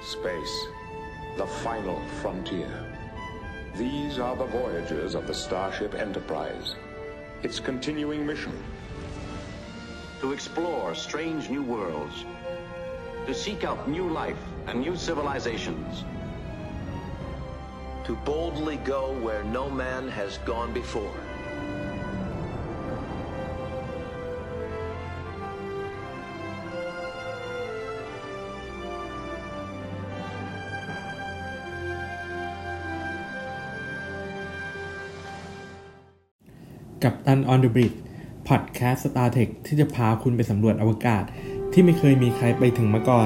Space, the final frontier. These are the voyages of the Starship Enterprise. Its continuing mission. To explore strange new worlds. To seek out new life and new civilizations. To boldly go where no man has gone before. กัปตัน on the bridge พอดแคสต์ Star Trek ที่จะพาคุณไปสำรวจอวกาศที่ไม่เคยมีใครไปถึงมาก่อน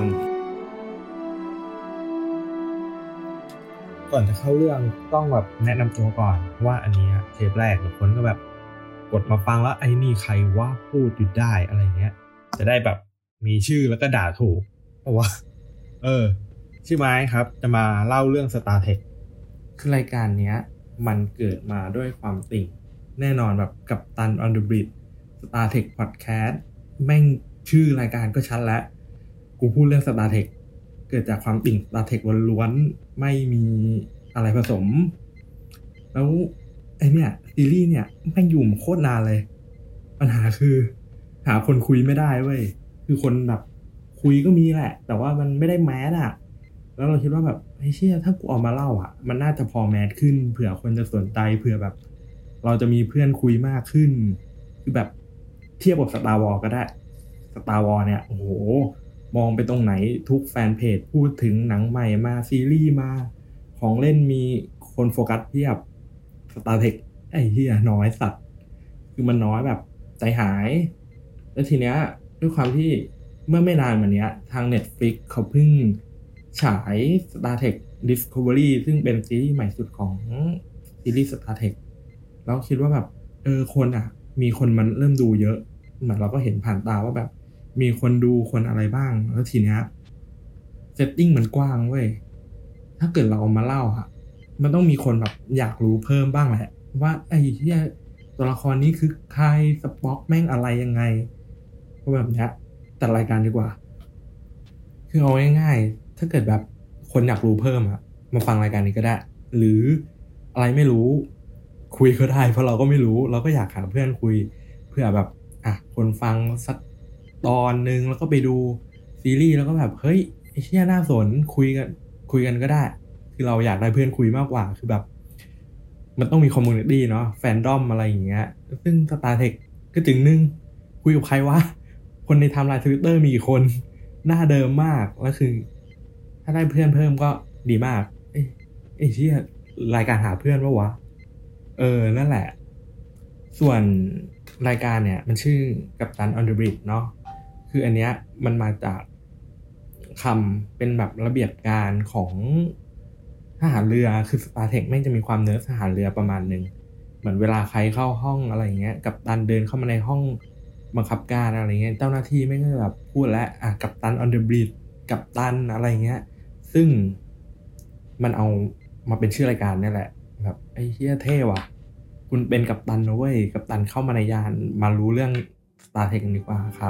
จะเข้าเรื่องต้องแบบแนะนำตัวก่อนว่าอันนี้เทปแรกทุกคนก็แบบกดมาฟังแล้วไอ้นี่ใครว่าพูดอยู่ได้อะไรเงี้ยจะได้แบบมีชื่อแล้วก็ด่าถูกเพราะว่าชื่อไม้ครับจะมาเล่าเรื่อง Star Trek คือรายการเนี้ยมันเกิดมาด้วยความติ่งแน่นอนแบบกัปตัน on the bridge Star Trek Podcast แม่งชื่อรายการก็ชัดแล้วกูพูดเรื่อง Star Trek เกิดจากความติ่ง Star Trek ล้วนๆไม่มีอะไรผสมแล้วไอเนี่ยซีรีส์เนี่ยแม่งอยู่โคตรนานเลยปัญหาคือหาคนคุยไม่ได้เว้ยคือคนแบบคุยก็มีแหละแต่ว่ามันไม่ได้แมสอ่ะแล้วเราคิดว่าแบบไอ้เชี่ยถ้ากูออกมาเล่าอ่ะมันน่าจะพอแมสขึ้นเผื่อคนจะสนใจเผื่อแบบเราจะมีเพื่อนคุยมากขึ้นคือแบบเทียบกับ Star Wars ก็ได้ Star Wars เนี่ยโอ้โหมองไปตรงไหนทุกแฟนเพจพูดถึงหนังใหม่มาซีรีส์มาของเล่นมีคนโฟกัสเพียบ Star Trek ไอ้เหี้ยน้อยสัตว์คือมันน้อยแบบใจหายแล้วทีเนี้ยด้วยความที่เมื่อไม่นานมาเนี้ยทาง Netflix เขาเพิ่งฉาย Star Trek Discovery ซึ่งเป็นซีรีส์ใหม่สุดของซีรีส์ Star Trek แล้วคิดว่าแบบคนมีคนมันเริ่มดูเยอะเหมือนเราก็เห็นผ่านตาว่าแบบมีคนดูคนอะไรบ้างแล้วทีเนี้ยเซตติ้งมันกว้างเว้ยถ้าเกิดเราเอามาเล่ามันต้องมีคนแบบอยากรู้เพิ่มบ้างแหละว่าไอ้เหี้ยตัวละครนี้คือใครสป็อกแม่งอะไรยังไงก็แบบเนี้ยแต่รายการดีกว่าคือเอาง่ายๆถ้าเกิดแบบคนอยากรู้เพิ่มมาฟังรายการนี้ก็ได้หรืออะไรไม่รู้คุยก็ได้เพราะเราก็ไม่รู้เราก็อยากหาเพื่อนคุยเพื่อแบบคนฟังสักตอนนึงแล้วก็ไปดูซีรีส์แล้วก็แบบเฮ้ยไอ้เหี้ยน่าสนคุยกันก็ได้คือเราอยากได้เพื่อนคุยมากกว่าคือแบบมันต้องมีคอมมูนิตี้เนาะแฟนดอมอะไรอย่างเงี้ยซึ่ง Star Trek ก็จึงนึงคุยกับใครวะคนในไทม์ไลน์ Twitter มีกี่คนหน้าเดิมมากแล้วคือถ้าได้เพื่อนเพิ่มก็ดีมากไอ้เหี้ยรายการหาเพื่อนวะนั่นแหละส่วนรายการเนี่ยมันชื่อกัปตัน on the bridge เนาะคืออันเนี้ยมันมาจากคำเป็นแบบระเบียบการของทหารเรือคือ Star Trek แม่งจะมีความเนิร์ดทหารเรือประมาณนึงเหมือนเวลาใครเข้าห้องอะไรอย่างเงี้ยกัปตันเดินเข้ามาในห้องบังคับการอะไรเงี้ยเจ้าหน้าที่แม่งก็แบบพูดแล้วกัปตัน on the bridge กัปตันอะไรเงี้ยซึ่งมันเอามาเป็นชื่อรายการนี่แหละแบบไอ้เหี้ยเท่ว่ะคุณเป็นกัปตันนะเว้ยกัปตันเข้ามาในยานมารู้เรื่อง Star Trek กันดีกว่าครับ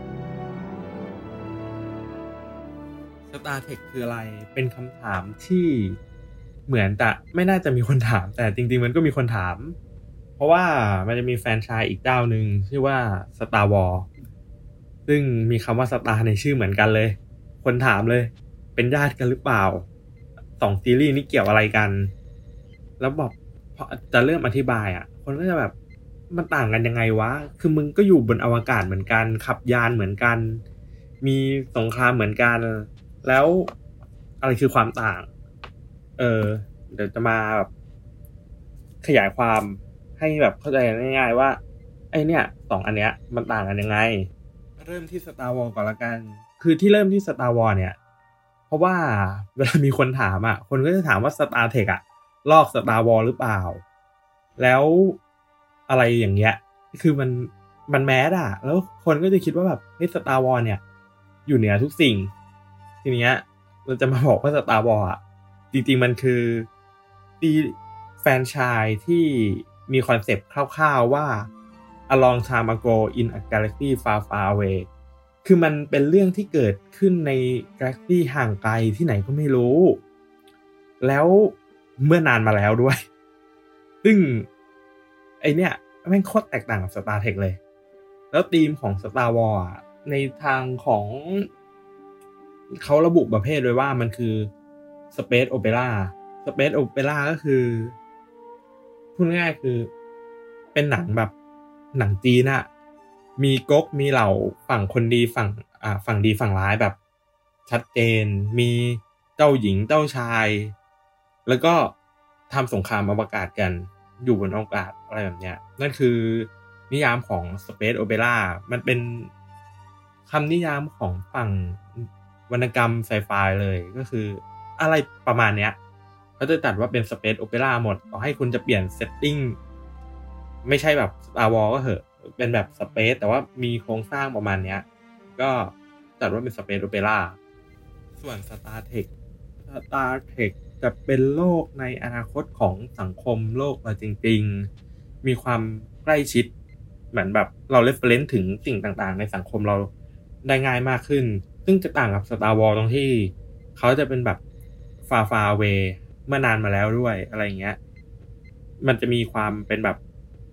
Star Trek คืออะไรเป็นคำถามที่เหมือนจะไม่น่าจะมีคนถามแต่จริงๆมันก็มีคนถามเพราะว่ามันจะมีแฟรนไชส์อีกเจ้านึงชื่อว่า Star Wars ซึ่งมีคำว่า Star ในชื่อเหมือนกันเลยคนถามเลยเป็นญาติกันหรือเปล่า2ซีรีส์นี้เกี่ยวอะไรกันแล้วบอกพอจะเริ่มอธิบายคนก็จะแบบมันต่างกันยังไงวะคือมึงก็อยู่บนอวกาศเหมือนกันขับยานเหมือนกันมีสงครามเหมือนกันแล้วอะไรคือความต่างเดี๋ยวจะมาแบบขยายความให้แบบเข้าใจง่ายๆว่าไอ้เนี่ย2อันเนี้ยมันต่างกันยังไงเริ่มที่ Star Wars ก่อนละกันคือที่เริ่มที่ Star Wars เนี่ยเพราะว่าเวลามีคนถามคนก็จะถามว่า Star Trek ลอก Star Wars หรือเปล่าแล้วอะไรอย่างเงี้ยคือมันแมสแล้วคนก็จะคิดว่าแบบเฮ้ย Star Wars เนี่ยอยู่เหนือทุกสิ่งทีเนี้ยเราจะมาบอกว่า Star Wars จริงๆมันคือแฟรนไชส์ที่มีคอนเซปต์คร่าวๆว่า A long time ago in a galaxy far far away คือมันเป็นเรื่องที่เกิดขึ้นในกาแล็กซี่ห่างไกลที่ไหนก็ไม่รู้แล้วเมื่อนานมาแล้วด้วยซึ่งไอเนี้ยแม่งโคตรแตกต่างกับ Star Trek เลยแล้วธีมของ Star Wars ในทางของเขาระบุประเภทไว้ว่ามันคือ Space Opera Space Opera ก็คือพูดง่ายๆคือเป็นหนังแบบหนังจีนอะมีก๊กมีเหล่าฝั่งคนดีฝั่งดีฝั่งร้ายแบบชัดเจนมีเจ้าหญิงเจ้าชายแล้วก็ทำสงครามอวกาศกันอยู่บนอวกาศอะไรแบบเนี้ยนั่นคือนิยามของ Space Opera มันเป็นคำนิยามของฝั่งวรรณกรรมไซไฟเลยก็คืออะไรประมาณเนี้ยเขาจะตัดว่าเป็น Space Opera หมดต่อให้คุณจะเปลี่ยนเซตติ้งไม่ใช่แบบ Star Wars ก็เหอะเป็นแบบ Space แต่ว่ามีโครงสร้างประมาณเนี้ยก็ตัดว่าเป็น Space Opera ส่วน Star Trek จะเป็นโลกในอนาคตของสังคมโลกเราจริงๆมีความใกล้ชิดเหมือนแบบเรา reference ถึงสิ่งต่างๆในสังคมเราได้ง่ายมากขึ้นซึ่งจะต่างกับ Star Wars ตรงที่เขาจะเป็นแบบ far away เมื่อนานมาแล้วด้วยอะไรอย่างเงี้ยมันจะมีความเป็นแบบ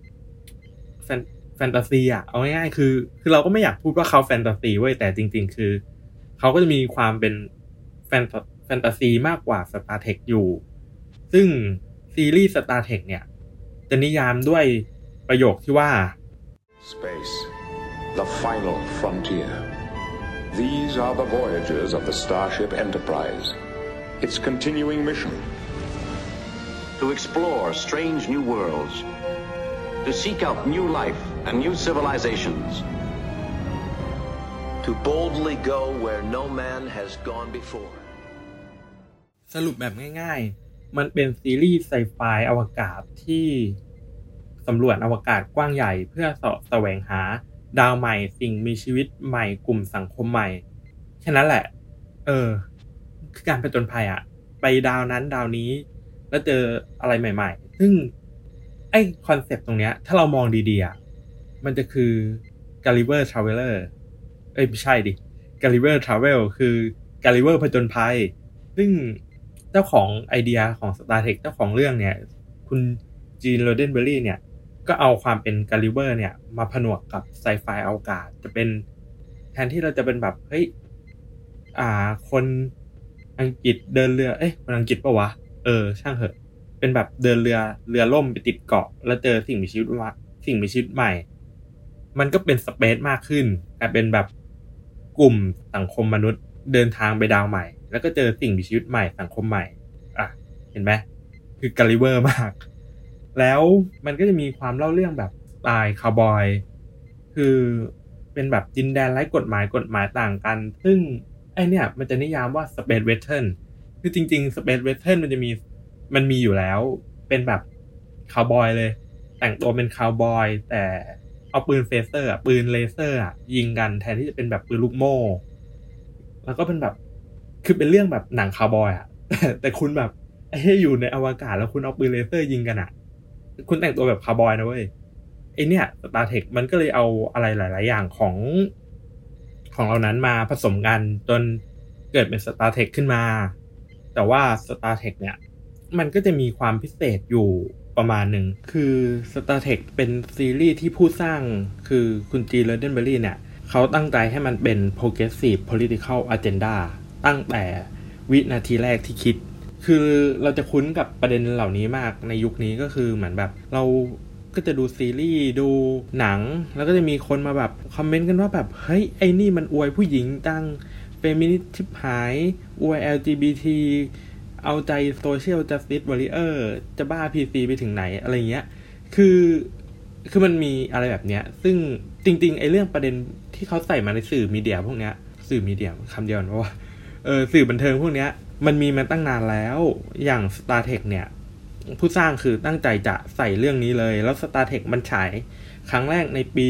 แฟนตาซีอ่ะเอาง่ายๆคือเราก็ไม่อยากพูดว่าเขาแฟนตาซีเว้ยแต่จริงๆคือเขาก็จะมีความเป็นแฟนตาซีมากกว่า Star Trek อยู่ซึ่งซีรีส์ Star Trek เนี่ยจะนิยามด้วยประโยคที่ว่า Space, the final frontier. These are the voyages of the Starship Enterprise. Its continuing mission. To explore strange new worlds. To seek out new life and new civilizations. To boldly go where no man has gone before. สรุปแบบง่ายๆมันเป็นซีรีส์ไซไฟอวกาศที่สำรวจอวกาศกว้างใหญ่เพื่อแสวงหาดาวใหม่สิ่งมีชีวิตใหม่กลุ่มสังคมใหม่แค่นั้นแหละคือการผจญภัยอะไปดาวนั้นดาวนี้แล้วเจออะไรใหม่ๆซึ่งไอ้คอนเซ็ปต์ตรงเนี้ยถ้าเรามองดีๆอะมันจะคือ Gulliver Traveler ไม่ใช่ดิ Gulliver Travel คือ Gulliver ผจญภัยซึ่งเจ้าของไอเดียของ Star Trek เจ้าของเรื่องเนี่ยคุณจีนโรเดนเบอร์รี่เนี่ยก็เอาความเป็น Gulliver เนี่ยมาผนวกกับไซไฟอวกาศจะเป็นแทนที่เราจะเป็นแบบเฮ้ยคนอังกฤษเดินเรือคนอังกฤษปะวะช่างเหอะเป็นแบบเดินเรือล่มไปติดเกาะแล้วเจอสิ่งมีชีวิตใหม่มันก็เป็นสเปซมากขึ้นเป็นแบบกลุ่มสังคมมนุษย์เดินทางไปดาวใหม่แล้วก็เจอสิ่งมีชีวิตใหม่สังคมใหม่เห็นไหมคือ Gulliver มากแล้วมันก็จะมีความเล่าเรื่องแบบสไตล์คาวบอยคือเป็นแบบดินแดนไร้กฎหมายต่างกันซึ่งไอเนี่ยมันจะนิยามว่า Space Western คือจริงๆ Space Western มันมีอยู่แล้วเป็นแบบคาวบอยเลยแต่งตัวเป็นคาวบอยแต่เอาปืนเฟเซอร์ปืนเลเซอร์ยิงกันแทนที่จะเป็นแบบปืนลูกโม่แล้วก็เป็นแบบคือเป็นเรื่องแบบหนังคาวบอยแต่คุณแบบอยู่ในอวกาศแล้วคุณเอาปืนเลเซอร์ยิงกันคุณแต่งตัวแบบคาวบอยนะเว้ยเนี่ย Star Trek มันก็เลยเอาอะไรหลายๆอย่างของเรานั้นมาผสมกันจนเกิดเป็น Star Trek ขึ้นมาแต่ว่า Star Trek เนี่ยมันก็จะมีความพิเศษอยู่ประมาณหนึ่งคือ Star Trek เป็นซีรีส์ที่ผู้สร้างคือคุณจีโรเดนเบอร์รี่เนี่ยเขาตั้งใจให้มันเป็น progressive political agenda ตั้งแต่วินาทีแรกที่คิดคือเราจะคุ้นกับประเด็นเหล่านี้มากในยุคนี้ก็คือเหมือนแบบเราก็จะดูซีรีส์ดูหนังแล้วก็จะมีคนมาแบบคอมเมนต์กันว่าแบบเฮ้ยไอ้นี่มันอวยผู้หญิงตั้งเฟมินิสต์ชิบหายอวย LGBT เอาใจโซเชียลจัสติสวอริเออร์จะบ้า PC ไปถึงไหนอะไรเงี้ยคือมันมีอะไรแบบเนี้ยซึ่งจริงๆไอ้เรื่องประเด็นที่เขาใส่มาในสื่อมีเดียพวกเนี้ยสื่อมีเดียคำเดียวนะว่าสื่อบันเทิงพวกเนี้ยมันมีมาตั้งนานแล้วอย่าง Star Trek เนี่ยผู้สร้างคือตั้งใจจะใส่เรื่องนี้เลยแล้ว Star Trek มันฉายครั้งแรกในปี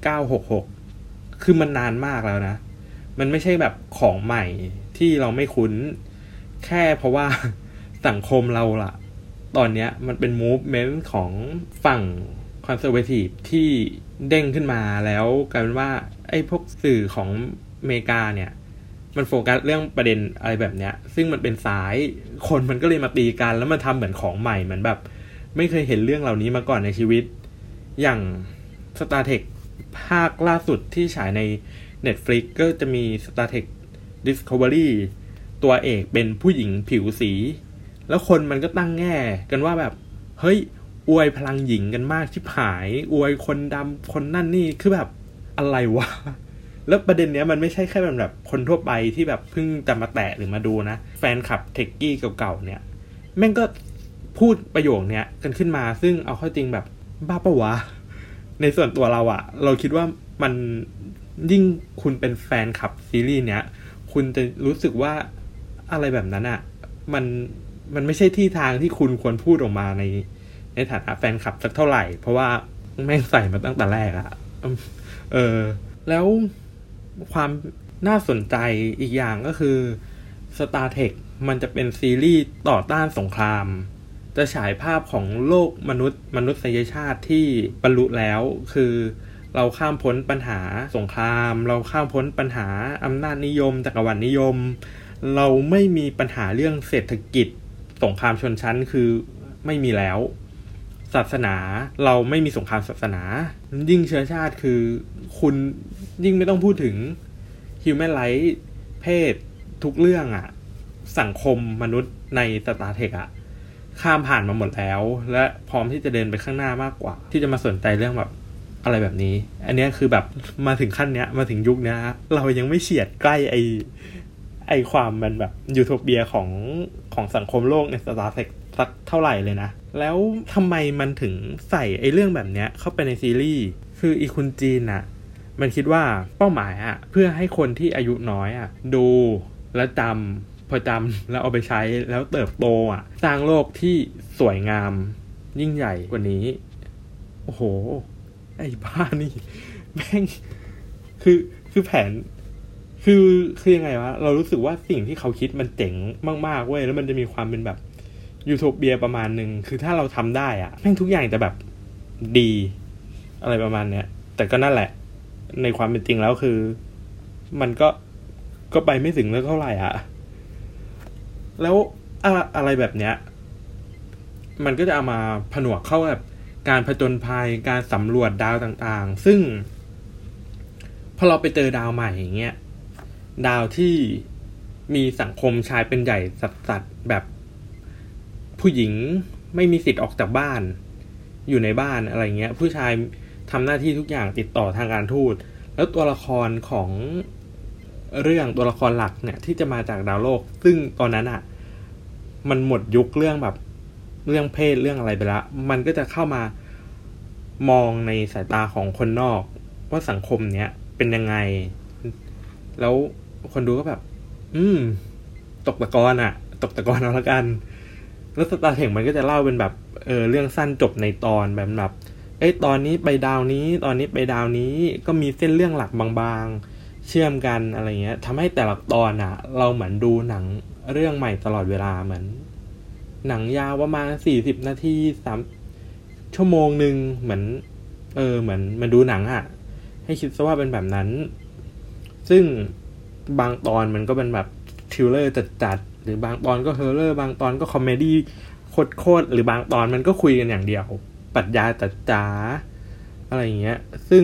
1966คือมันนานมากแล้วนะมันไม่ใช่แบบของใหม่ที่เราไม่คุ้นแค่เพราะว่าสังคมเราล่ะตอนเนี้ยมันเป็น movement ของฝั่ง conservative ที่เด้งขึ้นมาแล้วกลายเป็นว่าไอ้พวกสื่อของอเมริกาเนี่ยมันโฟกัสเรื่องประเด็นอะไรแบบเนี้ยซึ่งมันเป็นสายคนมันก็เลยมาตีกันแล้วมันทำเหมือนของใหม่เหมือนแบบไม่เคยเห็นเรื่องเหล่านี้มาก่อนในชีวิตอย่าง Star Trek ภาคล่าสุดที่ฉายใน Netflix ก็จะมี Star Trek Discovery ตัวเอกเป็นผู้หญิงผิวสีแล้วคนมันก็ตั้งแง่กันว่าแบบเฮ้ยอวยพลังหญิงกันมากชิบหายอวยคนดำคนนั่นนี่คือแบบอะไรวะแล้วประเด็นเนี้ยมันไม่ใช่แค่แบบคนทั่วไปที่แบบเพิ่งจะมาแตะหรือมาดูนะแฟนคลับเทคกี้เก่าๆเนี่ยแม่งก็พูดประโยคเนี้ยกันขึ้นมาซึ่งเอาเข้าจริงแบบบ้าปะวะในส่วนตัวเราอะเราคิดว่ามันยิ่งคุณเป็นแฟนคลับซีรีส์เนี้ยคุณจะรู้สึกว่าอะไรแบบนั้นอะมันไม่ใช่ที่ทางที่คุณควรพูดออกมาในฐานะแฟนคลับสักเท่าไหร่เพราะว่าแม่งใส่มาตั้งแต่แรกอะแล้วความน่าสนใจอีกอย่างก็คือ Star Trek มันจะเป็นซีรีส์ต่อต้านสงครามจะฉายภาพของโลกมนุษยชาติที่บรรลุแล้วคือเราข้ามพ้นปัญหาสงครามเราข้ามพ้นปัญหาอำนาจนิยมจักรวรรดินิยมเราไม่มีปัญหาเรื่องเศรษฐกิจสงครามชนชั้นคือไม่มีแล้วศาสนาเราไม่มีสงครามศาสนายิ่งเชื้อชาติคือคุณยิ่งไม่ต้องพูดถึง human rights เพศทุกเรื่องอะสังคมมนุษย์ใน Star Trek อะข้ามผ่านมาหมดแล้วและพร้อมที่จะเดินไปข้างหน้ามากกว่าที่จะมาสนใจเรื่องแบบอะไรแบบนี้อันนี้คือแบบมาถึงขั้นเนี้ยมาถึงยุคเนี้ยเรายังไม่เฉียดใกล้ไอความมันแบบยูโทเปียของสังคมโลกใน Star Trek สักเท่าไหร่เลยนะแล้วทำไมมันถึงใส่ไอเรื่องแบบเนี้ยเข้าไปในซีรีส์คืออีคุณจีนน่ะมันคิดว่าเป้าหมายอ่ะเพื่อให้คนที่อายุน้อยอ่ะดูและพอจำแล้วเอาไปใช้แล้วเติบโตอ่ะสร้างโลกที่สวยงามยิ่งใหญ่กว่านี้โอ้โหไอ้บ้านี่แม่งคือแผนคือยังไงวะเรารู้สึกว่าสิ่งที่เขาคิดมันเจ๋งมากๆเว้ยแล้วมันจะมีความเป็นแบบยูโทเปียประมาณนึงคือถ้าเราทำได้อ่ะแม่งทุกอย่างจะแบบดีอะไรประมาณเนี้ยแต่ก็นั่นแหละในความเป็นจริงแล้วคือมันก็ไปไม่ถึงเท่าไหร่อ่ะแล้วอะไรแบบเนี้ยมันก็จะเอามาผนวกเข้ากับการผจญภัยการสำรวจดาวต่างๆซึ่งพอเราไปเจอดาวใหม่อย่างเงี้ยดาวที่มีสังคมชายเป็นใหญ่สัดแบบผู้หญิงไม่มีสิทธิ์ออกจากบ้านอยู่ในบ้านอะไรเงี้ยผู้ชายทำหน้าที่ทุกอย่างติดต่อทางการทูตแล้วตัวละครของเรื่องตัวละครหลักเนี่ยที่จะมาจากดาวโลกซึ่งตอนนั้นอ่ะมันหมดยุคเรื่องแบบเรื่องเพศเรื่องอะไรไปแล้วมันก็จะเข้ามามองในสายตาของคนนอกว่าสังคมเนี้ยเป็นยังไงแล้วคนดูก็แบบตกตะกอนเอาละกันแล้วStar Trekมันก็จะเล่าเป็นแบบเรื่องสั้นจบในตอนแบบตอนนี้ไปดาวนี้ตอนนี้ไปดาวนี้ก็มีเส้นเรื่องหลักบางๆเชื่อมกันอะไรเงี้ยทำให้แต่ละตอนอ่ะเราเหมือนดูหนังเรื่องใหม่ตลอดเวลาเหมือนหนังยาวประมาณ40นาที3ชั่วโมงนึงเหมือนเหมือนมันดูหนังอ่ะให้คิดซะว่าเป็นแบบนั้นซึ่งบางตอนมันก็เป็นแบบทริลเลอร์จัดๆหรือบางตอนก็ฮอร์เรอร์บางตอนก็คอมเมดี้โคตรหรือบางตอนมันก็คุยกันอย่างเดียวปรัชญาจ๋าๆอะไรอย่างเงี้ยซึ่ง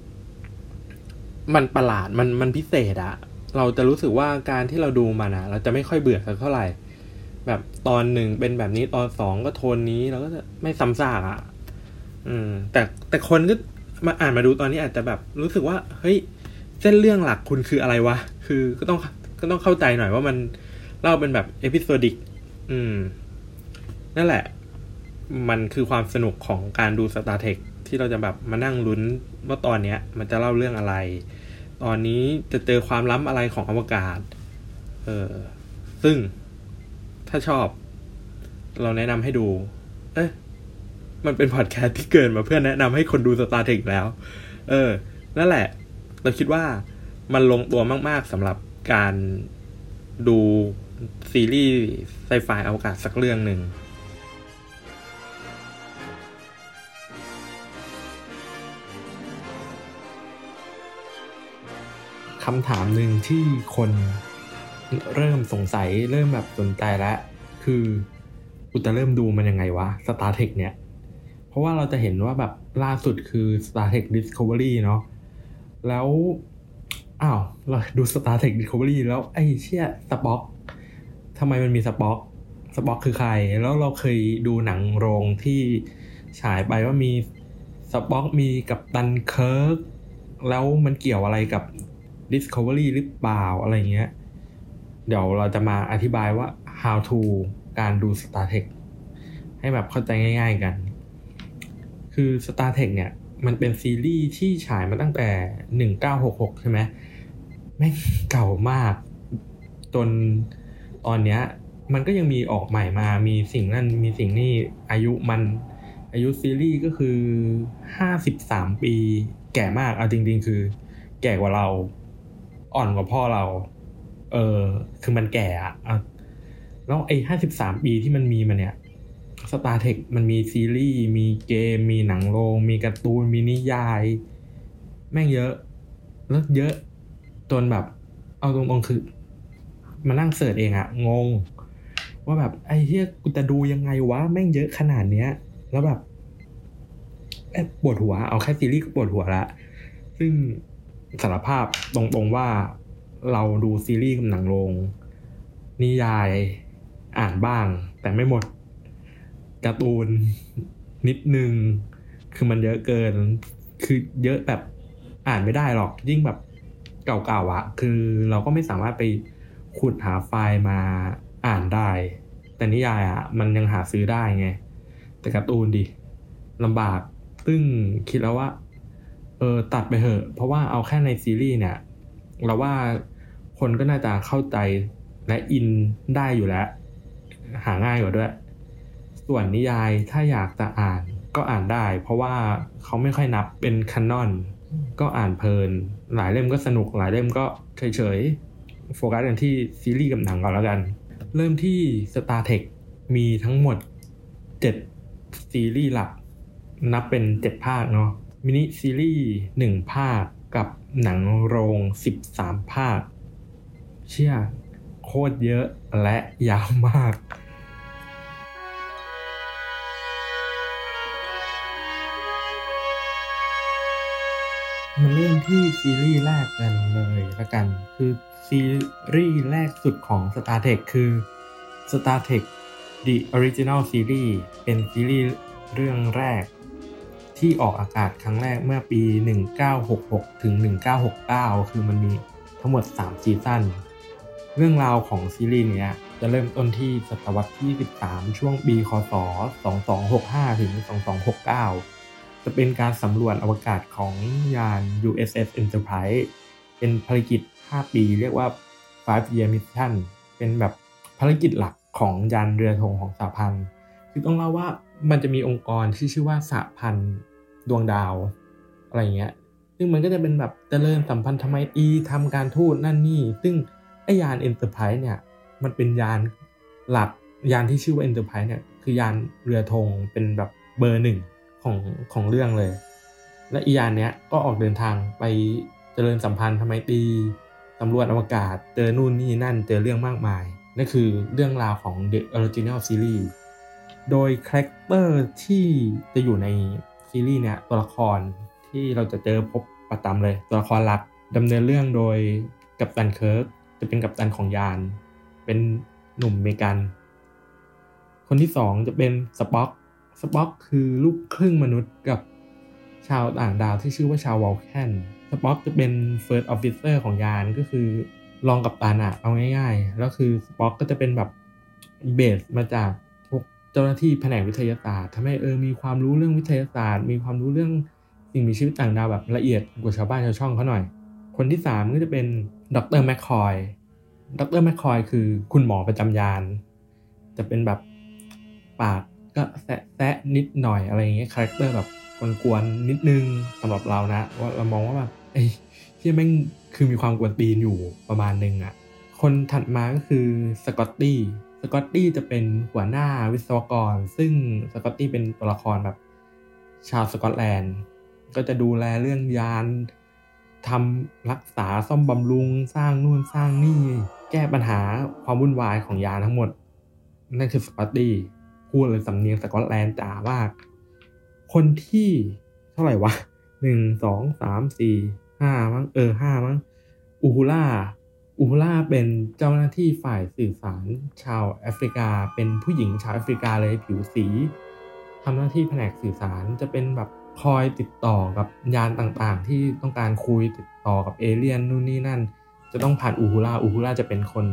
มันประหลาดมันพิเศษอะเราจะรู้สึกว่าการที่เราดูมันอะเราจะไม่ค่อยเบื่อสักเท่าไหร่แบบตอนหนึ่งเป็นแบบนี้ตอนสองก็โทนนี้เราก็จะไม่ซ้ำซากอะแต่คนก็มาอ่านมาดูตอนนี้อาจจะแบบรู้สึกว่าเฮ้ยเส้นเรื่องหลักคุณคืออะไรวะคือก็ต้องเข้าใจหน่อยว่ามันเล่าเป็นแบบเอพิโซดิกนั่นแหละมันคือความสนุกของการดู Star Trek ที่เราจะแบบมานั่งลุ้นว่าตอนเนี้ยมันจะเล่าเรื่องอะไรตอนนี้จะเจอความล้ำอะไรของอวกาศซึ่งถ้าชอบเราแนะนำให้ดูมันเป็นพอดแคสต์ที่เกิดมาเพื่อแนะนำให้คนดู Star Trek แล้วนั่นแหละเราคิดว่ามันลงตัวมากๆสำหรับการดูซีรีส์ไซไฟอวกาศสักเรื่องหนึ่งคำถามหนึ่งที่คนเริ่มสงสัยเริ่มแบบสนใจแล้วคือกูจะเริ่มดูมันยังไงวะ Star Trek เนี่ยเพราะว่าเราจะเห็นว่าแบบล่าสุดคือ Star Trek Discovery เนาะแล้วเราดู Star Trek Discovery แล้วไอ้เชี่ยสป็อกทำไมมันมีสป็อกคือใครแล้วเราเคยดูหนังโรงที่ฉายไปว่ามีสป็อกมีกัปตันเคิร์กแล้วมันเกี่ยวอะไรกับ Discovery หรือเปล่าอะไรเงี้ยเดี๋ยวเราจะมาอธิบายว่า how to การดู Star Trek ให้แบบเข้าใจง่ายๆกันคือ Star Trek เนี่ยมันเป็นซีรีส์ที่ฉายมาตั้งแต่1966ใช่ไหมแม่งเก่ามากจนตอนเนี้ยมันก็ยังมีออกใหม่มามีสิ่งนั่นมีสิ่งนี่อายุซีรีส์ก็คือ53ปีแก่มากเอาจริงๆคือแก่กว่าเราอ่อนกว่าพ่อเราคือมันแก่อะแล้วไอ้53ปีที่มันมีมาเนี่ย Star Trek มันมีซีรีส์มีเกมมีหนังโรงมีการ์ตูนมีนิยายแม่งเยอะแล้วเยอะจนแบบเอาตรงๆคือมานั่งเสิร์ชเองอะงงว่าแบบไอ้เหี้ยกูจะดูยังไงวะแม่งเยอะขนาดเนี้ยแล้วแบบปวดหัวเอาแค่ซีรีส์ก็ปวดหัวละซึ่งสารภาพตรงๆว่าเราดูซีรีส์กับหนังโรงนิยายอ่านบ้างแต่ไม่หมดการ์ตูนนิดนึงคือมันเยอะเกินคือเยอะแบบอ่านไม่ได้หรอกยิ่งแบบเก่าๆอ่ะคือเราก็ไม่สามารถไปขุดหาไฟล์มาอ่านได้แต่นิยายอ่ะมันยังหาซื้อได้ไงแต่การ์ตูนดิลำบากซึ่งคิดแล้วว่าตัดไปเถอะเพราะว่าเอาแค่ในซีรีส์เนี่ยเราว่าคนก็น่าจะเข้าใจและอินได้อยู่แล้วหาง่ายกว่าด้วยส่วนนิยายถ้าอยากจะอ่านก็อ่านได้เพราะว่าเขาไม่ค่อยนับเป็นแคนนอนก็อ่านเพลินหลายเล่มก็สนุกหลายเล่มก็เฉยๆโฟกัสกันที่ซีรีส์กับหนังก่อนแล้วกันเริ่มที่ Star Trek มีทั้งหมด7ซีรีส์หลักนับเป็น7ภาคเนาะมินิซีรีส์1ภาคกับหนังโรง13ภาคเชี่ยโคตรเยอะและยาวมากมันเริ่มที่ซีรีส์แรกกันเลยละกันคือซีรีส์แรกสุดของ Star Trek คือ Star Trek The Original Series เป็นซีรีส์เรื่องแรกที่ออกอากาศครั้งแรกเมื่อปี1966ถึง1969คือมันมีทั้งหมด3ซีซั่นเรื่องราวของซีรีส์เนี้ยจะเริ่มต้นที่ศตวรรษที่13ช่วงปีคศ2265ถึง2269จะเป็นการสำรวจอวกาศของยาน USS Enterprise เป็นภารกิจ5ปีเรียกว่า 5-year mission เป็นแบบภารกิจหลักของยานเรือธงของสหพันธ์คือต้องเล่าว่ามันจะมีองค์กรที่ชื่อว่าสหพันธ์ดวงดาวอะไรเงี้ยซึ่งมันก็จะเป็นแบบเจริญสัมพันธไมตรีทำการทูตนั่นนี่ซึ่งไอยาน Enterprise เนี่ยมันเป็นยานหลักยานที่ชื่อว่า Enterprise เนี่ยคือยานเรือธงเป็นแบบเบอร์1ของเรื่องเลยและอียานเนี้ยก็ออกเดินทางไปเจริญสัมพันธไมตรีสำรวจอวกาศเจอนู่นนี่นั่นเจอเรื่องมากมายนั่นคือเรื่องราวของ The Original Series โดยคาแรคเตอร์ที่จะอยู่ในซีรีส์เนี่ยตัวละครที่เราจะเจอพบประจำเลยตัวละครหลักดำเนินเรื่องโดยกัปตันเคิร์กจะเป็นกัปตันของยานเป็นหนุ่มเมกันคนที่2จะเป็นสป็อกคือลูกครึ่งมนุษย์กับชาวต่างดาวที่ชื่อว่าชาววอลแคนสป็อกจะเป็น First Officer ของยานก็คือรองกัปตันอะเอาง่ายๆแล้วคือสป็อกก็จะเป็นแบบเบสมาจากพวกเจ้าหน้าที่แผนกวิทยาศาสตร์ทำให้มีความรู้เรื่องวิทยาศาสตร์มีความรู้เรื่องสิ่งมีชีวิตต่างดาวแบบละเอียดกว่าชาวบ้านชาวช่องเขาหน่อยคนที่3ก็จะเป็นดร.แมคคอยคือคุณหมอประจำยานจะเป็นแบบปากก็แซะนิดหน่อยอะไรอย่างเงี้ยคาแรคเตอร์แบบกวนๆนิดนึงสำหรับเรานะว่าเรามองว่าแบบที่แม่งคือมีความกวนตีนอยู่ประมาณนึงอ่ะคนถัดมาก็คือสกอตตี้จะเป็นหัวหน้าวิศวกรซึ่งสกอตตี้เป็นตัวละครแบบชาวสกอตแลนด์ก็จะดูแลเรื่องยานทำรักษาซ่อมบำรุงสร้างนู่นสร้างนี่แก้ปัญหาความวุ่นวายของยานทั้งหมดนั่นคือสกอตตี้พูดเลยสำเนียงสกอตแลนด์จ๋ามากคนที่เท่าไหร่วะ1 2 3 4 5มั้ง5มั้งอูฮูล่าเป็นเจ้าหน้าที่ฝ่ายสื่อสารชาวแอฟริกาเป็นผู้หญิงชาวแอฟริกาเลยผิวสีทำหน้าที่แผนกสื่อสารจะเป็นแบบคอยติดต่อกับยานต่างๆที่ต้องการคุยติดต่อกับเอเลี่ยนนู่นนี่นั่นจะต้องผ่านอูฮูล่าจะเป็นคน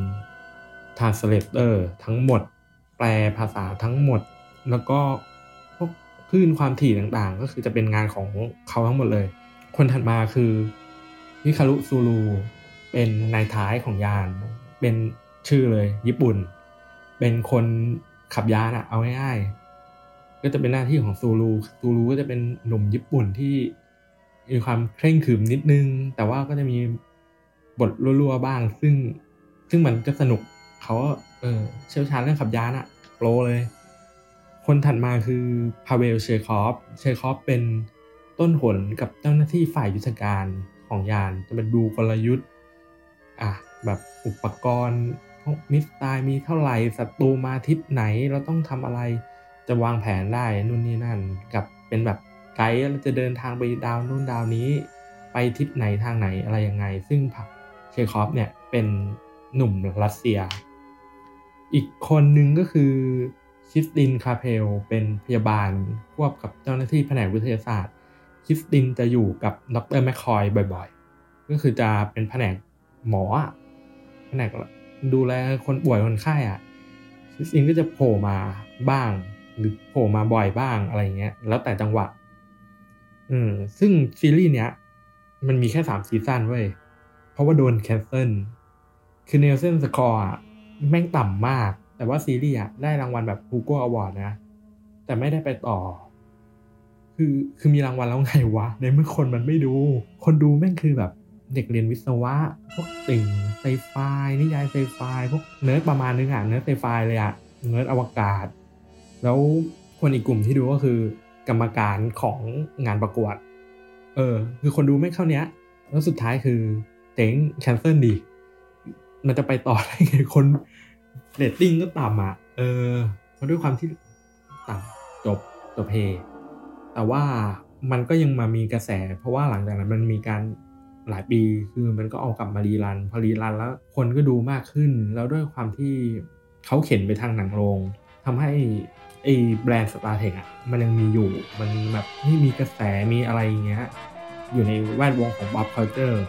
translator ทั้งหมดแปลภาษาทั้งหมดแล้วก็พวกคลื่นความถี่ต่างๆก็คือจะเป็นงานของเขาทั้งหมดเลยคนถัดมาคือฮิคารุซูรูเป็นนายท้ายของยานเป็นชื่อเลยญี่ปุ่นเป็นคนขับยานเอาง่ายๆก็จะเป็นหน้าที่ของซูรูก็จะเป็นหนุ่มญี่ปุ่นที่มีความเคร่งขรึมนิดนึงแต่ว่าก็จะมีบทรั่วๆบ้างซึ่งมันก็สนุกเขาเชี่ยวชาญเรื่องขับยานโปรเลยคนถัดมาคือพาเวลเชคอฟเป็นต้นหนกับเจ้าหน้าที่ฝ่ายยุทธการของยานจะเป็นดูกลยุทธ์แบบอุปกรณ์พวกมิสไซล์มีเท่าไหร่ศัตรูมาทิศไหนเราต้องทำอะไรจะวางแผนได้นู่นนี่นั่นกับเป็นแบบไกด์เราจะเดินทางไปดาวนู่นดาวนี้ไปทิศไหนทางไหนอะไรยังไงซึ่งเชคอฟเนี่ยเป็นหนุ่มรัสเซียอีกคนนึงก็คือคริสตินคาเพลเป็นพยาบาลควบกับเจ้าหน้าที่แผนกวิทยาศาสตร์คริสตินจะอยู่กับดร.แมคคอยบ่อยๆก็คือจะเป็นแผนกหมอแผนกดูแลคนป่วยคนไข้คริสตินก็จะโผล่มาบ้างหรือโผล่มาบ่อยบ้างอะไรเงี้ยแล้วแต่จังหวะซึ่งซีรีส์เนี้ยมันมีแค่3ซีซั่นเว้ยเพราะว่าโดนแคนเซิลคือเนลสันสกอร์แม่งต่ำมากแต่ว่าซีรีส์ได้รางวัลแบบฮูโก้อวอร์ดนะแต่ไม่ได้ไปต่อคือมีรางวัลแล้วไงวะในเมื่อคนมันไม่ดูคนดูแม่งคือแบบเด็กเรียนวิศวะพวกติ่งไซไฟนิยายไซไฟพวกเนิร์ดประมาณนึงเนิร์ดไซไฟเลยเนิร์ดอวกาศแล้วคนอีกกลุ่มที่ดูก็คือกรรมการของงานประกวดคือคนดูไม่เข้าเนี้ยแล้วสุดท้ายคือเจ๊งแคนเซิลดิมันจะไปต่อได้ไงคนเรตติ้งก็ต่ำเพราะด้วยความที่ต่ำจบเฮแต่ว่ามันก็ยังมามีกระแสเพราะว่าหลังจากนั้นมันมีการหลายปีคือมันก็เอากลับมารีรันพอรีรันแล้วคนก็ดูมากขึ้นแล้วด้วยความที่เขาเข็นไปทางหนังโรงทำให้ไอ้แบรนด์ Star Trek มันยังมีอยู่มันแบบมีกระแสมีอะไรอย่างเงี้ยอยู่ในแวดวงของ pop culture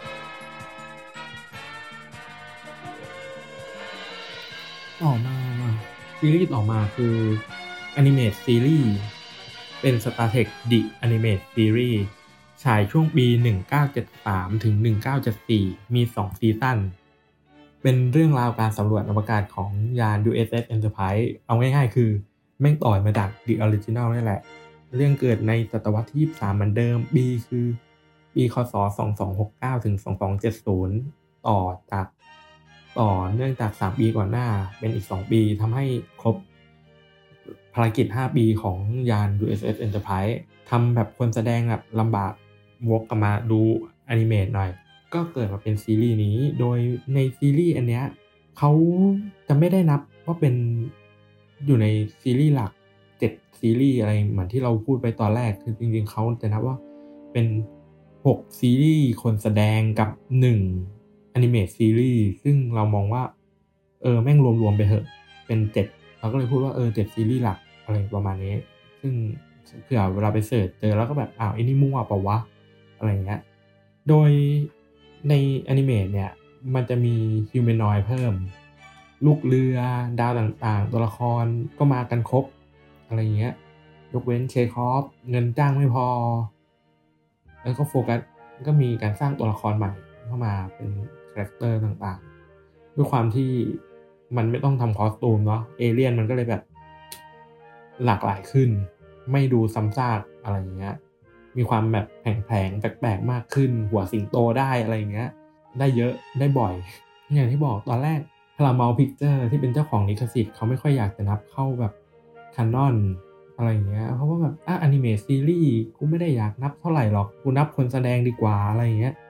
ต่อมาซีรีส์ต่อมาคืออนิเมตซีรีส์เป็น Star Trek The Animate Series ฉายช่วงปี1973ถึง1974มี2ซีซั่นเป็นเรื่องราวการสำรวจอวกาศของยาน USS Enterprise เอาง่ายๆคือแม่งต่อยมาจาก The Original นี่แหละเรื่องเกิดในศตวรรษที่23เหมือนเดิมปีคือปีคศ2269ถึง2270ต่อเนื่องจาก3ปีก่อนหน้าเป็นอีก2ปีทำให้ครบภารกิจ5ปีของยาน USS Enterprise ทำแบบคนแสดงแบบลำบากวกกลับมาดูอนิเมตหน่อยก็เกิดมาเป็นซีรีส์นี้โดยในซีรีส์อันเนี้ยเขาจะไม่ได้นับว่าเป็นอยู่ในซีรีส์หลัก7ซีรีส์อะไรเหมือนที่เราพูดไปตอนแรกคือจริงๆเขาจะนับว่าเป็น6ซีรีส์คนแสดงกับ1อนิเมตซีรีส์ซึ่งเรามองว่าแม่งรวมๆไปเถอะเป็น7เราก็เลยพูดว่า7ซีรีส์หลักอะไรประมาณนี้ซึ่งเผื่อเวลาไปเสิร์ชเจอแล้วก็แบบไอ้นี่มั่วเปล่าวะอะไรเงี้ยโดยในอนิเมตเนี่ยมันจะมีฮิวแมนอยด์เพิ่มลูกเรือดาวต่างๆตัวละครก็มากันครบอะไรเงี้ยยกเว้นเชคอฟเงินจ้างไม่พอแล้วก็โฟกัสก็มีการสร้างตัวละครใหม่เข้ามาเป็นคาแรคเตอร์ต่างๆด้วยความที่มันไม่ต้องทำคอสตูมเนาะเอเลี่ยนมันก็เลยแบบหลากหลายขึ้นไม่ดูซ้ำซากอะไรเงี้ยมีความแบบแผลงๆแปลกๆมากขึ้นหัวสิงโตได้อะไรเงี้ยได้เยอะได้บ่อยอย่างที่บอกตอนแรกParamount Picturesที่เป็นเจ้าของลิขสิทธิ์เขาไม่ค่อยอยากจะนับเข้าแบบคานอนอะไรเงี้ยเพราะว่าแบบอนิเมะซีรีส์กูไม่ได้อยากนับเท่าไหร่หรอกกูนับคนแสดงดีกว่าอะไรเงี้ย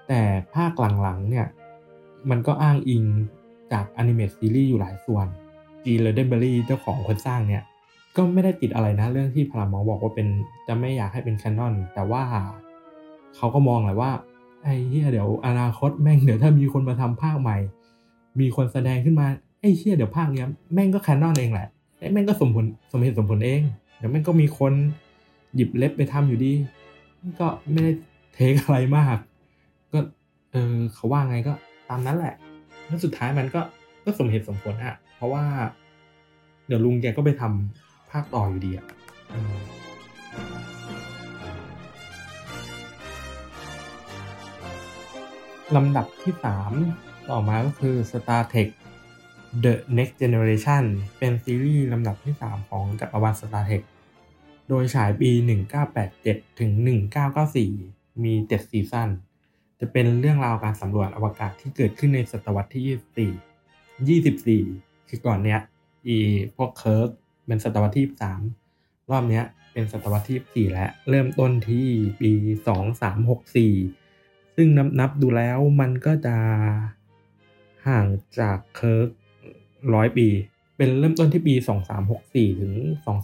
แต่ภาคหลังๆเนี่ยมันก็อ้างอิงจากอนิเมะซีรีส์อยู่หลายส่วนจีน Roddenberry เจ้าของคนสร้างเนี่ยก็ไม่ได้ติดอะไรนะเรื่องที่พารามอบอกว่าเป็นจะไม่อยากให้เป็นแคนนอนแต่ว่าเขาก็มองแหละว่าไอ้เหี้ยเดี๋ยวอนาคตแม่งเดี๋ยวถ้ามีคนมาทำภาคใหม่มีคนแสดงขึ้นมาไอ้เหี้ยเดี๋ยวภาคเนี้ยแม่งก็แคนนอนเองแหละแม่งก็สมเหตุสมผลเองเดี๋ยวแม่งก็มีคนหยิบเล็บไปทำอยู่ดีก็ไม่ได้เทคอะไรมากก็เขาว่าไงก็ตามนั้นแหละแล้วสุดท้ายมันก็สมเหตุสมผลอะเพราะว่าเดี๋ยวลุงแกก็ไปทำภาคต่ออยู่ดีอะลำดับที่3ต่อมาก็คือ Star Trek The Next Generation เป็นซีรีส์ลำดับที่3ของจักรวาล Star Trek โดยฉายปี1987ถึง1994มี7ซีซั่นจะเป็นเรื่องราวการสำรวจอวกาศที่เกิดขึ้นในศตวรรษที่24คือก่อนเนี้ยพวกเคิร์กเป็นศตวรรษที่23รอบเนี้ยเป็นศตวรรษที่24แล้วเริ่มต้นที่ปี2364ซึ่งนับดูแล้วมันก็จะห่างจากเคิร์ก100ปีเป็นเริ่มต้นที่ปี2364ถึง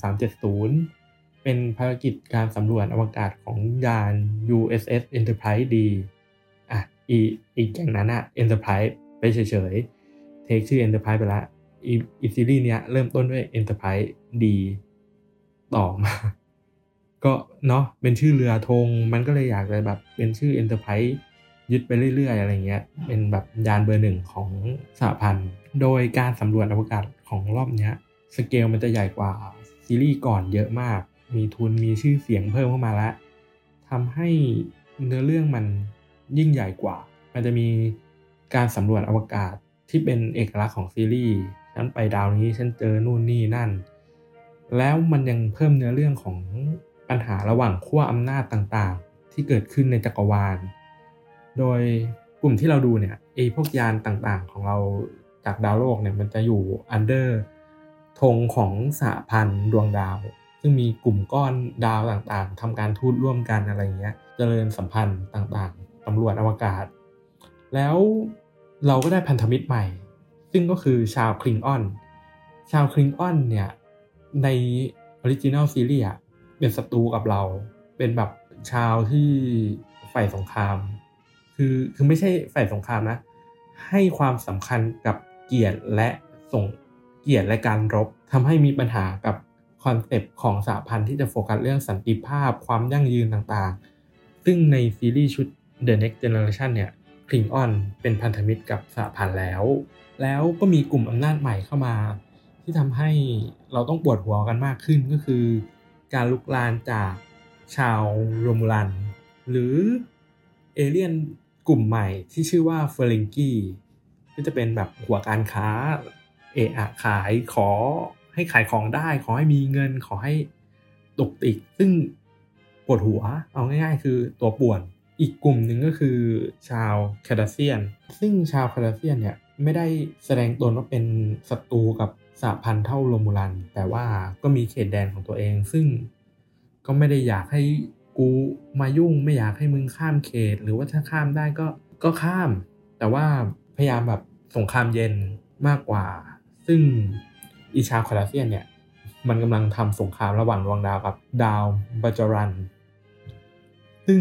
2370เป็นภารกิจการสำรวจอวกาศของยาน USS Enterprise D อีกอย่างนั้นอะ Enterprise ไปเฉยๆเทคชื่อ Enterprise ไปละอีซีรีส์เนี้ยเริ่มต้นด้วย Enterprise D ต่อมาก็เนาะเป็นชื่อเรือธงมันก็เลยอยากจะแบบเป็นชื่อ Enterprise ยึดไปเรื่อยๆอะไรเงี้ยเป็นแบบยานเบอร์1ของสหพันธ์โดยการสำรวจอวกาศของรอบเนี้ยสเกลมันจะใหญ่กว่าซีรีส์ก่อนเยอะมากมีทุนมีชื่อเสียงเพิ่มเข้ามาแล้วทำให้เนื้อเรื่องมันยิ่งใหญ่กว่ามันจะมีการสำรวจอวกาศที่เป็นเอกลักษณ์ของซีรีส์ฉันไปดาวนี้ฉันเจอนู่นนี่นั่นแล้วมันยังเพิ่มเนื้อเรื่องของปัญหาระหว่างขั้วอำนาจต่างๆที่เกิดขึ้นในจักรวาลโดยกลุ่มที่เราดูเนี่ยพวกยานต่างๆของเราจากดาวโลกเนี่ยมันจะอยู่ under ธงของสหพันธ์ดวงดาวซึ่งมีกลุ่มก้อนดาวต่างๆทำการทูตร่วมกันอะไรเงี้ยเจริญสัมพันธ์ต่างๆตำรวจอวกาศแล้วเราก็ได้พันธมิตรใหม่ซึ่งก็คือชาวคลิงออนเนี่ยในออริจินัลซีรีส์เป็นศัตรูกับเราเป็นแบบชาวที่ฝ่ายสงครามคือไม่ใช่ฝ่ายสงครามนะให้ความสำคัญกับเกียรติและการรบทำให้มีปัญหากับคอนเซปต์ของสหพันธ์ที่จะโฟกัสเรื่องสันติภาพความยั่งยืนต่างๆซึ่งในซีรีส์ชุด The Next Generation เนี่ยคลิงออนเป็นพันธมิตรกับสหพันธ์แล้วก็มีกลุ่มอำนาจใหม่เข้ามาที่ทำให้เราต้องปวดหัวกันมากขึ้นก็คือการลุกลามจากชาวโรมูลันหรือเอเลี่ยนกลุ่มใหม่ที่ชื่อว่าเฟอร์ลิงกี้ก็จะเป็นแบบหัวการค้าขายขอให้ขายของได้ขอให้มีเงินขอให้ตุกติกซึ่งปวดหัวเอาง่ายๆคือตัวป่วนอีกกลุ่มหนึ่งก็คือชาวคาดาเซียนซึ่งชาวคาดาเซียนเนี่ยไม่ได้แสดงตนว่าเป็นศัตรูกับสหพันธ์เท่าโรมูลันแต่ว่าก็มีเขตแดนของตัวเองซึ่งก็ไม่ได้อยากให้กูมายุ่งไม่อยากให้มึงข้ามเขตหรือว่าถ้าข้ามได้ก็ข้ามแต่ว่าพยายามแบบสงครามเย็นมากกว่าซึ่งอีชาวคาดาเซียนเนี่ยมันกำลังทำสงครามระหว่างดวงดาวกับดาวบัจรันซึ่ง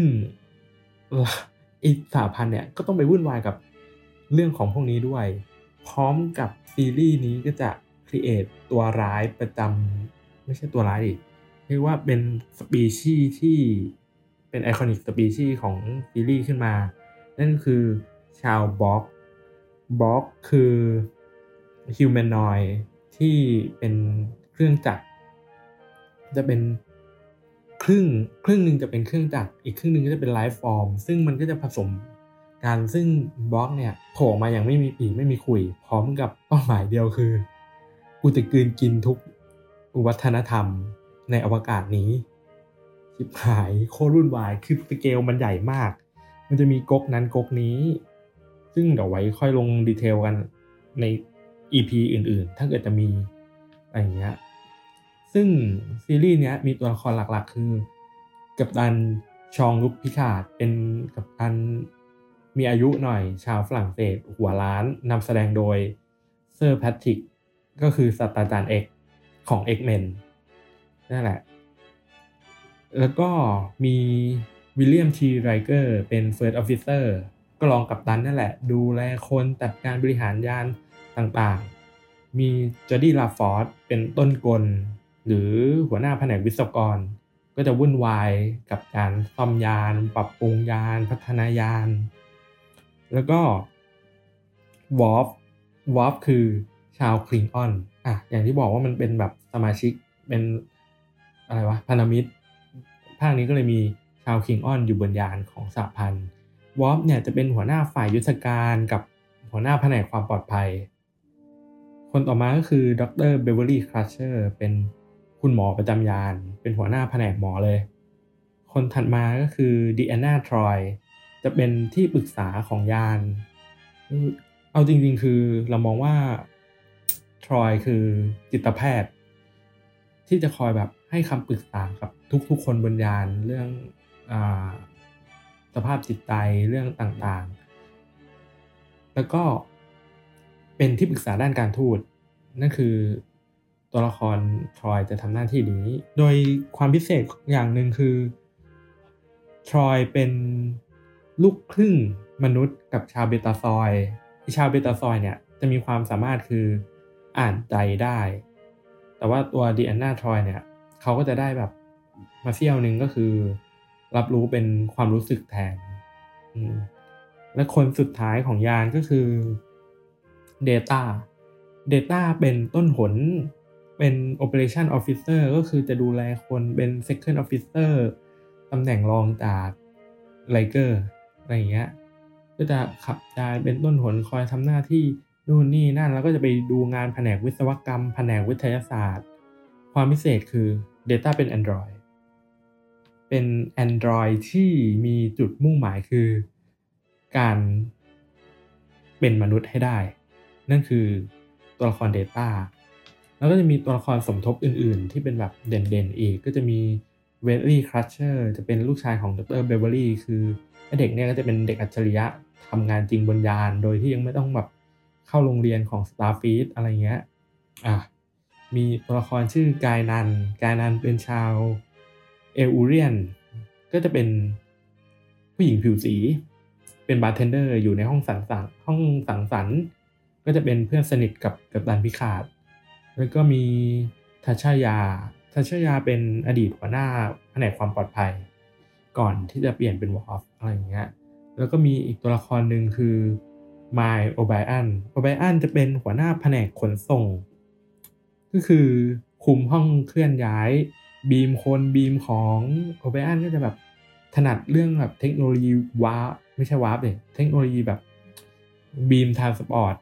สหพันธ์เนี่ยก็ต้องไปวุ่นวายกับเรื่องของพวกนี้ด้วยพร้อมกับซีรีส์นี้ก็จะครีเอทตัวร้ายประจำไม่ใช่ตัวร้ายดิเรียกว่าเป็นสปีชีส์ที่เป็นไอคอนิกสปีชีส์ของซีรีส์ขึ้นมานั่นคือชาวบล็อกคือฮิวแมนอยด์ที่เป็นเครื่องจักรจะเป็นครึ่งนึงจะเป็นเครื่องจักรอีกครึ่งนึงก็จะเป็นไลฟ์ฟอร์มซึ่งมันก็จะผสมกันซึ่งบล็อกเนี่ยโผล่มาอย่างไม่มีปีกไม่มีขุยพร้อมกับเป้าหมายเดียวคือกูจะกลืนกินทุกวัฒนธรรมในอวกาศนี้ชิบหายโคตรรุ่นวายคือสเกลมันใหญ่มากมันจะมีก๊กนั้นก๊กนี้ซึ่งเดี๋ยวไว้ค่อยลงดีเทลกันใน EP อื่นๆถ้าเกิดจะมีอะไรอย่างเงี้ยซึ่งซีรีส์เนี้ยมีตัวละครหลักๆคือกัปตันชองลุกพิคาร์ดเป็นกัปตันมีอายุหน่อยชาวฝรั่งเศสหัวล้านนำแสดงโดยเซอร์แพทริกก็คือศาสตราจารย์ X ของ X-Men นั่นแหละแล้วก็มีวิลเลียมทีไรเกอร์เป็น First Officer ก็รองกัปตันนั่นแหละดูแลคนจัดการบริหารยานต่างๆมีจอร์ดี้ลาฟอร์ดเป็นต้นกลหรือหัวหน้าแผนกวิศวกรก็จะวุ่นวายกับการซ่อมยานปรับปรุงยานพัฒนายานแล้วก็วอล์ฟคือชาวคลิงออนอย่างที่บอกว่ามันเป็นแบบสมาชิกเป็นอะไรวะพันธมิตรภาคนี้ก็เลยมีชาวคลิงออนอยู่บนยานของสหพันธ์วอล์ฟเนี่ยจะเป็นหัวหน้าฝ่ายยุทธการกับหัวหน้าแผนกความปลอดภัยคนต่อมาก็คือดร. เบเวอร์ลี่ ครัชเชอร์เป็นคุณหมอประจำยานเป็นหัวหน้าแผนกหมอเลยคนถัดมาก็คือดีแอนนา ทรอยจะเป็นที่ปรึกษาของยานเอาจริงๆคือเรามองว่าทรอยคือจิตแพทย์ที่จะคอยแบบให้คำปรึกษากับทุกๆคนบนยานเรื่องสภาพจิตใจเรื่องต่างๆแล้วก็เป็นที่ปรึกษาด้านการทูตนั่นคือตัวละครทรอยจะทำหน้าที่นี้โดยความพิเศษอย่างหนึ่งคือทรอยเป็นลูกครึ่งมนุษย์กับชาวเบตาซอยชาวเบตาซอยเนี่ยจะมีความสามารถคืออ่านใจได้แต่ว่าตัวดีแอนนา ทรอยเนี่ยเขาก็จะได้แบบมาเซี่ยวนึงก็คือรับรู้เป็นความรู้สึกแทนและคนสุดท้ายของยานก็คือเดต้าเป็นต้นหนเป็น Operation Officer ก็คือจะดูแลคนเป็น Second Officer ตำแหน่งรองจากไลเกอร์อะไรอย่างเงี้ยก็จะขับยานเป็นต้นหนคอยทำหน้าที่นู่นนี่นั่นแล้วก็จะไปดูงานแผนกวิศวกรรมแผนกวิทยาศาสตร์ความพิเศษคือ Data เป็น Android เป็น Android ที่มีจุดมุ่งหมายคือการเป็นมนุษย์ให้ได้นั่นคือตัวละคร Data แล้วก็จะมีตัวละครสมทบอื่นๆที่เป็นแบบเด่นๆอีกก็จะมีเวลลี่ ครัชเชอร์จะเป็นลูกชายของดร. เบเวอร์ลี่คือเด็กเนี่ยก็จะเป็นเด็กอัจฉริยะทำงานจริงบนยานโดยที่ยังไม่ต้องแบบเข้าโรงเรียนของ Starfleet อะไรเงี้ยมีตัวละครชื่อกายนันเป็นชาวเอลอูเรียนก็จะเป็นผู้หญิงผิวสีเป็นบาร์เทนเดอร์อยู่ในห้องสังสรรค์ก็จะเป็นเพื่อนสนิทกับกัปตันพิคาร์ดแล้วก็มีทัชยาเป็นอดีตหัวหน้าแผนกความปลอดภัยก่อนที่จะเปลี่ยนเป็นวอล์ฟอะไรอย่างเงี้ยแล้วก็มีอีกตัวละครหนึ่งคือไมล์โอไบอันจะเป็นหัวหน้าแผนกขนส่งก็คือคุมห้องเคลื่อนย้ายบีมคนบีมของโอไบอันก็จะแบบถนัดเรื่องแบบเทคโนโลยีไม่ใช่วาร์ปเลยเทคโนโลยีแบบบีมทรานสปอร์ต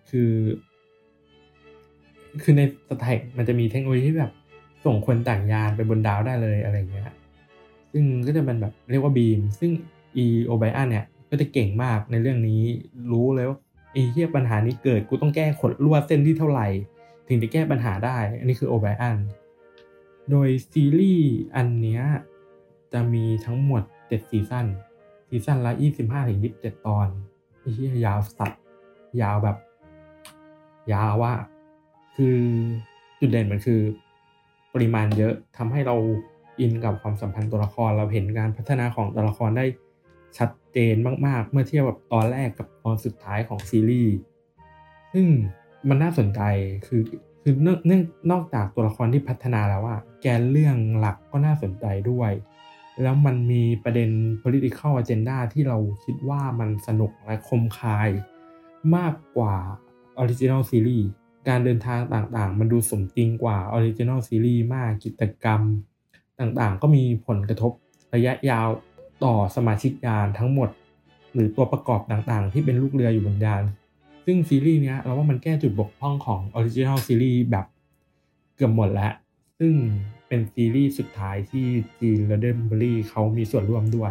คือในสแต็กมันจะมีเทคโนโลยีที่แบบส่งคนต่างยานไปบนดาวได้เลยอะไรเงี้ยซึ่งก็จะเป็นแบบเรียกว่าบีมซึ่งโอไบอันเนี่ยก็จะเก่งมากในเรื่องนี้รู้เลยว่าปัญหานี้เกิดกูต้องแก้ขดลวดเส้นที่เท่าไหร่ถึงจะแก้ปัญหาได้อันนี้คือโอไบอันโดยซีรีส์อันเนี้ยจะมีทั้งหมด7ซีซั่นละ 25-27 ตอนยาวสัตว์ยาวแบบยาวว่าคือจุดเด่นมันคือปริมาณเยอะทำให้เราอินกับความสัมพันธ์ตัวละครเราเห็นการพัฒนาของตัวละครได้ชัดเจนมากๆเมื่อเทียบกับตอนแรกกับตอนสุดท้ายของซีรีส์ซึ่งมันน่าสนใจคือนอกจากตัวละครที่พัฒนาแล้วว่าแกนเรื่องหลักก็น่าสนใจด้วยแล้วมันมีประเด็น political agenda ที่เราคิดว่ามันสนุกและคมคายมากกว่า original series การเดินทางต่างๆมันดูสมจริงกว่า original series มากกิจกรรมต่างๆก็มีผลกระทบระยะยาวต่อสมาชิกยานทั้งหมดหรือตัวประกอบต่างๆที่เป็นลูกเรืออยู่บนยานซึ่งซีรีส์เนี้ยเราว่ามันแก้จุดบกพร่องของ original series แบบเกือบหมดแล้วซึ่งเป็นซีรีส์สุดท้ายที่จีนและเดนเบอรี่เขามีส่วนร่วมด้วย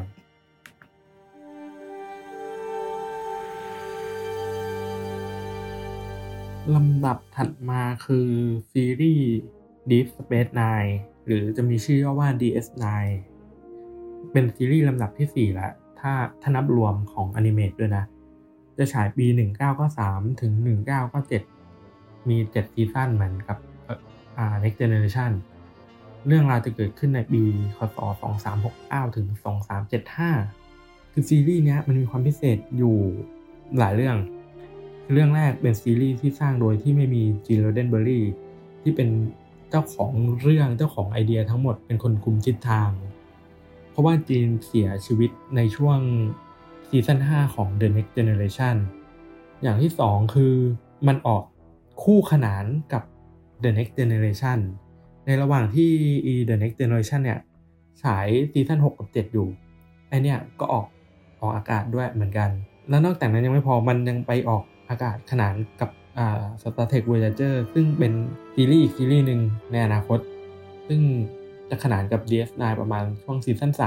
ลำดับถัดมาคือซีรีส์ Deep Space Nine หรือจะมีชื่อว่า DS9 เป็นซีรีส์ลำดับที่4แล้วถ้านับรวมของอนิเมะด้วยนะจะฉายปี1993ถึง1997มี7ซีซั่นเหมือนกับNext Generation เรื่องราวจะเกิดขึ้นในปีคศ2369ถึง2375คือซีรีส์เนี้ยมันมีความพิเศษอยู่หลายเรื่องเรื่องแรกเป็นซีรีส์ที่สร้างโดยที่ไม่มีจีนโรเดนเบอร์รี่ที่เป็นเจ้าของเรื่องเจ้าของไอเดียทั้งหมดเป็นคนคุมทิศทางเพราะว่าจีนเสียชีวิตในช่วงซีซั่น5ของ The Next Generation อย่างที่2คือมันออกคู่ขนานกับ The Next Generation ในระหว่างที่ The Next Generation เนี่ยฉายซีซั่น6กับ7อยู่ไอเนี่ยก็ออกอากาศด้วยเหมือนกันแล้วนอกจากนั้นยังไม่พอมันยังไปออกอากาศขนานกับStar Trek Voyager ซึ่งเป็นซีรีส์อีกซีรีส์หนึ่งในอนาคตซึ่งจะขนานกับ DS9 ประมาณช่วงซีซั่น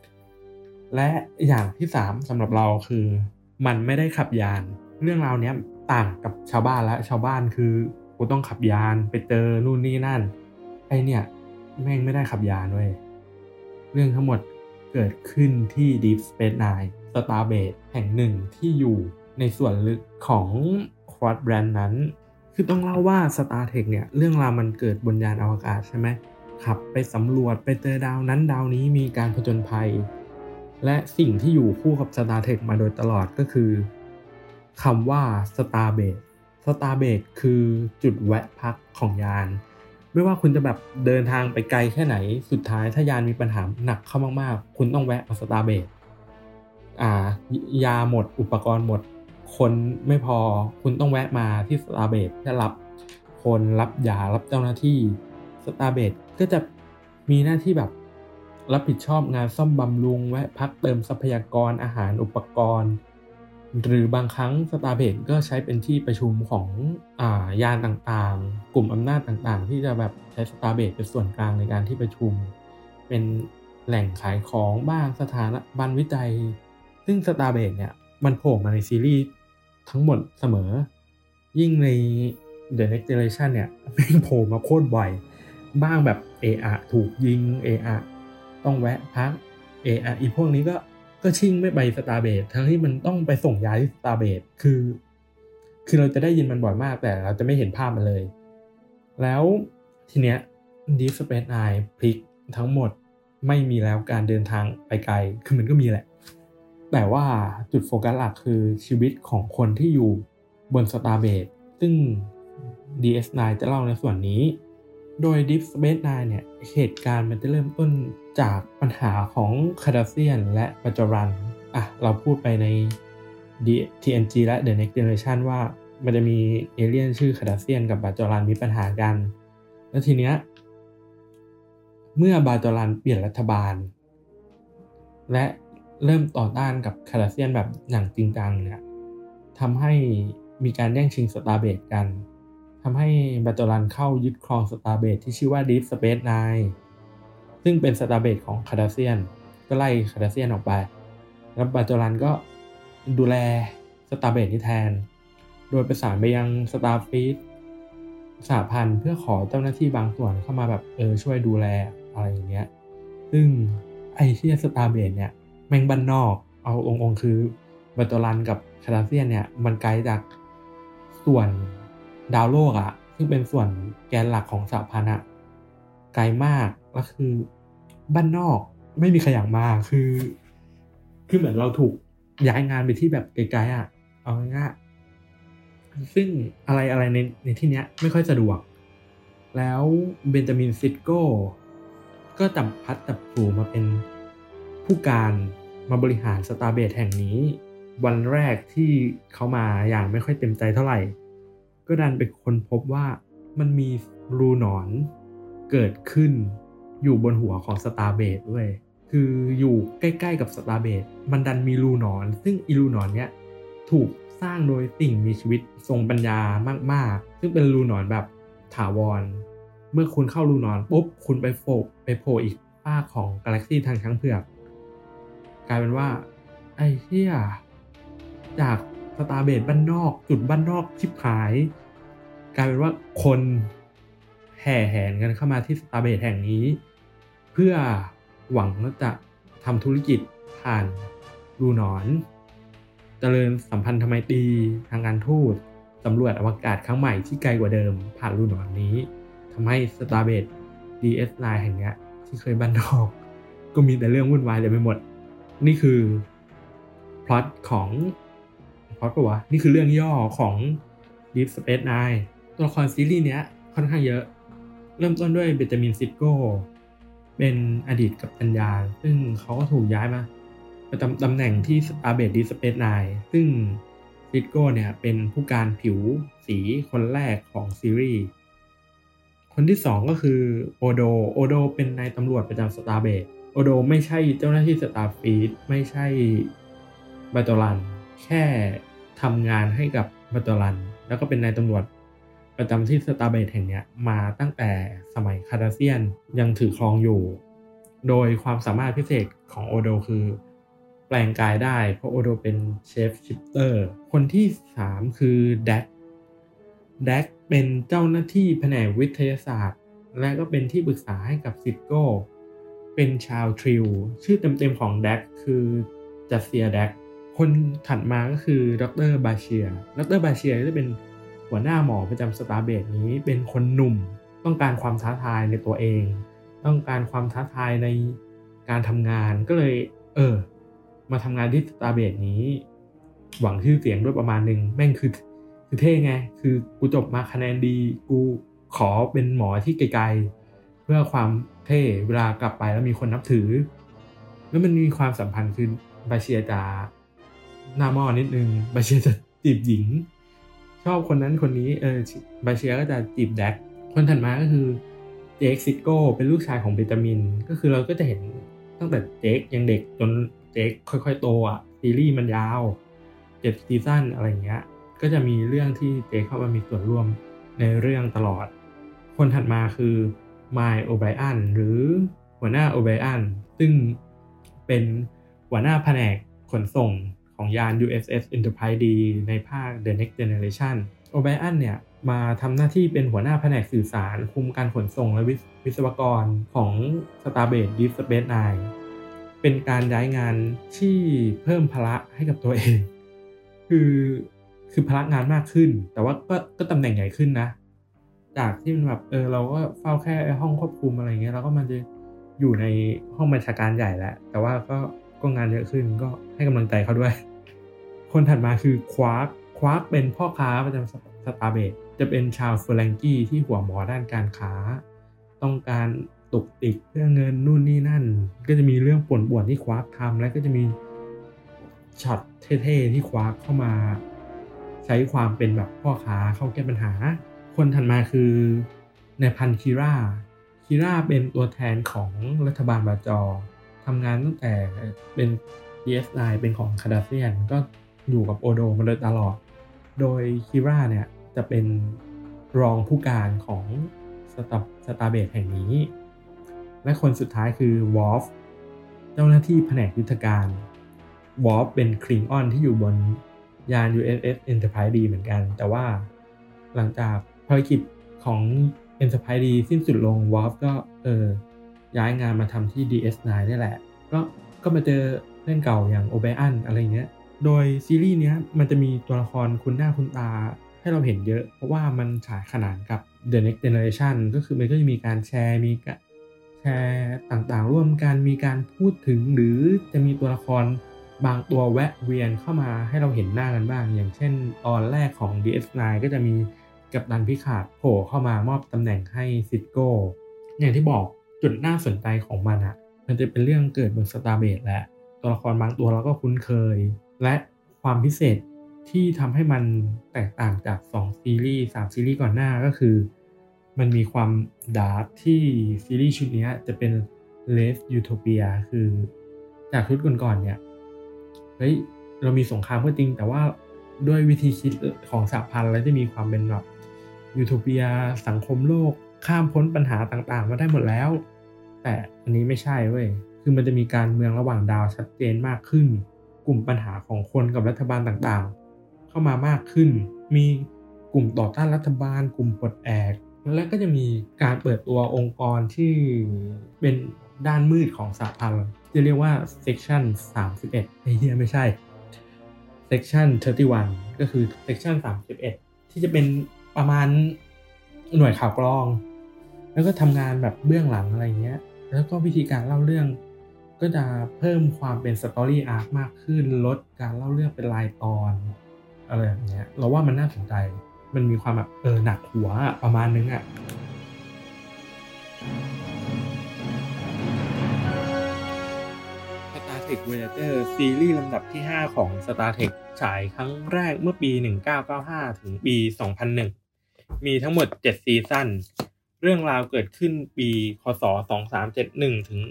3และอย่างที่3สำหรับเราคือมันไม่ได้ขับยานเรื่องราวเนี้ยต่างกับชาวบ้านแล้วชาวบ้านคือกูต้องขับยานไปเจอนู่นนี่นั่นไอเนี่ยแม่งไม่ได้ขับยานเว้ยเรื่องทั้งหมดเกิดขึ้นที่ Deep Space Nine Starbase แห่งหนึ่งที่อยู่ในส่วนลึกของควอดแบรนด์นั้นคือต้องเล่าว่า Star Trek เนี่ยเรื่องราวมันเกิดบนยานอวกาศใช่ไหมขับไปสำรวจไปเจอดาวนั้นดาวนี้มีการผจญภัยและสิ่งที่อยู่คู่กับ Star Trek มาโดยตลอดก็คือคำว่า Starbase Starbase คือจุดแวะพักของยานไม่ว่าคุณจะแบบเดินทางไปไกลแค่ไหนสุดท้ายถ้ายานมีปัญหาหนักเข้ามากๆคุณต้องแวะมา Starbase ยาหมดอุปกรณ์หมดคนไม่พอคุณต้องแวะมาที่ Starbase เพื่อรับคนรับยารับเจ้าหน้าที่ Starbase ก็จะมีหน้าที่แบบรับผิดชอบงานซ่อมบำรุงแวะพักเติมทรัพยากรอาหารอุปกรณ์หรือบางครั้ง Starbase ก็ใช้เป็นที่ประชุมของยานต่างๆกลุ่มอำนาจต่างๆที่จะแบบใช้ Starbase เป็นส่วนกลางในการที่ประชุมเป็นแหล่งขายของบ้างสถาบันวิจัยซึ่ง Starbase เนี่ยมันโผล่มาในซีรีส์ทั้งหมดเสมอยิ่งใน The Next Generation เนี่ยแม่งโผล่มาโคตรบ่อยบ้างแบบถูกยิงต้องแวะพักอีพวกนี้ก็ชิ่งไม่ไป Starbase ทั้งที่มันต้องไปส่งยาที่ Starbase คือเราจะได้ยินมันบ่อยมากแต่เราจะไม่เห็นภาพมันเลยแล้วทีเนี้ย Deep Space Nine พลิกทั้งหมดไม่มีแล้วการเดินทางไปไกลคือมันก็มีแหละแต่ว่าจุดโฟกัสหลักคือชีวิตของคนที่อยู่บน Starbase ซึ่ง DS9 จะเล่าในส่วนนี้โดย Deep Space Nine เนี่ยเหตุการณ์มันจะเริ่มต้นจากปัญหาของคาร์ดาเซียนและบาจอรันเราพูดไปใน TNG และ The Next Generation ว่ามันจะมีเอเลี่ยนชื่อคาร์ดาเซียนกับบาจอรันมีปัญหากันแล้วทีเนี้ยเมื่อบาจอรันเปลี่ยนรัฐบาลและเริ่มต่อต้านกับคาร์ดาเซียนแบบอย่างจริงจังเนี่ยทำให้มีการแย่งชิง Starbase กันทำให้บาจอรันเข้ายึดครอง Starbase ที่ชื่อว่า Deep Space Nine ซึ่งเป็น Starbase ของคาร์ดาเซียนก็ไล่คาร์ดาเซียนออกไปแล้วบาจอรันก็ดูแล Starbase นี้แทนโดยประสานไปยัง Starfleet สหพันธ์เพื่อขอเจ้าหน้าที่บางส่วนเข้ามาแบบช่วยดูแลอะไรอย่างเงี้ยซึ่งไอ้ที่ Starbase เนี่ยแม่งบ้านนอกเอาองค์คือบาจอรันกับคาร์ดาเซียนเนี่ยมันไกลจากส่วนดาวโลกซึ่งเป็นส่วนแกนหลักของสหพันธ์ไกลมากแล้วคือบ้านนอกไม่มีใครอยากมาคือเหมือนเราถูกย้ายงานไปที่แบบไกลๆเอาง่ายๆซึ่งอะไรในที่เนี้ยไม่ค่อยสะดวกแล้วเบนจามินซิดโก้ก็จับพัดจับผูมาเป็นผู้การมาบริหาร Starbase แห่งนี้วันแรกที่เขามาอย่างไม่ค่อยเต็มใจเท่าไหร่ก็ดันไปค้นพบว่ามันมีรูหนอนเกิดขึ้นอยู่บนหัวของ Starbase ด้วยคืออยู่ใกล้ๆกับ Starbase มันดันมีรูหนอนซึ่งอีรูหนอนเนี้ยถูกสร้างโดยสิ่งมีชีวิตทรงปัญญามากๆซึ่งเป็นรูหนอนแบบถาวรเมื่อคุณเข้ารูหนอนปุ๊บคุณไปโผล่อีกภาคของกาแล็กซี่ทางช้างเผือกกลายเป็นว่าไอ้เหี้ยจากStarbase บ้านนอกจุดบ้านนอกชิบหายกลายเป็นว่าคนแห่แหนกันเข้ามาที่ Starbase แห่งนี้เพื่อหวังว่าจะทำธุรกิจผ่านรูหนอนเจริญสัมพันธไมตรีทางการทูตสำรวจอวกาศครั้งใหม่ที่ไกลกว่าเดิมผ่านรุ่นหนอนนี้ทำให้ Starbase DS9 แห่งเนี้ยที่เคยบ้านนอกก็มีแต่เรื่องวุ่นวายเต็มไปหมดนี่คือพล็อตของนี่คือเรื่องย่อของ Deep Space Nine ตัวละครซีรีส์เนี้ยค่อนข้างเยอะเริ่มต้นด้วยเบนจามินซิสโกเป็นอดีตกัปตันยานซึ่งเขาก็ถูกย้ายมาประจำตำแหน่งที่ Starbase Deep Space Nine ซึ่งซิสโกเนี่ยเป็นผู้การผิวสีคนแรกของซีรีส์คนที่2ก็คือโอโดเป็นนายตำรวจประจำ Starbase โอโดไม่ใช่เจ้าหน้าที่ Starfleet ไม่ใช่บัตโตรันแค่ทำงานให้กับบัตโตรันแล้วก็เป็นนายตำรวจประจำที่ Starbase แห่งเนี้ยมาตั้งแต่สมัยคาร์ดาเซียนยังถือครองอยู่โดยความสามารถพิเศษของโอโดคือแปลงกายได้เพราะโอโดเป็นเชฟชิปเตอร์คนที่3คือแดกเป็นเจ้าหน้าที่แผนกวิทยาศาสตร์และก็เป็นที่ปรึกษาให้กับซิสโก้เป็นชาวทริลชื่อเต็มๆของแดกคือจัสเซียแดกคนถัดมาก็คือดร.บาเชียจะเป็นหัวหน้าหมอประจำ Starbase นี้เป็นคนหนุ่มต้องการความท้าทายในตัวเองต้องการความท้าทายในการทำงานก็เลยมาทำงานที่ Starbase นี้หวังชื่อเสียงด้วยประมาณนึงแม่งคือเท่ไงคือกูจบมาคะแนนดีกูขอเป็นหมอที่ไกลๆเพื่อความเท่เวลากลับไปแล้วมีคนนับถือแล้วมันมีความสัมพันธ์คือบาเชียจะหน้าหม้อนิดนึงบาเชียจะจีบหญิงชอบคนนั้นคนนี้บาเชียก็จะจีบแดกคนถัดมาก็คือเจคซิโก้เป็นลูกชายของเบนจามินก็คือเราก็จะเห็นตั้งแต่เจคยังเด็กจนเจคค่อยๆโตซีรีส์มันยาว7ซีซั่นอะไรเงี้ยก็จะมีเรื่องที่เจคเข้ามามีส่วนร่วมในเรื่องตลอดคนถัดมาคือไมล์โอไบรอันหรือหัวหน้าโอไบรอันซึ่งเป็นหัวหน้าแผนกขนส่งของยาน USS Enterprise D ในภาค The Next Generation โอไบรอันเนี่ยมาทำหน้าที่เป็นหัวหน้าแผนกสื่อสารคุมการขนส่งและวิศวกรของ Starbase Deep Space Nine เป็นการย้ายงานที่เพิ่มภาระให้กับตัวเองคือภาระงานมากขึ้นแต่ว่าก็ตำแหน่งใหญ่ขึ้นนะจากที่มันแบบเราก็เฝ้าแค่ห้องควบคุมอะไรเงี้ยแล้วก็มันจะอยู่ในห้องบัญชาการใหญ่แล้วแต่ว่าก็งานเยอะขึ้นก็ให้กำลังใจเขาด้วยคนถัดมาคือควาร์กเป็นพ่อค้าประจำ Starbase จะเป็นชาวเฟอร์แลงกี้ที่หัวหมอด้านการค้าต้องการตุกติกเพื่อเงินนู่นนี่นั่นก็จะมีเรื่องป่วนๆที่ควาร์กทำแล้วก็จะมีช็อตเท่ๆที่ควาร์กเข้ามาใช้ความเป็นแบบพ่อค้าเข้าแก้ปัญหาคนถัดมาคือในพันคีราเป็นตัวแทนของรัฐบาลบาจอทำงานตั้งแต่เป็น DS9 เป็นของคาร์ดาเซียนก็อยู่กับโอโดมาโดยตลอดโดยคีราเนี่ยจะเป็นรองผู้การของStarbaseแห่งนี้และคนสุดท้ายคือวอล์ฟเจ้าหน้าที่แผนกยุทธการวอล์ฟเป็นคลิงออนที่อยู่บนยาน USS Enterprise D เหมือนกันแต่ว่าหลังจากภารกิจของ Enterprise D สิ้นสุดลงวอล์ฟก็ย้ายงานมาทำที่ DS9 นี่แหละก็มาเจอเพื่อนเก่าอย่างโอไบรอันอะไรเงี้ยโดยซีรีส์เนี้ยมันจะมีตัวละครคุ้นหน้าคุ้นตาให้เราเห็นเยอะเพราะว่ามันฉายขนานกับ The Next Generation ก็คือมันก็จะมีการแชร์ต่างๆร่วมกันมีการพูดถึงหรือจะมีตัวละครบางตัวแวะเวียนเข้ามาให้เราเห็นหน้ากันบ้างอย่างเช่นตอนแรกของ DS9 ก็จะมีกัปตันพิคาร์ดโผล่เข้ามามอบตำแหน่งให้ซิสโก้อย่างที่บอกจุดน่าสนใจของมันจะเป็นเรื่องเกิดบน Starbase และตัวละครบางตัวเราก็คุ้นเคยและความพิเศษที่ทำให้มันแตกต่างจาก2ซีรีส์3ซีรีส์ก่อนหน้าก็คือมันมีความดาร์กที่ซีรีส์ชุดนี้จะเป็น Less Utopia คือจากชุดก่อนๆเนี่ยเรามีสงครามก็จริงแต่ว่าด้วยวิธีคิดของสหพันธ์แล้วจะมีความเป็นแบบยูโทเปียสังคมโลกข้ามพ้นปัญหาต่างๆมาได้หมดแล้วแต่อันนี้ไม่ใช่เว้ยคือมันจะมีการเมืองระหว่างดาวชัดเจนมากขึ้นกลุ่มปัญหาของคนกับรัฐบาลต่างๆเข้ามามากขึ้นมีกลุ่มต่อต้านรัฐบาลกลุ่มปลดแอกแล้วก็จะมีการเปิดตัวองค์กรที่เป็นด้านมืดของสหพันธ์จะเรียกว่า Section 31ไม่ใช่ Section 31ก็คือ Section 31ที่จะเป็นประมาณหน่วยข่าวกรองแล้วก็ทำงานแบบเบื้องหลังอะไรเงี้ยแล้วก็วิธีการเล่าเรื่องก็จะเพิ่มความเป็นสตอรี่อาร์คมากขึ้นลดการเล่าเรื่องเป็นรายตอนอะไรแบบเนี้ยเราว่ามันน่าสนใจมันมีความแบบหนักหัวประมาณนึงStar Trek Voyager ซีรีส์ลำดับที่5ของ Star Trek ฉายครั้งแรกเมื่อปี 1995 ถึงปี 2001 มีทั้งหมด7ซีซั่นเรื่องราวเกิดขึ้นปีคศ2371ถึง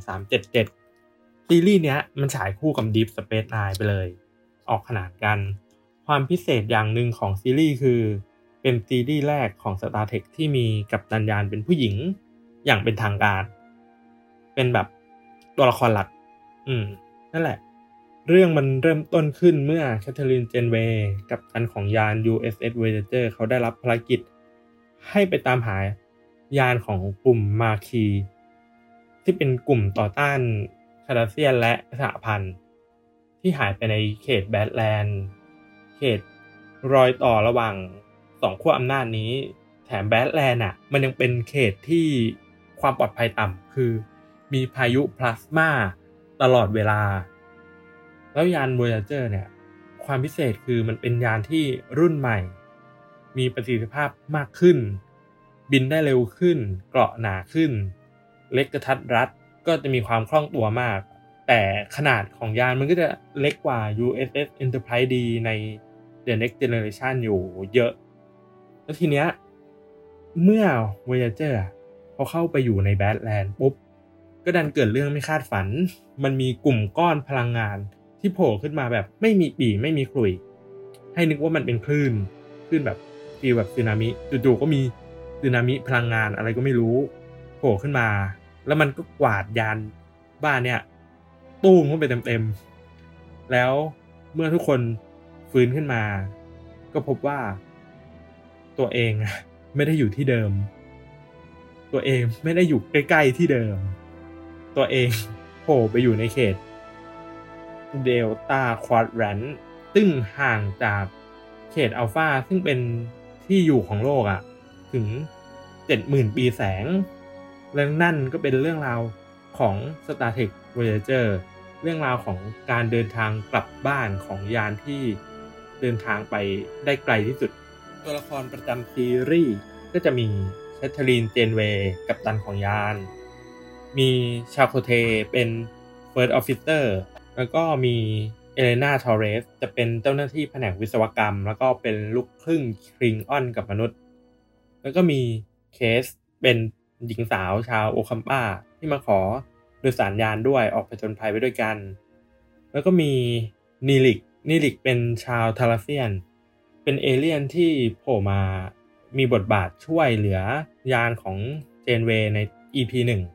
2377ซีรีส์เนี้ยมันฉายคู่กับ Deep Space Nine ไปเลยออกขนานกันความพิเศษอย่างหนึ่งของซีรีส์คือเป็นซีรีส์แรกของ Star Trek ที่มีกัปตันยานเป็นผู้หญิงอย่างเป็นทางการเป็นแบบตัวละครหลักนั่นแหละเรื่องมันเริ่มต้นขึ้นเมื่อแคทเธอรีน เจนเวย์กัปตันของยาน USS Voyager เขาได้รับภารกิจให้ไปตามหายานของกลุ่มมาคีที่เป็นกลุ่มต่อต้านคาร์ดาเซียนและสหพันธ์ที่หายไปในเขตแบดแลนด์เขตรอยต่อระหว่าง2ขั้วอำนาจนี้แถมแบดแลนด์มันยังเป็นเขตที่ความปลอดภัยต่ำคือมีพายุพลาสมาตลอดเวลาแล้วยาน Voyager เนี่ยความพิเศษคือมันเป็นยานที่รุ่นใหม่มีประสิทธิภาพมากขึ้นบินได้เร็วขึ้นเกราะหนาขึ้นเล็กกระทัดรัดก็จะมีความคล่องตัวมากแต่ขนาดของยานมันก็จะเล็กกว่า USS Enterprise D ใน The Next Generation อยู่เยอะแล้วทีเนี้ยเมื่อ Voyager เขาเข้าไปอยู่ในแบดแลนด์ปุ๊บก็ดันเกิดเรื่องไม่คาดฝันมันมีกลุ่มก้อนพลังงานที่โผล่ขึ้นมาแบบไม่มีปีไม่มีขลุ่ยให้นึกว่ามันเป็นคลื่นแบบฟีลแบบสึนามิจู่ๆก็มีสึนามิพลังงานอะไรก็ไม่รู้โผล่ขึ้นมาแล้วมันก็กวาดยานบ้านเนี่ยตู้มเข้าไปเต็มๆแล้วเมื่อทุกคนฟื้นขึ้นมาก็พบว่าตัวเองไม่ได้อยู่ที่เดิมตัวเองไม่ได้อยู่ใกล้ๆที่เดิมตัวเองโผล่ไปอยู่ในเขตเดลต้าควอดแรนต์ซึ่งห่างจากเขตอัลฟาซึ่งเป็นที่อยู่ของโลกถึง 70,000 ปีแสงและนั่นก็เป็นเรื่องราวของ Star Trek Voyager เรื่องราวของการเดินทางกลับบ้านของยานที่เดินทางไปได้ไกลที่สุดตัวละครประจำซีรีส์ก็จะมีแคทเธอรีน เจนเวย์กัปตันของยานมีชาโคเทเป็น First Officer แล้วก็มีเอเลนา ทอร์เรสจะเป็นเจ้าหน้าที่แผนกวิศวกรรมแล้วก็เป็นลูกครึ่งคลิงออนกับมนุษย์แล้วก็มีเคสเป็นหญิงสาวชาวโอคัมปาที่มาขอโดยสารยานด้วยออกผจญภัยไปด้วยกันแล้วก็มีนีลิกเป็นชาวทาราเซียนเป็นเอเลี่ยนที่โผล่มามีบทบาทช่วยเหลือยานของเจนเวย์ใน EP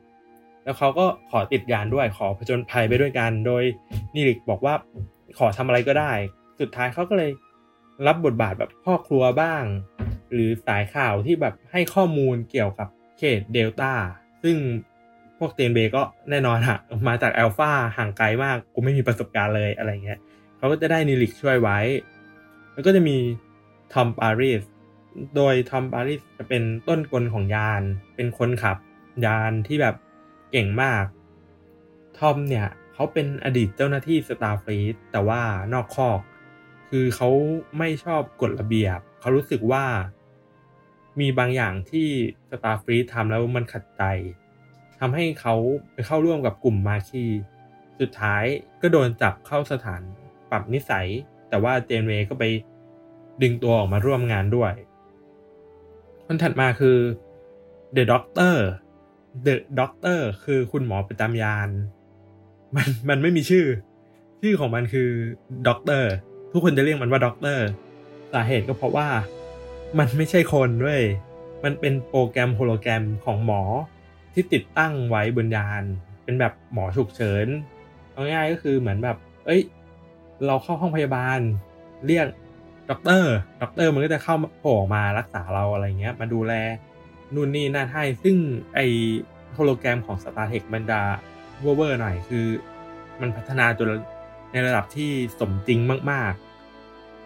1แล้วเขาก็ขอติดยานด้วยขอผจญภัยไปด้วยกันโดยนีลิกบอกว่าขอทำอะไรก็ได้สุดท้ายเขาก็เลยรับบทบาทแบบพ่อครัวบ้างหรือสายข่าวที่แบบให้ข้อมูลเกี่ยวกับเขตเดลต้าซึ่งพวกเจนเวย์ก็แน่นอนมาจากอัลฟาห่างไกลมากกูไม่มีประสบการณ์เลยอะไรเงี้ยเขาก็จะได้นีลิกช่วยไว้แล้วก็จะมีทอม ปาริสโดยทอม ปาริสจะเป็นต้นกลของยานเป็นคนขับยานที่แบบเก่งมากทอมเนี่ยเขาเป็นอดีตเจ้าหน้าที่สตาร์ฟลีทแต่ว่านอกคอกคือเขาไม่ชอบกฎระเบียบเขารู้สึกว่ามีบางอย่างที่สตาร์ฟลีททำแล้วมันขัดใจทำให้เขาไปเข้าร่วมกับกลุ่มมาคีสุดท้ายก็โดนจับเข้าสถานปรับนิสัยแต่ว่าเจนเวย์ก็ไปดึงตัวออกมาร่วมงานด้วยคนถัดมาคือ The Doctor คือคุณหมอประจำยานมันไม่มีชื่อของมันคือ Doctor ทุกคนจะเรียกมันว่าด็อกเตอร์สาเหตุก็เพราะว่ามันไม่ใช่คนด้วยมันเป็นโปรแกรมโฮโลแกรมของหมอที่ติดตั้งไว้บนยานเป็นแบบหมอฉุกเฉินเอาง่ายๆก็คือเหมือนแบบเราเข้าห้องพยาบาลเรียกด็อกเตอร์มันก็จะเข้าโผล่มารักษาเราอะไรเงี้ยมาดูแลนู่นนี่นั่นให้ซึ่งไอโฮโลแกรมของ Star Trek มันจะเวอร์หน่อยคือมันพัฒนาจนในระดับที่สมจริงมาก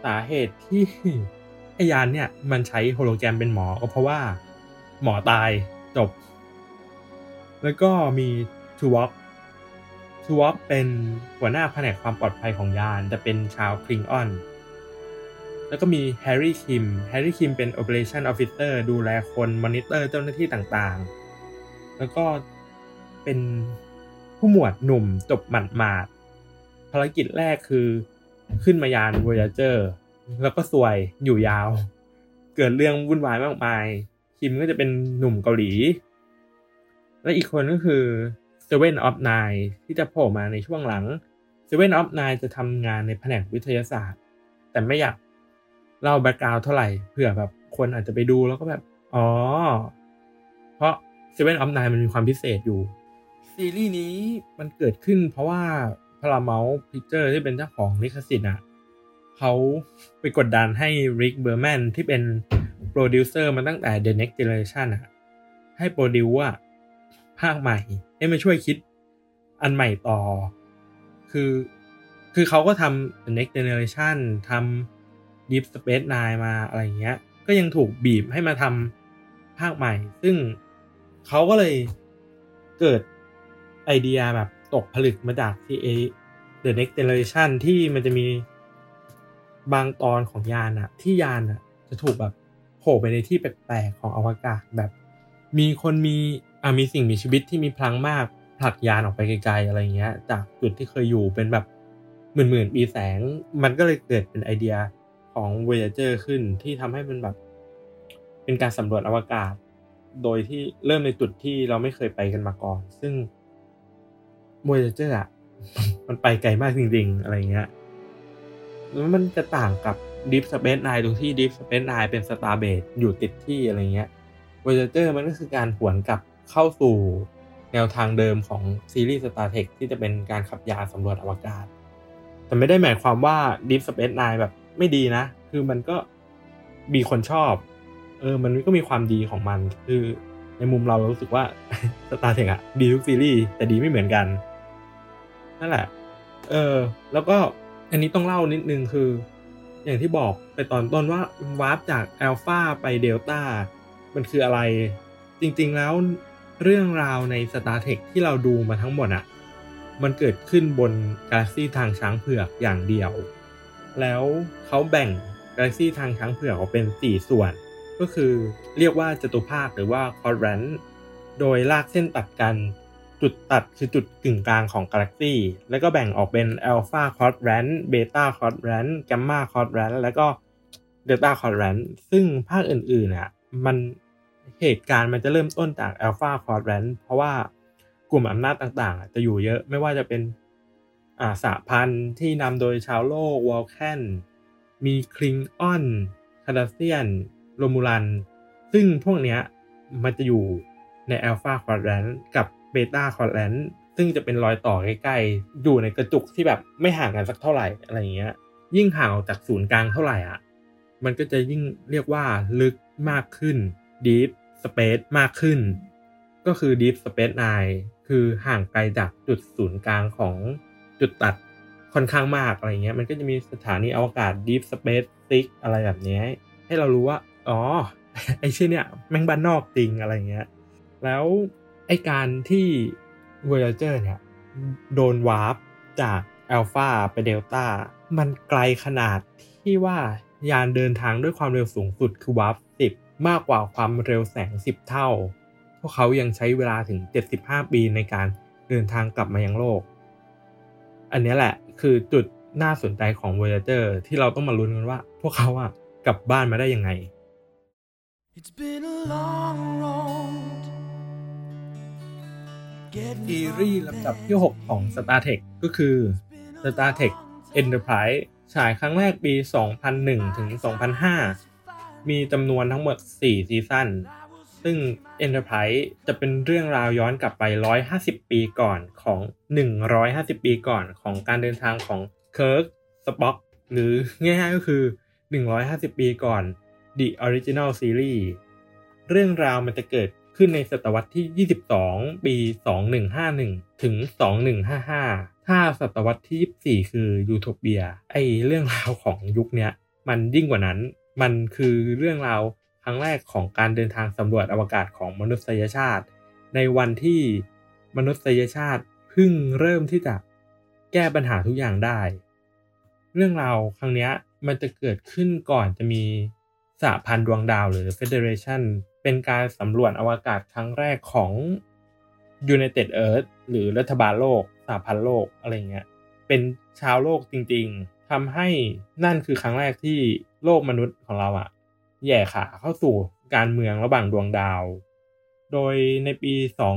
สาเหตุที่ไอ้ยานเนี่ยมันใช้โฮโลแกรมเป็นหมอก็เพราะว่าหมอตายจบแล้วก็มีทูวอปเป็นหัวหน้าแผนกความปลอดภัยของยานจะเป็นชาวคลิงออนแล้วก็มีแฮร์รี่คิมเป็น Operation Officer ดูแลคนมอนิเตอร์เจ้าหน้าที่ต่างๆแล้วก็เป็นผู้หมวดหนุ่มจบหมาดๆภารกิจแรกคือขึ้นมายาน Voyager แล้วก็ซวยอยู่ยาวเกิดเรื่องวุ่นวายมากมายคิมก็จะเป็นหนุ่มเกาหลีและอีกคนก็คือ Seven of Nine ที่จะโผล่มาในช่วงหลัง Seven of Nine จะทำงานในแผนกวิทยาศาสตร์แต่ไม่อยากเล่าแบ็คกราวด์เท่าไหร่เผื่อแบบคนอาจจะไปดูแล้วก็แบบอ๋อเพราะ Seven of Nine มันมีความพิเศษอยู่ซีรีส์นี้มันเกิดขึ้นเพราะว่า Paramount Pictures ที่เป็นเจ้าของลิขสิทธิ์อ่ะเขาไปกดดันให้ Rick Berman ที่เป็นโปรดิวเซอร์มาตั้งแต่ The Next Generation อ่ะให้โปรดิวว่าภาคใหม่ให้มาช่วยคิดอันใหม่ต่อคือเขาก็ทำ The Next Generation ทำ Deep Space Nine มาอะไรเงี้ยก็ยังถูกบีบให้มาทำภาคใหม่ซึ่งเขาก็เลยเกิดไอเดียแบบตกผลึกมาจากที่The Next Generation ที่มันจะมีบางตอนของยานอะที่ยานอะจะถูกแบบโผล่ไปในที่แปลกๆของอวกาศแบบมีคนมีสิ่งมีชีวิตที่มีพลังมากผลักยานออกไปไกลๆอะไรเงี้ยจากจุดที่เคยอยู่เป็นแบบหมื่นปีแสงมันก็เลยเกิดเป็นไอเดียของ Voyager ขึ้นที่ทำให้มันแบบเป็นการสำรวจอวกาศโดยที่เริ่มในจุดที่เราไม่เคยไปกันมาก่อนซึ่ง Voyager อ่ะ มันไปไกลมากจริงๆอะไรเงี้ยแล้วมันจะต่างกับ Deep Space Nine ตรงที่ Deep Space Nine เป็น Starbase อยู่ติดที่อะไรเงี้ย Voyager มันก็คือการหวนกลับเข้าสู่แนวทางเดิมของซีรีส์ Star Trek ที่จะเป็นการขับยานสำรวจอวกาศแต่ไม่ได้หมายความว่า Deep Space Nine แบบไม่ดีนะคือมันก็มีคนชอบมันก็มีความดีของมันคือในมุมเรารู้สึกว่า Star Trek อ่ะดีทุกซีรีส์แต่ดีไม่เหมือนกันนั่นแหละแล้วก็อันนี้ต้องเล่านิดนึงคืออย่างที่บอกไปตอนต้นว่าวาร์ปจากอัลฟาไปเดลต้ามันคืออะไรจริงๆแล้วเรื่องราวใน Star Trek ที่เราดูมาทั้งหมดอ่ะมันเกิดขึ้นบนกาแล็กซี่ทางช้างเผือกอย่างเดียวแล้วเขาแบ่งกาแล็กซี่ทางช้างเผือกออกเป็น4ส่วนก็คือเรียกว่าจตุภาคหรือว่าคอร์แรนต์โดยลากเส้นตัดกันจุดตัดคือจุดกึ่งกลางของกาแล็กซี่แล้วก็แบ่งออกเป็นอัลฟาคอร์แรนต์เบต้าคอร์แรนต์แกมมาคอร์แรนต์แล้วก็เดลต้าคอร์แรนต์ซึ่งภาคอื่นๆน่ะมันเหตุการณ์มันจะเริ่มต้นจากอัลฟาคอร์แรนต์เพราะว่ากลุ่มอำนาจต่างๆจะอยู่เยอะไม่ว่าจะเป็นสหพันธ์ที่นำโดยชาวโลกวอลแคนมีคลิงออนคาร์ดาเซียนโรมูลันซึ่งพวกเนี้ยมันจะอยู่ในอัลฟาควอดแรนต์กับเบต้าควอดแรนต์ซึ่งจะเป็นรอยต่อใกล้ๆอยู่ในกระจุกที่แบบไม่ห่างกันสักเท่าไหร่อะไรอย่างเงี้ยยิ่งห่างออกจากศูนย์กลางเท่าไหร่อ่ะมันก็จะยิ่งเรียกว่าลึกมากขึ้น Deep Space มากขึ้นก็คือ Deep Space Nine คือห่างไกลจากจุดศูนย์กลางของจุดตัดค่อนข้างมากอะไรเงี้ยมันก็จะมีสถานีอวกาศ Deep Space Six อะไรแบบนี้ให้เรารู้ว่าอ๋อไอ้ชื่อเนี่ยแม่งบ้านนอกจริงอะไรเงี้ยแล้วไอ้การที่ Voyager เนี่ยโดนวาร์ปจากอัลฟาไปเดลต้ามันไกลขนาดที่ว่ายานเดินทางด้วยความเร็วสูงสุดคือวาร์ป10มากกว่าความเร็วแสง10เท่าพวกเขายังใช้เวลาถึง75ปีในการเดินทางกลับมายังโลกอันนี้แหละคือจุดน่าสนใจของ Voyager ที่เราต้องมาลุ้นกันว่าพวกเขาอะกลับบ้านมาได้ยังไงซีรีส์ลำดับที่6ของ Star Trek ก็คือ Star Trek Enterprise ฉายครั้งแรกปี 2001 ถึง 2005 มีจำนวนทั้งหมด4ซีซั่นซึ่ง Enterprise จะเป็นเรื่องราวย้อนกลับไป150ปีก่อนของ150ปีก่อนของการเดินทางของเคิร์ก สป็อกหรือง่ายๆก็คือ150ปีก่อน The Original Series เรื่องราวมันจะเกิดขึ้นในศตวรรษที่22ปี2151ถึง2155ถ้าศตวรรษที่24คือยูโทเปียไอเรื่องราวของยุคเนี้ยมันยิ่งกว่านั้นมันคือเรื่องราวครั้งแรกของการเดินทางสำรวจอวกาศของมนุษยชาติในวันที่มนุษยชาติเพิ่งเริ่มที่จะแก้ปัญหาทุกอย่างได้เรื่องราวครั้งนี้มันจะเกิดขึ้นก่อนจะมีสหพันธ์ดวงดาวหรือ Federation เป็นการสำรวจอวกาศครั้งแรกของ United Earth หรือรัฐบาลโลกสหพันธ์โลกอะไรเงี้ยเป็นชาวโลกจริงๆทำให้นั่นคือครั้งแรกที่โลกมนุษย์ของเราแย่ขาเข้าสู่การเมืองระหว่างดวงดาวโดยในปี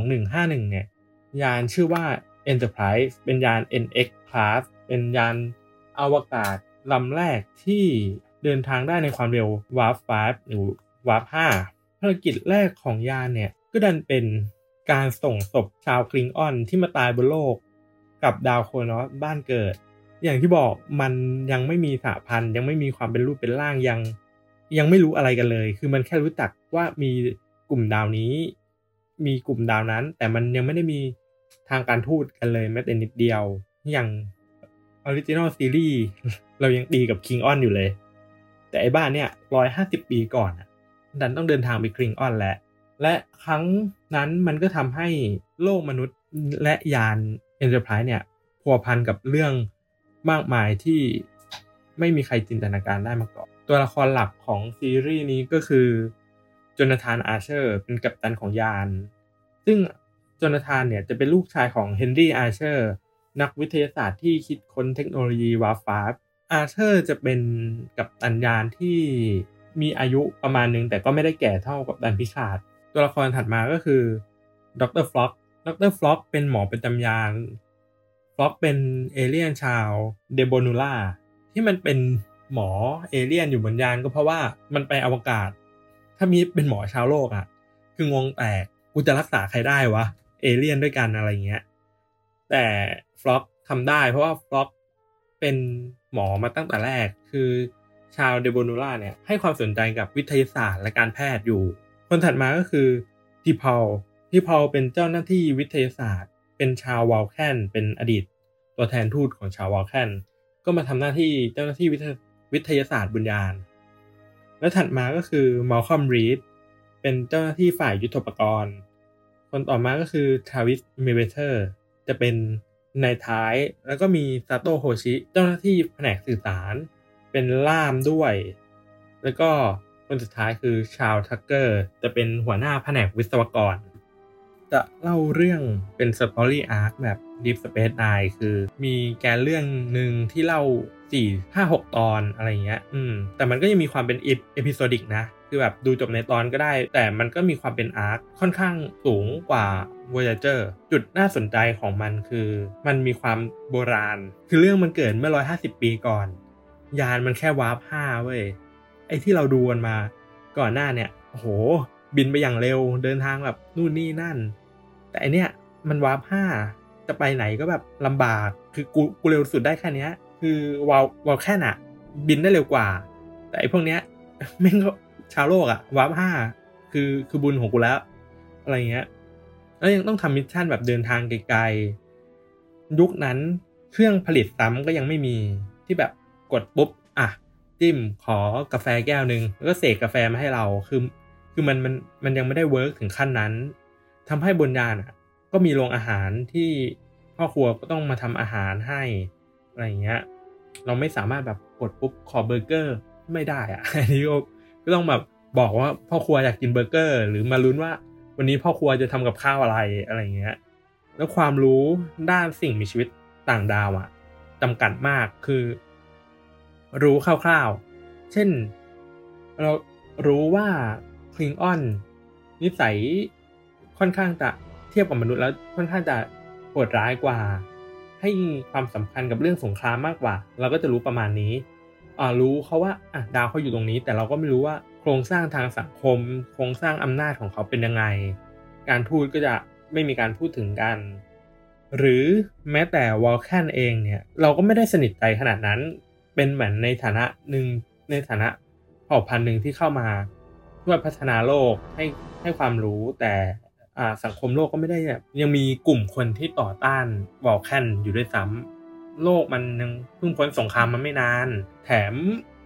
2151เนี่ยยานชื่อว่า Enterprise เป็นยาน NX Class เป็นยานอวกาศลำแรกที่เดินทางได้ในความเร็ว Warp 5 หรือ Warp 5 ภารกิจแรกของยานเนี่ยก็ดันเป็นการส่งศพชาวคลิงออนที่มาตายบนโลกกับดาวโครนอสบ้านเกิดอย่างที่บอกมันยังไม่มีสหพันธ์ยังไม่มีความเป็นรูปเป็นร่างยังไม่รู้อะไรกันเลยคือมันแค่รู้จักว่ามีกลุ่มดาวนี้มีกลุ่มดาวนั้นแต่มันยังไม่ได้มีทางการทูตกันเลยแม้แต่นิดเดียวอย่างออริจินอลซีรีส์เรายังตีกับคิงออนอยู่เลยแต่ไอ้บ้านเนี่ย150ปีก่อนดันต้องเดินทางไปคิงออนและครั้งนั้นมันก็ทำให้โลกมนุษย์และยาน Enterprise เนี่ยพัวพันกับเรื่องมากมายที่ไม่มีใครจินตนาการได้มาก่อนตัวละครหลักของซีรีส์นี้ก็คือโจนาธานอาร์เชอร์เป็นกัปตันของยานซึ่งโจนาธานเนี่ยจะเป็นลูกชายของเฮนรี่อาร์เชอร์นักวิทยาศาสตร์ที่คิดค้นเทคโนโลยีวาร์ปอาร์เชอร์จะเป็นกัปตันยานที่มีอายุประมาณนึงแต่ก็ไม่ได้แก่เท่ากัปตันพิคาร์ดตัวละครถัดมาก็คือดร.ฟล็อกเป็นหมอประจำยานฟล็อกเป็นเอเลี่ยนชาวเดโบนูล่าที่มันเป็นหมอเอเลี่ยนอยู่บนยานก็เพราะว่ามันไปอวกาศถ้ามีเป็นหมอชาวโลกคืองงแตกกูจะรักษาใครได้วะเอเลี่ยนด้วยกันอะไรเงี้ยแต่ฟล็อกทำได้เพราะว่าฟล็อกเป็นหมอมาตั้งแต่แรกคือชาวเดโบนูล่าเนี่ยให้ความสนใจกับวิทยาศาสตร์และการแพทย์อยู่คนถัดมาก็คือทีพอลเป็นเจ้าหน้าที่วิทยาศาสตร์เป็นชาววอลแคนเป็นอดีตตัวแทนทูตของชาววอลแคนก็มาทำหน้าที่เจ้าหน้าที่วิทยาศาสตร์บนยานและถัดมาก็คือมัลคอมรีดเป็นเจ้าหน้าที่ฝ่ายยุทโธปกรณ์คนต่อมาก็คือทาวิสเมเวเทอร์จะเป็นนายท้ายแล้วก็มีซาโตะโฮชิเจ้าหน้าที่แผนกสื่อสารเป็นล่ามด้วยแล้วก็คนสุดท้ายคือชาวทักเกอร์จะเป็นหัวหน้าแผนกวิศวกรจะเล่าเรื่องเป็นสตอรี่อาร์คแบบ Deep Space Nine คือมีแกนเรื่องนึงที่เล่า4-5-6 ตอนอะไรเงี้ยแต่มันก็ยังมีความเป็นเอพิโซดิกนะคือแบบดูจบในตอนก็ได้แต่มันก็มีความเป็นอาร์คค่อนข้างสูงกว่า Voyager จุดน่าสนใจของมันคือมันมีความโบราณคือเรื่องมันเกิดเมื่อ150ปีก่อนยานมันแค่วาร์ป5เว้ยไอ้ที่เราดูกันมาก่อนหน้าเนี่ยโอ้โหบินไปอย่างเร็วเดินทางแบบนู่นนี่นั่นแต่อันเนี้ยมันวาร์ป5จะไปไหนก็แบบลำบากคือกูเร็วสุดได้แค่นี้คือวาลแค่น่ะบินได้เร็วกว่าแต่ไอ้พวกเนี้ยแม่งก็ชาวโลกวาร์ป5คือบุญของกูแล้วอะไรเงี้ยแล้วยังต้องทำมิชชั่นแบบเดินทางไกลๆยุคนั้นเครื่องผลิตซ้ำก็ยังไม่มีที่แบบกดปุ๊บจิ้มขอกาแฟแก้วนึงแล้วก็เสกกาแฟมาให้เราคือมันยังไม่ได้เวิร์กถึงขั้นนั้นทำให้บนยานก็มีโรงอาหารที่พ่อครัวก็ต้องมาทำอาหารให้อะไรเงี้ยเราไม่สามารถแบบกดปุ๊บขอเบอร์เกอร์ไม่ได้อันนี้ก็ต้องแบบบอกว่าพ่อครัวอยากกินเบอร์เกอร์หรือมาลุ้นว่าวันนี้พ่อครัวจะทำกับข้าวอะไรเงี้ยแล้วความรู้ด้านสิ่งมีชีวิตต่างดาวจำกัดมากคือรู้คร่าวๆเช่นเรารู้ว่าคลิงออนนิสัยค่อนข้างจะเทียบกับมนุษย์แล้วค่อนข้างจะโหดร้ายกว่าให้ความสำคัญกับเรื่องสงครามมากกว่าเราก็จะรู้ประมาณนี้รู้เขาว่าดาวเขาอยู่ตรงนี้แต่เราก็ไม่รู้ว่าโครงสร้างทางสังคมโครงสร้างอำนาจของเขาเป็นยังไงการพูดก็จะไม่มีการพูดถึงกันหรือแม้แต่วอลแคนเองเนี่ยเราก็ไม่ได้สนิทใจขนาดนั้นเป็นเหมือนในฐานะหนึ่งในฐานะเผ่าพันธุ์หนึ่งที่เข้ามาเพื่อพัฒนาโลกให้ความรู้แต่สังคมโลกก็ไม่ได้ยังมีกลุ่มคนที่ต่อต้านวอลแคนอยู่ด้วยซ้ำโลกมันยังเพิ่งพ้นสงครามมาไม่นานแถม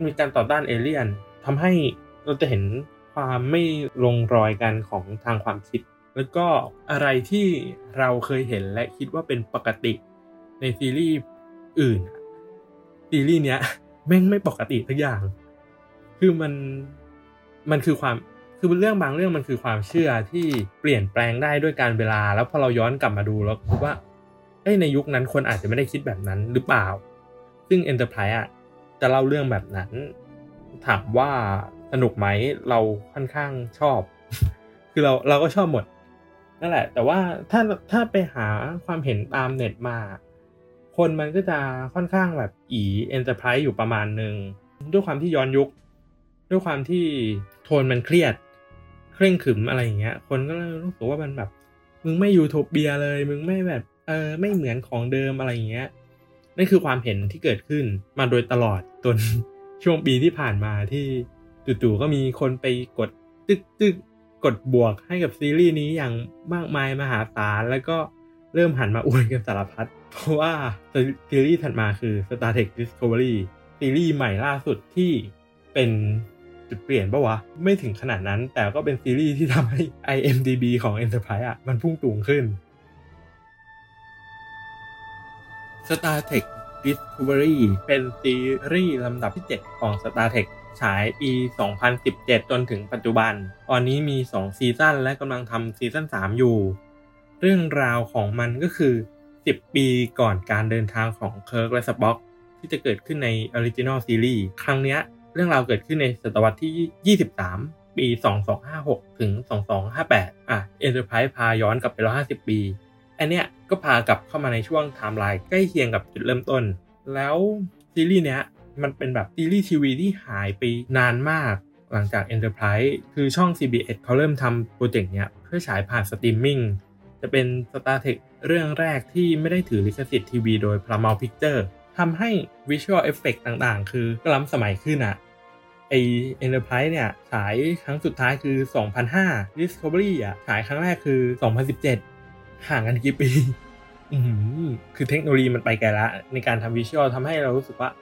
มีการต่อต้านเอเลี่ยนทำให้เราจะเห็นความไม่ลงรอยกันของทางความคิดแล้วก็อะไรที่เราเคยเห็นและคิดว่าเป็นปกติในซีรีส์อื่นซีรีส์เนี้ยแม่งไม่ปกติทุกอย่างคือมันคือความคือเรื่องบางเรื่องมันคือความเชื่อที่เปลี่ยนแปลงได้ด้วยการเวลาแล้วพอเราย้อนกลับมาดูแล้วคิดว่าในยุคนั้นคนอาจจะไม่ได้คิดแบบนั้นหรือเปล่าซึ่ง Enterprise จะเล่าเรื่องแบบนั้นถามว่าสนุกไหมเราค่อนข้างชอบ คือเราก็ชอบหมดนั่นแหละแต่ว่าถ้าไปหาความเห็นตามเน็ตมาคนมันก็จะค่อนข้างแบบEnterprise อยู่ประมาณนึงด้วยความที่ย้อนยุคด้วยความที่โทนมันเครียดเคร่งขรึมอะไรอย่างเงี้ยคนก็รู้สึกว่ามันแบบมึงไม่ยูโทเปียเลยมึงไม่แบบไม่เหมือนของเดิมอะไรอย่างเงี้ยนั่นคือความเห็นที่เกิดขึ้นมาโดยตลอดจน ช่วงปีที่ผ่านมาที่จู่ๆก็มีคนไปกดตึกกดบวกให้กับซีรีส์นี้อย่างมากมายมหาศาลแล้วก็เริ่มหันมาอวยกันสารพัดเพราะว่าซีรีส์ถัดมาคือ Star Trek Discovery ซีรีส์ใหม่ล่าสุดที่เป็นจุดเปลี่ยนปะวะไม่ถึงขนาดนั้นแต่ก็เป็นซีรีส์ที่ทำให้ IMDb ของ Enterprise มันพุ่งสูงขึ้น Star Trek Discovery เป็นซีรีส์ลำดับที่ 7 ของ Star Trek ฉายปี 2017 จนถึงปัจจุบันตอนนี้มี 2 ซีซั่นและกำลังทำซีซั่น 3 อยู่เรื่องราวของมันก็คือ10 ปีก่อนการเดินทางของเคิร์กและสป็อกที่จะเกิดขึ้นใน Original Series ครั้งนี้เรื่องราวเกิดขึ้นในศตวรรษที่23ปี2256ถึง2258Enterprise พาย้อนกลับไป150 ปีอันเนี้ยก็พากลับเข้ามาในช่วงไทม์ไลน์ใกล้เคียงกับจุดเริ่มต้นแล้วซีรีส์เนี้ยมันเป็นแบบซีรีส์ทีวีที่หายไปนานมากหลังจาก Enterprise คือช่อง CBS เขาเริ่มทำโปรเจกต์เนี้ยเพื่อฉายผ่านสตรีมมิ่งจะเป็น Star Trek เรื่องแรกที่ไม่ได้ถือลิขสิทธิ์ทีวีโดย Paramount Pictures ทำให้ Visual Effect ต่างๆคือล้ำสมัยขึ้นEnterprise เนี่ยฉายครั้งสุดท้ายคือ 2005 Discovery ฉายครั้งแรกคือ 2017 ห่างกันกี่ปีคือเทคโนโลยีมันไปไกลละในการทำวิชวลทำให้เรารู้สึกว่า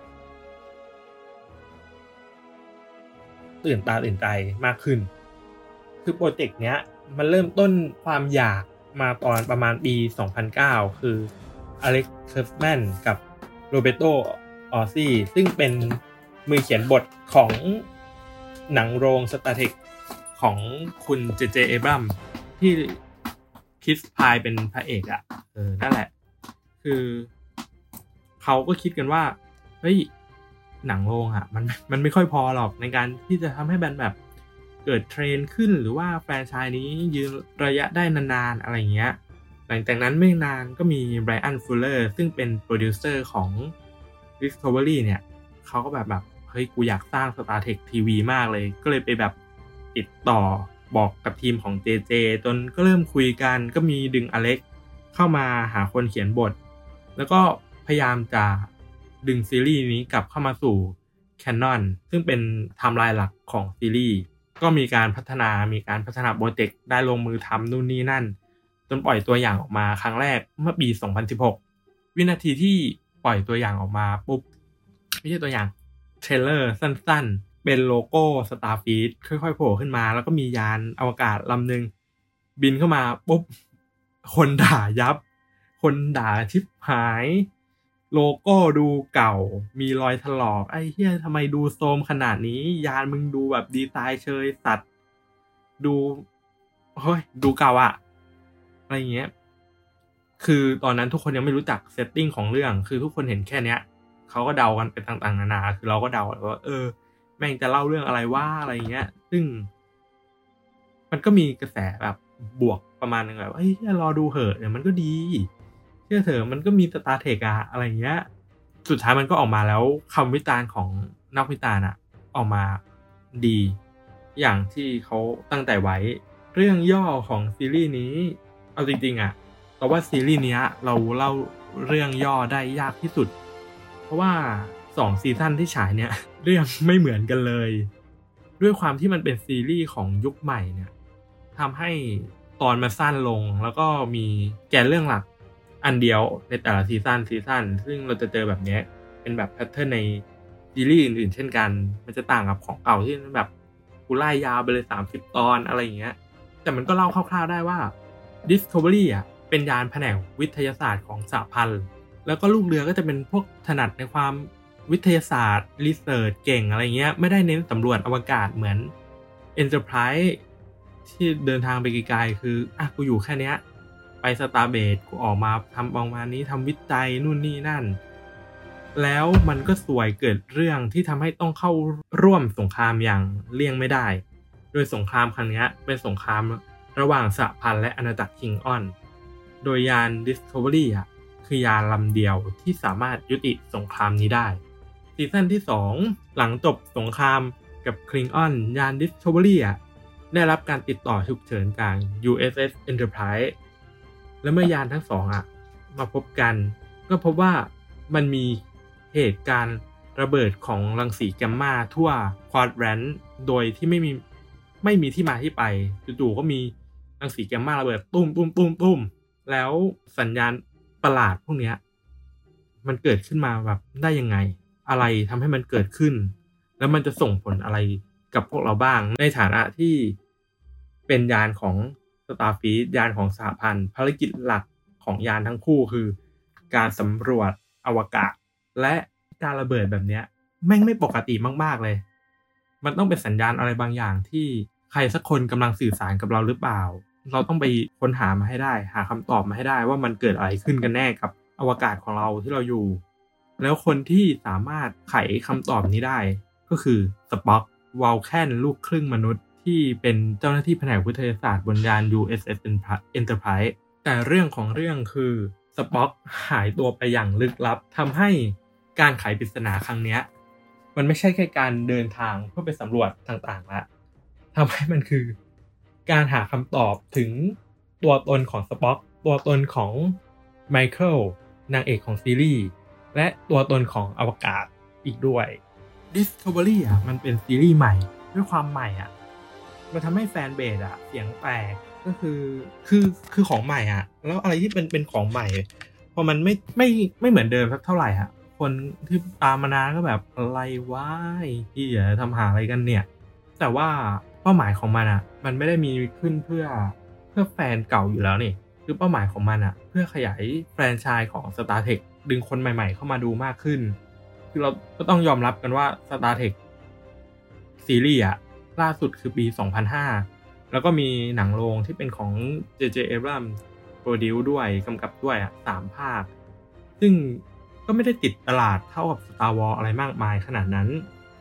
ตื่นตาตื่นใจมากขึ้นคือโปรเจกต์เนี้ยมันเริ่มต้นความอยากมาตอนประมาณปี 2009 คืออเล็กซ์ เคอร์ฟแมนกับโรเบโต ออซี่ซึ่งเป็นมือเขียนบทของหนังโรง Star Trek ของคุณเจเจ เอบัมที่คริส พายเป็นพระเอกนั่นแหละคือเขาก็คิดกันว่าเฮ้ยหนังโรงมันไม่ค่อยพอหรอกในการที่จะทำให้แบบเกิดเทรนด์ขึ้นหรือว่าแฟรนไชส์นี้ยืนระยะได้นานๆอะไรเงี้ยหลังจากนั้นไม่นานก็มีไบรอัน ฟูลเลอร์ซึ่งเป็นโปรดิวเซอร์ของ Discovery เนี่ยเขาก็แบบเฮ้ยกูอยากสร้าง Star Trek TV มากเลยก็เลยไปแบบติดต่อบอกกับทีมของ JJ จนก็เริ่มคุยกันก็มีดึงอเล็กเข้ามาหาคนเขียนบทแล้วก็พยายามจะดึงซีรีส์นี้กลับเข้ามาสู่ Canon ซึ่งเป็นไทม์ไลน์หลักของซีรีส์ก็มีการพัฒนาโปรเจกต์ได้ลงมือทำนู่นนี่นั่นจนปล่อยตัวอย่างออกมาครั้งแรกเมื่อปี 2016 วินาทีที่ปล่อยตัวอย่างออกมาปุ๊บไม่ใช่ตัวอย่างเทรลเลอร์สั้นๆเป็นโลโก้ Starfleet ค่อยๆโผล่ขึ้นมาแล้วก็มียานอวกาศลำนึงบินเข้ามาปุ๊บคนด่ายับคนด่าชิบหายโลโก้ดูเก่ามีรอยถลอกไอ้เหี้ยทำไมดูโทรมขนาดนี้ยานมึงดูแบบดีไซน์เชยสัตว์ดูเก่าอะไรอย่างเงี้ยคือตอนนั้นทุกคนยังไม่รู้จักเซตติ้งของเรื่องคือทุกคนเห็นแค่เนี้ยเขาก็เดากันไปต่างๆนานาคือเราก็เดาว่าแม่งจะเล่าเรื่องอะไรว่าอะไรเงี้ยซึ่งมันก็มีกระแสแบบบวกประมาณนึงแบบเฮ้ยรอดูเหอะเดี๋ยวมันก็ดีเชื่อเถอะมันก็มี Star Trek อะไรเงี้ยสุดท้ายมันก็ออกมาแล้วคำวิจารณ์ของนักวิจารณ์ออกมาดีอย่างที่เขาตั้งใจไว้เรื่องย่อของซีรีส์นี้เอาจริงๆแต่ว่าซีรีส์นี้เราเล่าเรื่องย่อได้ยากที่สุดเพราะว่า2ซีซั่นที่ฉายเนี่ยเรื่องไม่เหมือนกันเลยด้วยความที่มันเป็นซีรีส์ของยุคใหม่เนี่ยทำให้ตอนมันสั้นลงแล้วก็มีแกนเรื่องหลักอันเดียวในแต่ละซีซั่นซึ่งเราจะเจอแบบนี้เป็นแบบแพทเทิร์นในซีรีส์อื่นๆเช่นกันมันจะต่างกับของเก่าที่แบบกูไล่ยาวไปเลย30 ตอนอะไรอย่างเงี้ยแต่มันก็เล่าคร่าวๆได้ว่า Discovery อ่ะเป็นยานแผนกวิทยาศาสตร์ของสหพันธ์แล้วก็ลูกเรือก็จะเป็นพวกถนัดในความวิทยาศาสตร์รีเสิร์ชเก่งอะไรเงี้ยไม่ได้เน้นสำรวจอวกาศเหมือน Enterprise ที่เดินทางไปไกลๆคือกูอยู่แค่เนี้ยไปสตาร์เบสกูออกมาทำประมาณนี้ทำวิจัยนู่นนี่นั่นแล้วมันก็สวยเกิดเรื่องที่ทำให้ต้องเข้าร่วมสงครามอย่างเลี่ยงไม่ได้โดยสงครามครั้งนี้เป็นสงครามระหว่างสหพันธ์และอาณาจักรคิงออนโดยยาน Discovery คือยานลำเดียวที่สามารถยุติสงครามนี้ได้ซีซั่นที่2หลังจบสงครามกับคลิงออนยาน Discovery ได้รับการติดต่อฉุกเฉินจาก USS Enterprise และเมื่อยานทั้งสองมาพบกันก็พบว่ามันมีเหตุการณ์ระเบิดของรังสีแกมมาทั่วควอดแรนต์โดยที่ไม่มีที่มาที่ไปจู่ๆก็มีรังสีแกมมาระเบิดตุ้มแล้วสัญญาณประหลาดพวกนี้มันเกิดขึ้นมาแบบได้ยังไงอะไรทำให้มันเกิดขึ้นแล้วมันจะส่งผลอะไรกับพวกเราบ้างในฐานะที่เป็นยานของ Starfleet ยานของสหพันธ์ภารกิจหลักของยานทั้งคู่คือการสำรวจอวกาศและการระเบิดแบบนี้แม่งไม่ปกติมากๆเลยมันต้องเป็นสัญญาณอะไรบางอย่างที่ใครสักคนกำลังสื่อสารกับเราหรือเปล่าเราต้องไปค้นหามาให้ได้หาคำตอบมาให้ได้ว่ามันเกิดอะไรขึ้นกันแน่กับอวกาศของเราที่เราอยู่แล้วคนที่สามารถไขคำตอบนี้ได้ก็คือสป็อกวอลแคนลูกครึ่งมนุษย์ที่เป็นเจ้าหน้าที่แผนกวิทยาศาสตร์บนยาน USS Enterprise แต่เรื่องของเรื่องคือสป็อกหายตัวไปอย่างลึกลับทำให้การไขปริศนาครั้งนี้มันไม่ใช่แค่การเดินทางเพื่อไปสำรวจต่างๆละทำให้มันคือการหาคำตอบถึงตัวตนของสป็อกตัวตนของไมเคิลนางเอกของซีรีส์และตัวตนของอวกาศอีกด้วย Discovery มันเป็นซีรีส์ใหม่ด้วยความใหม่มันทำให้แฟนเบสเสียงแตกก็คือของใหม่แล้วอะไรที่เป็นของใหม่พอมันไม่เหมือนเดิมสักเท่าไหร่คนที่ตามมานานก็แบบอะไรวะที่จะทำหาอะไรกันเนี่ยแต่ว่าเป้าหมายของมันมันไม่ได้มีขึ้นเพื่อแฟนเก่าอยู่แล้วนี่คือเป้าหมายของมันเพื่อขยายแฟรนไชส์ของ Star Trek ดึงคนใหม่ๆเข้ามาดูมากขึ้นคือเราก็ต้องยอมรับกันว่า Star Trek ซีรีส์ล่าสุดคือปี 2005 แล้วก็มีหนังโรงที่เป็นของ J.J. Abrams โปรดิวซ์ด้วยกำกับด้วย3 ภาคซึ่งก็ไม่ได้ติดตลาดเท่ากับ Star Wars อะไรมากมายขนาดนั้น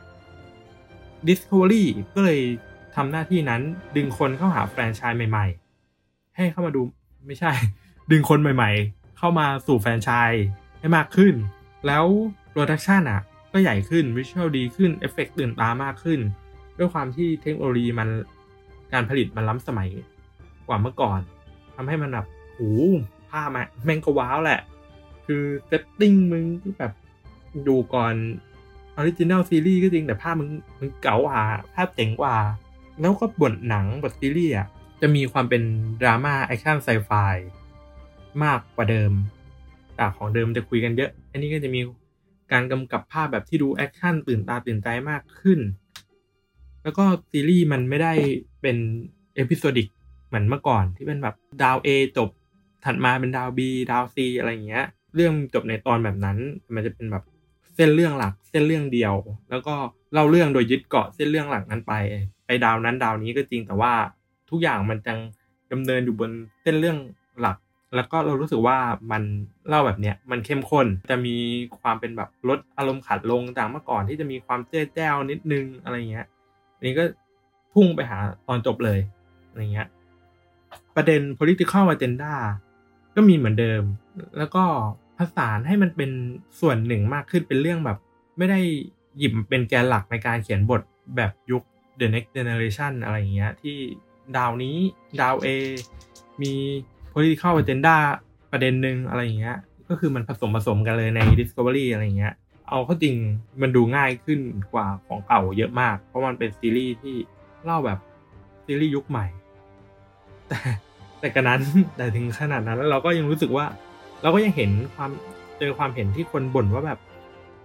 Discovery ก็เลยทำหน้าที่นั้นดึงคนเข้าหาแฟรนไชส์ใหม่ๆให้เข้ามาดูไม่ใช่ดึงคนใหม่ๆเข้ามาสู่แฟรนไชส์ให้มากขึ้นแล้วโปรดักชันก็ใหญ่ขึ้นวิชวลดีขึ้นเอฟเฟคตื่นตามากขึ้นด้วยความที่เทคโนโลยีมันการผลิตมันล้ำสมัยกว่าเมื่อก่อนทำให้มันแบบภาพแม่งก็ว้าวแหละคือเซตติ้งมึงแบบดูก่อนออริจินัลซีรีส์ก็จริงแต่ภาพมึงเก๋ากว่าภาพเจ๋งกว่าแล้วก็บทหนังบทซีรีส์จะมีความเป็นดราม่าแอคชั่นไซไฟมากกว่าเดิมจากของเดิมจะคุยกันเยอะอันนี้ก็จะมีการกำกับภาพแบบที่ดูแอคชั่นตื่นตาตื่นใจมากขึ้นแล้วก็ซีรีส์มันไม่ได้เป็นเอพิโซดิกเหมือนเมื่อก่อนที่เป็นแบบดาว A จบถัดมาเป็นดาว B ดาว C อะไรอย่างเงี้ยเรื่องจบในตอนแบบนั้นมันจะเป็นแบบเส้นเรื่องหลักเส้นเรื่องเดียวแล้วก็เล่าเรื่องโดยยึดเกาะเส้นเรื่องหลักนั้นไปดาวนั้นดาวนี้ก็จริงแต่ว่าทุกอย่างมันจังดำเนินอยู่บนเส้นเรื่องหลักแล้วก็เรารู้สึกว่ามันเล่าแบบเนี้ยมันเข้มข้นจะมีความเป็นแบบลดอารมณ์ขัดลงจากเมื่อก่อนที่จะมีความแจ้วนิดนึงอะไรเงี้ยนี่ก็พุ่งไปหาตอนจบเลยอะไรเงี้ยประเด็น political agenda ก็มีเหมือนเดิมแล้วก็ผสานให้มันเป็นส่วนหนึ่งมากขึ้นเป็นเรื่องแบบไม่ได้หยิบเป็นแกนหลักในการเขียนบทแบบยุค The Next Generation อะไรอย่างเงี้ยที่ดาวนี้ดาว A มี political agenda ประเด็นนึงอะไรอย่างเงี้ยก็คือมันผสมกันเลยใน Discovery อะไรอย่างเงี้ยเอาเข้าจริงมันดูง่ายขึ้นกว่าของเก่าเยอะมากเพราะมันเป็นซีรีส์ที่เล่าแบบซีรีส์ยุคใหม่แต่กันนั้นแต่ถึงขนาดนั้นแล้วเราก็ยังรู้สึกว่าเราก็ยังเห็นความเห็นที่คนบ่นว่าแบบ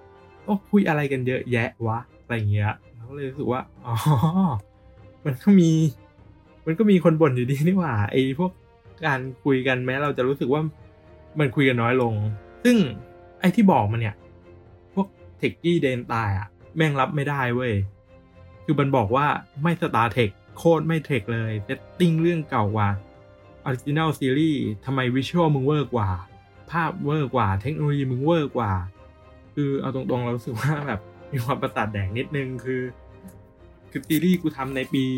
คุยอะไรกันเยอะแยะวะอะไรเงี้ยเราก็เลยรู้สึกว่าอ๋อมันก็มีคนบ่นอยู่ดีนี่หว่าไอ้พวกการคุยกันแม้เราจะรู้สึกว่ามันคุยกันน้อยลงซึ่งไอ้ที่บอกมันเนี่ยพวกเทคกี้เดนตายอ่ะแม่งรับไม่ได้เว้ยคือมันบอกว่าไม่สตาร์เทคโคตรไม่เทคเลยเซตติ้งเรื่องเก่ากว่าออริจินัลซีรีส์ทำไมวิชวลมึงเวอร์กว่าภาพเวอร์กว่าเทคโนโลยีมึงเวอร์กว่าคือเอาตรงๆเรารู้สึกว่าแบบมีความประสาทแดกนิดนึงคือซีรีส์กูทำในปี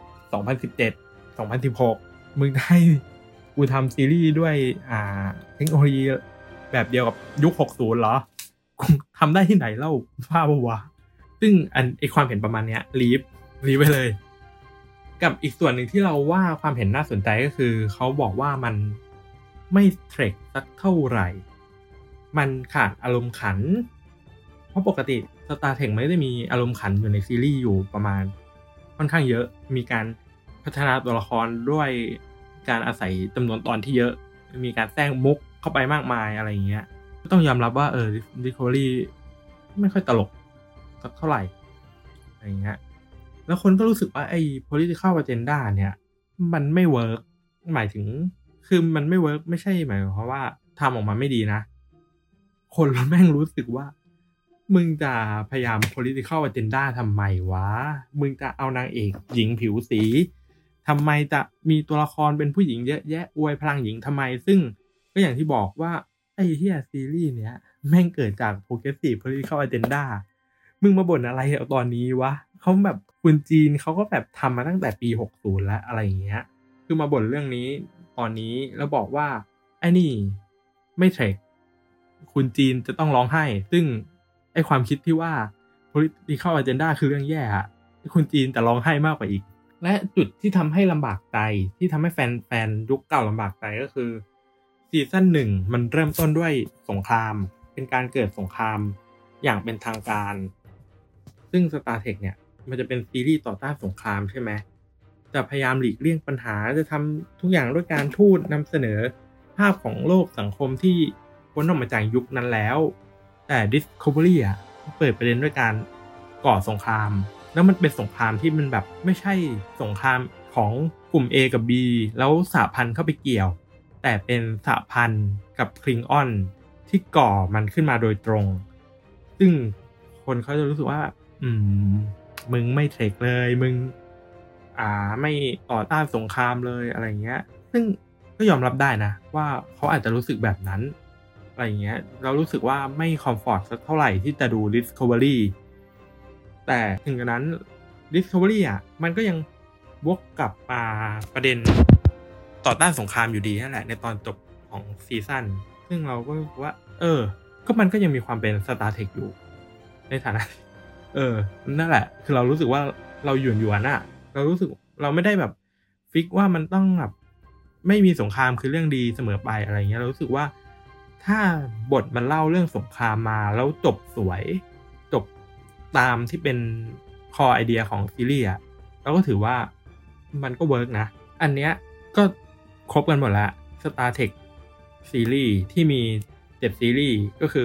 2017 2016มึงได้กูทำซีรีส์ด้วยเทคโนโลยีแบบเดียวกับยุค60เหรอกูทำได้ที่ไหนเล่าภาพวะซึ่งไอความเห็นประมาณเนี้ยลีฟไปเลยกับอีกส่วนหนึ่งที่เราว่าความเห็นน่าสนใจก็คือเขาบอกว่ามันไม่เทรคสักเท่าไหร่มันขาดอารมณ์ขันเพราะปกติ Star Trek ไม่ได้มีอารมณ์ขันอยู่ในซีรีส์อยู่ประมาณค่อนข้างเยอะมีการพัฒนาตัวละครด้วยการอาศัยจำนวนตอนที่เยอะมีการแทรกมุกเข้าไปมากมายอะไรอย่างเงี้ยก็ต้องยอมรับว่าDiscovery ไม่ค่อยตลกสักเท่าไหร่อะไรอย่างเงี้ยแล้วคนก็รู้สึกว่าไอ้ political agenda เนี่ยมันไม่เวิร์กหมายถึงคือมันไม่เวิร์กไม่ใช่หมายความว่าทำออกมาไม่ดีนะคนแม่งรู้สึกว่ามึงจะพยายาม political agenda ทำไมวะมึงจะเอานางเอกหญิงผิวสีทำไมจะมีตัวละครเป็นผู้หญิงเยอะแยะอวยพลังหญิงทำไมซึ่งก็อย่างที่บอกว่าไอ้เหี้ยซีรีส์เนี้ยแม่งเกิดจาก progressive political agenda มึงมาบ่นอะไรเอาตอนนี้วะเขาแบบคุณจีนเขาก็แบบทำมาตั้งแต่ปี60แล้วอะไรอย่างเงี้ยคือมาบ่นเรื่องนี้ตอนนี้แล้วบอกว่าไอ้นี่ไม่เทรคคุณจีนจะต้องร้องไห้ซึ่งไอ้ความคิดที่ว่า political agenda คือเรื่องแย่อะคุณจีนจะร้องไห้มากกว่าอีกและจุดที่ทำให้ลำบากใจที่ทำให้แฟนยุคเก่าลำบากใจก็คือซีซั่น1มันเริ่มต้นด้วยสงครามเป็นการเกิดสงครามอย่างเป็นทางการซึ่ง Star Trek เนี่ยมันจะเป็นซีรีส์ต่อต้านสงครามใช่ไหมจะพยายามหลีกเลี่ยงปัญหาจะทำทุกอย่างด้วยการทูตนำเสนอภาพของโลกสังคมที่พ้นออกมาจากยุคนั้นแล้วแต่ Discovery อ่ะเปิดประเด็นด้วยการก่อสงครามแล้วมันเป็นสงครามที่มันแบบไม่ใช่สงครามของกลุ่ม A กับ B แล้วสหพันธ์เข้าไปเกี่ยวแต่เป็นสหพันธ์กับคลิงออนที่ก่อมันขึ้นมาโดยตรงซึ่งคนเขาจะรู้สึกว่ามึงไม่เทคเลยมึงไม่ต่อต้านสงครามเลยอะไรเงี้ยซึ่งก็ยอมรับได้นะว่าเขาอาจจะรู้สึกแบบนั้นอะไรเงี้ยเรารู้สึกว่าไม่คอมฟอร์ตสักเท่าไหร่ที่จะดู Discovery แต่ถึงกระนั้น Discovery อ่ะมันก็ยังวกกลับมาประเด็นต่อต้านสงครามอยู่ดีนั่นแหละในตอนจบของซีซั่นซึ่งเราก็รู้สึกว่าก็มันก็ยังมีความเป็น Star Trek อยู่ในฐานะนั่นแหละคือเรารู้สึกว่าเราหยวนอ่ะเรารู้สึกเราไม่ได้แบบฟิกว่ามันต้องแบบไม่มีสงครามคือเรื่องดีเสมอไปอะไรเงี้ยเรารู้สึกว่าถ้าบทมันเล่าเรื่องสงครามมาแล้วจบสวยจบตามที่เป็นคอไอเดียของซีรีส์เราก็ถือว่ามันก็เวิร์กนะอันเนี้ยก็ครบกันหมดละ Star Trek ซีรีส์ที่มี7ซีรีส์ก็คือ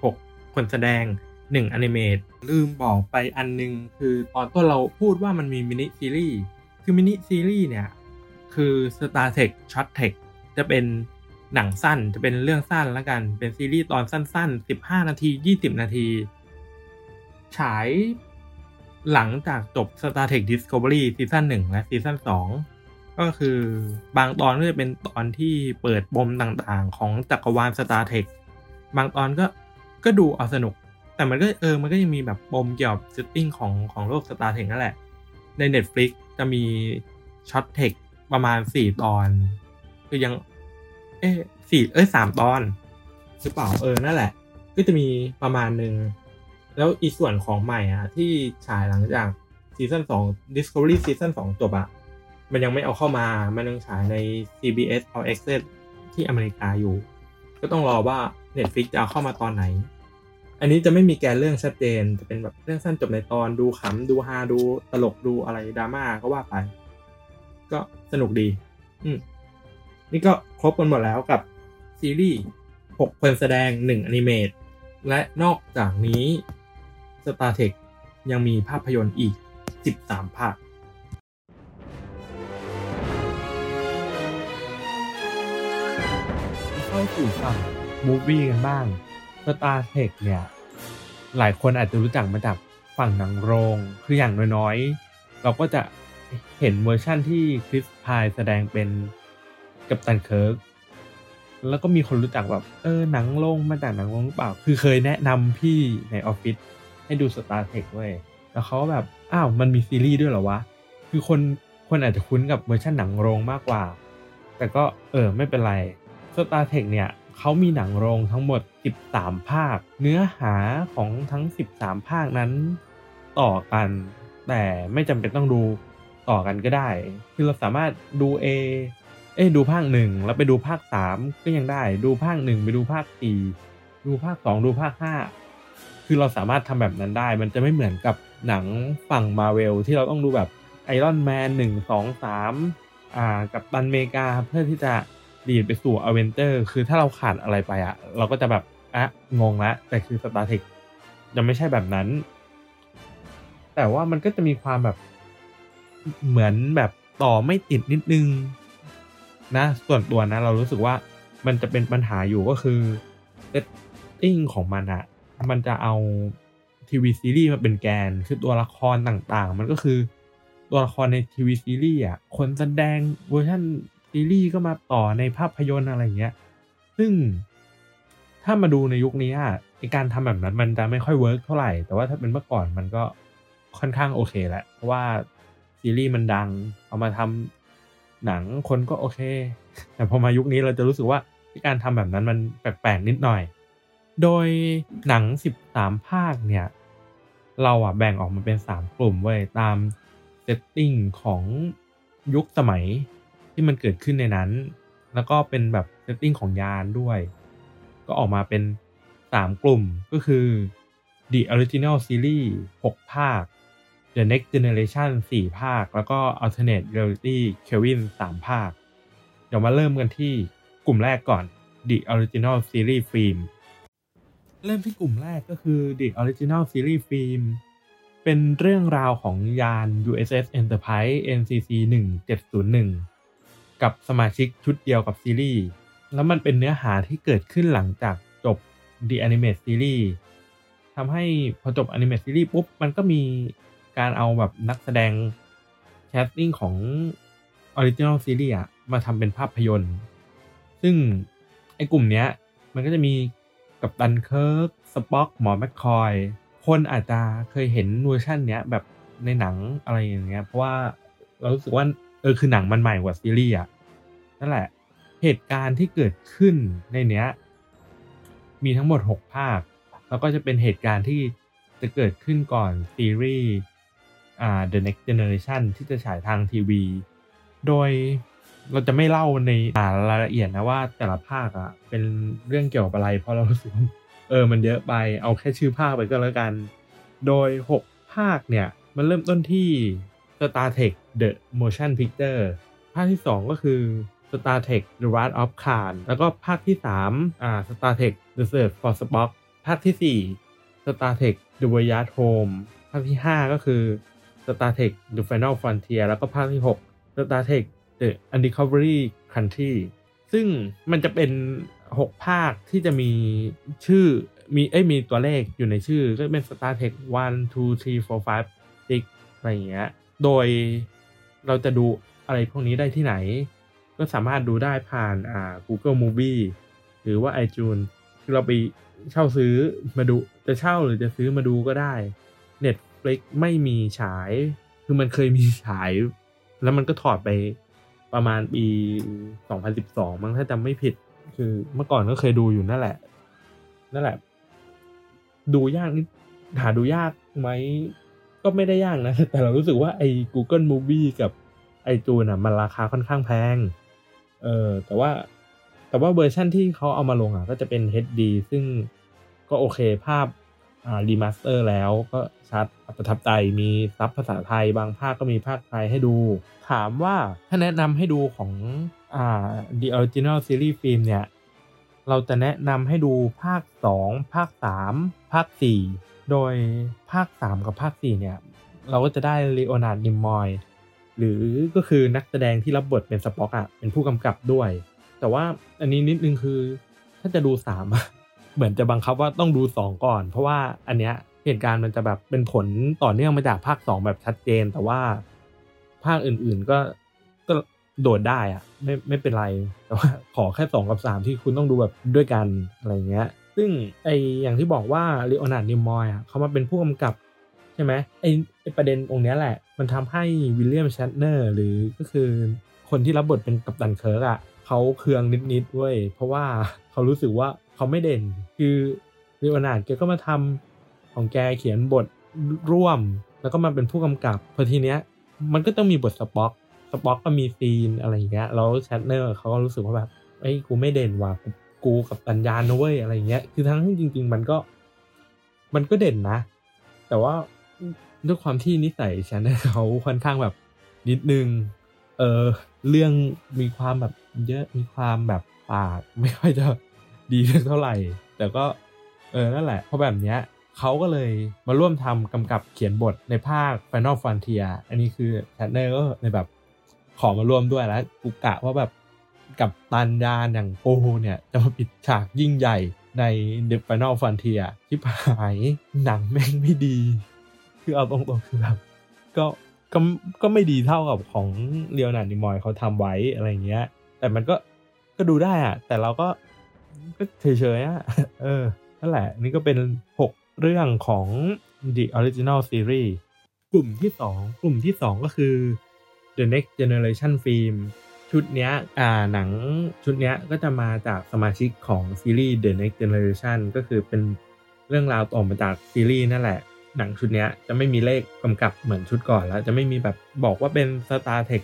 6คนแสดง1อนิเมตลืมบอกไปอันนึงคือตอนต้นเราพูดว่ามันมีมินิซีรีส์คือมินิซีรีส์เนี่ยคือ Star Trek Short Trek จะเป็นหนังสั้นจะเป็นเรื่องสั้นแล้วกันเป็นซีรีส์ตอนสั้นๆ15นาที20นาทีฉายหลังจากจบ Star Trek Discovery ซีซั่น1และซีซั่น2ก็คือบางตอนก็จะเป็นตอนที่เปิดปมต่างๆของจักรวาล Star Trek บางตอนก็ดูเอาสนุกแต่มันก็มันก็ยังมีแบบปมเกี่ยวกับเซตติ้งของโลก Star Trek นั่นแหละใน Netflix จะมี Short Trek ประมาณ4ตอนคือยัง3ตอนหรือเปล่านั่นแหละก็จะมีประมาณนึงแล้วอีส่วนของใหม่ที่ฉายหลังจากซีซั่น2 Discovery ซีซั่น2จบมันยังไม่เอาเข้ามามันยังฉายใน CBS All Access ที่อเมริกาอยู่ก็ต้องรอว่า Netflix จะเอาเข้ามาตอนไหนอันนี้จะไม่มีแกนเรื่องชัดเจนจะเป็นแบบเรื่องสั้นจบในตอนดูขำดูฮาดูตลกดูอะไรดราม่าก็ว่าไปก็สนุกดีนี่ก็ครบกันหมดแล้วกับซีรีส์6คนแสดง1อนิเมตและนอกจากนี้ Star Trek ยังมีภาพยนตร์อีก13ภาคเข้าสู่ฝั่งมูฟวี่กันบ้าง Star Trek เนี่ยหลายคนอาจจะรู้จักมาจากฝั่งหนังโรงคืออย่างน้อยๆเราก็จะเห็นเวอร์ชั่นที่คริส พายแสดงเป็นกัปตันเคิร์กแล้วก็มีคนรู้จักแบบหนังโรงมาจากหนังโรงหรือเปล่าคือเคยแนะนำพี่ในออฟฟิศให้ดู Star Trek เว้ยแล้วเขาแบบอ้าวมันมีซีรีส์ด้วยเหรอวะคือคนอาจจะคุ้นกับเวอร์ชันหนังโรงมากกว่าแต่ก็ไม่เป็นไร Star Trek เนี่ยเขามีหนังโรงทั้งหมด13ภาคเนื้อหาของทั้ง13ภาคนั้นต่อกันแต่ไม่จำเป็นต้องดูต่อกันก็ได้คือเราสามารถดูดูภาค1แล้วไปดูภาค3ก็ยังได้ดูภาค1ไปดูภาค4ดูภาค2ดูภาค5คือเราสามารถทำแบบนั้นได้มันจะไม่เหมือนกับหนังฝั่ง Marvel ที่เราต้องดูแบบ Iron Man 1 2 3กับตันอเมริกาเพื่อที่จะดีดไปสู่อเวนเจอร์คือถ้าเราขาดอะไรไปเราก็จะแบบงงละแต่คือ Star Trek จะไม่ใช่แบบนั้นแต่ว่ามันก็จะมีความแบบเหมือนแบบต่อไม่ติดนิดนึงนะส่วนตัวนะเรารู้สึกว่ามันจะเป็นปัญหาอยู่ก็คือเซตติ้งของมันจะเอาทีวีซีรีส์มาเป็นแกนคือตัวละครต่างๆมันก็คือตัวละครในทีวีซีรีส์คนแสดงเวอร์ชันซีรีส์ก็มาต่อในภาพยนตร์อะไรอย่างเงี้ยซึ่งถ้ามาดูในยุคนี้การทำแบบนั้นมันจะไม่ค่อยเวิร์กเท่าไหร่แต่ว่าถ้าเป็นเมื่อก่อนมันก็ค่อนข้างโอเคแหละเพราะว่าซีรีส์มันดังเอามาทำหนังคนก็โอเคแต่พอมายุคนี้เราจะรู้สึกว่าการทำแบบนั้นมันแปลกๆนิดหน่อยโดยหนัง13ภาคเนี่ยเราแบ่งออกมาเป็น3กลุ่มเว้ยตามเซตติ้งของยุคสมัยที่มันเกิดขึ้นในนั้นแล้วก็เป็นแบบเซตติ้งของยานด้วยก็ออกมาเป็น3กลุ่มก็คือ The Original Series 6ภาค The Next Generation 4ภาคแล้วก็ Alternate Reality Kelvin 3ภาคเดี๋ยวมาเริ่มกันที่กลุ่มแรกก่อน The Original Series Film เริ่มที่กลุ่มแรกก็คือ The Original Series Film เป็นเรื่องราวของยาน USS Enterprise NCC 1701กับสมาชิกชุดเดียวกับซีรีส์แล้วมันเป็นเนื้อหาที่เกิดขึ้นหลังจากจบ The Animated Series ทำให้พอจบ Animated Series ปุ๊บมันก็มีการเอาแบบนักแสดงแคสติ้งของ Original Series มาทำเป็นภาพยนตร์ซึ่งไอ้กลุ่มเนี้ยมันก็จะมีกัปตันเคิร์กสป็อกหมอแมคคอยคนอาจจะเคยเห็นเวอร์ชันเนี้ยแบบในหนังอะไรอย่างเงี้ยเพราะว่าเรารู้สึกว่าคือหนังมันใหม่กว่าซีรีส์นั่นแหละเหตุการณ์ที่เกิดขึ้นในเนี้ยมีทั้งหมด6ภาคแล้วก็จะเป็นเหตุการณ์ที่จะเกิดขึ้นก่อนซีรีส์The Next Generation ที่จะฉายทางทีวีโดยเราจะไม่เล่าในรายละเอียดนะว่าแต่ละภาคเป็นเรื่องเกี่ยวกับอะไรเพราะเรารู้สึกว่ามันเยอะไปเอาแค่ชื่อภาคไปก็แล้วกันโดย6ภาคเนี่ยมันเริ่มต้นที่ Star Trek The Motion Picture ภาคที่2ก็คือ Star Trek The Wrath of Khan แล้วก็ภาคที่3Star Trek The Search for Spock ภาคที่4 Star Trek The Voyage Home ภาคที่5ก็คือ Star Trek The Final Frontier แล้วก็ภาคที่6 Star Trek The Undiscovery Country ซึ่งมันจะเป็น6ภาคที่จะมีชื่อมีตัวเลขอยู่ในชื่อก็เป็น Star Trek 1 2 3 4 5 6อะไรอย่างเงี้ยโดยเราจะดูอะไรพวกนี้ได้ที่ไหนก็สามารถดูได้ผ่านGoogle Movie หรือว่า iTunes คือเราไปเช่าซื้อมาดูจะเช่าหรือจะซื้อมาดูก็ได้ Netflix ไม่มีฉายคือมันเคยมีฉายแล้วมันก็ถอดไปประมาณปี2012มั้งถ้าจำไม่ผิดคือเมื่อก่อนก็เคยดูอยู่นั่นแหละดูยากนิดหาดูยากไหมก็ไม่ได้ยากนะแต่เรารู้สึกว่าไอ้ Google Movie กับ iTunes มันราคาค่อนข้างแพงแต่ว่าเวอร์ชันที่เขาเอามาลงก็จะเป็น HD ซึ่งก็โอเคภาพรีมาสเตอร์แล้วก็ชัดประทับใจมีซับภาษาไทยบางภาคก็มีภาคไทยให้ดูถามว่าถ้าแนะนำให้ดูของThe Original Series Film เนี่ยเราจะแนะนำให้ดูภาค2ภาค3ภาค4 โดยภาค3กับภาค4เนี่ยเราก็จะได้ลีโอนาร์ด นิมมอยหรือก็คือนักแสดงที่รับบทเป็นสป็อกอะเป็นผู้กำกับด้วยแต่ว่าอันนี้นิดนึงคือถ้าจะดู3อะเหมือนจะบังคับว่าต้องดู2ก่อนเพราะว่าอันเนี้ยเหตุการณ์มันจะแบบเป็นผลต่อเนื่องมาจากภาค2แบบชัดเจนแต่ว่าภาคอื่นๆก็โดดได้อะไม่เป็นไรแต่ว่าขอแค่2กับ3ที่คุณต้องดูแบบด้วยกันอะไรเงี้ยซึ่งอย่างที่บอกว่าลีโอนาร์ด นิมมอยเขามาเป็นผู้กำกับใช่ไหมไอ้ประเด็นตรงนี้แหละมันทำให้วิลเลียม แชตเนอร์หรือก็คือคนที่รับบทเป็นกัปตันเคิร์กอ่ะเขาเคืองนิดๆด้วยเพราะว่าเขารู้สึกว่าเขาไม่เด่นคือลีโอนาร์ดแกก็มาทำของแกเขียนบทร่วมแล้วก็มาเป็นผู้กำกับพอทีเนี้ยมันก็ต้องมีบทสป็อกก็มีซีนอะไรอย่างเงี้ยแล้วแชตเนอร์เขาก็รู้สึกว่าแบบกูไม่เด่นว่ะกูกับตัญญานะเว้ยอะไรอย่างเงี้ยคือทั้งที่จริงๆมันก็เด่นนะแต่ว่าด้วยความที่นิสัยแชตเนอร์เขาค่อนข้างแบบนิดนึงเรื่องมีความแบบเยอะมีความแบบปากไม่ค่อยจะดีเท่าไหร่แต่ก็นั่นแหละเพราะแบบเนี้ยเขาก็เลยมาร่วมทำกำกับเขียนบทในภาค Final Frontier อันนี้คือแชตเนอร์ก็ในแบบขอมาร่วมด้วยแล้วกูกะว่าแบบกับตันยานอย่างโปเนี่ยจะมาปิดฉากยิ่งใหญ่ใน The Final Frontier ที่หายหนังแม่งไม่ดีคือเอาตรงๆคือแบบก็ไม่ดีเท่ากับของลีโอนาร์ด นิมมอยเขาทำไว้อะไรเงี้ยแต่มันก็ดูได้อะแต่เราก็เฉยๆอะนั่นแหละนี่ก็เป็น6เรื่องของ The Original Series กลุ่มที่2ก็คือ The Next Generation Film ชุดเนี้ยหนังชุดเนี้ยก็จะมาจากสมาชิกของซีรีส์ The Next Generation ก็คือเป็นเรื่องราวต่อมาจากซีรีส์นั่นแหละหนังชุดเนี้ยจะไม่มีเลขกำกับเหมือนชุดก่อนแล้วจะไม่มีแบบบอกว่าเป็น Star Trek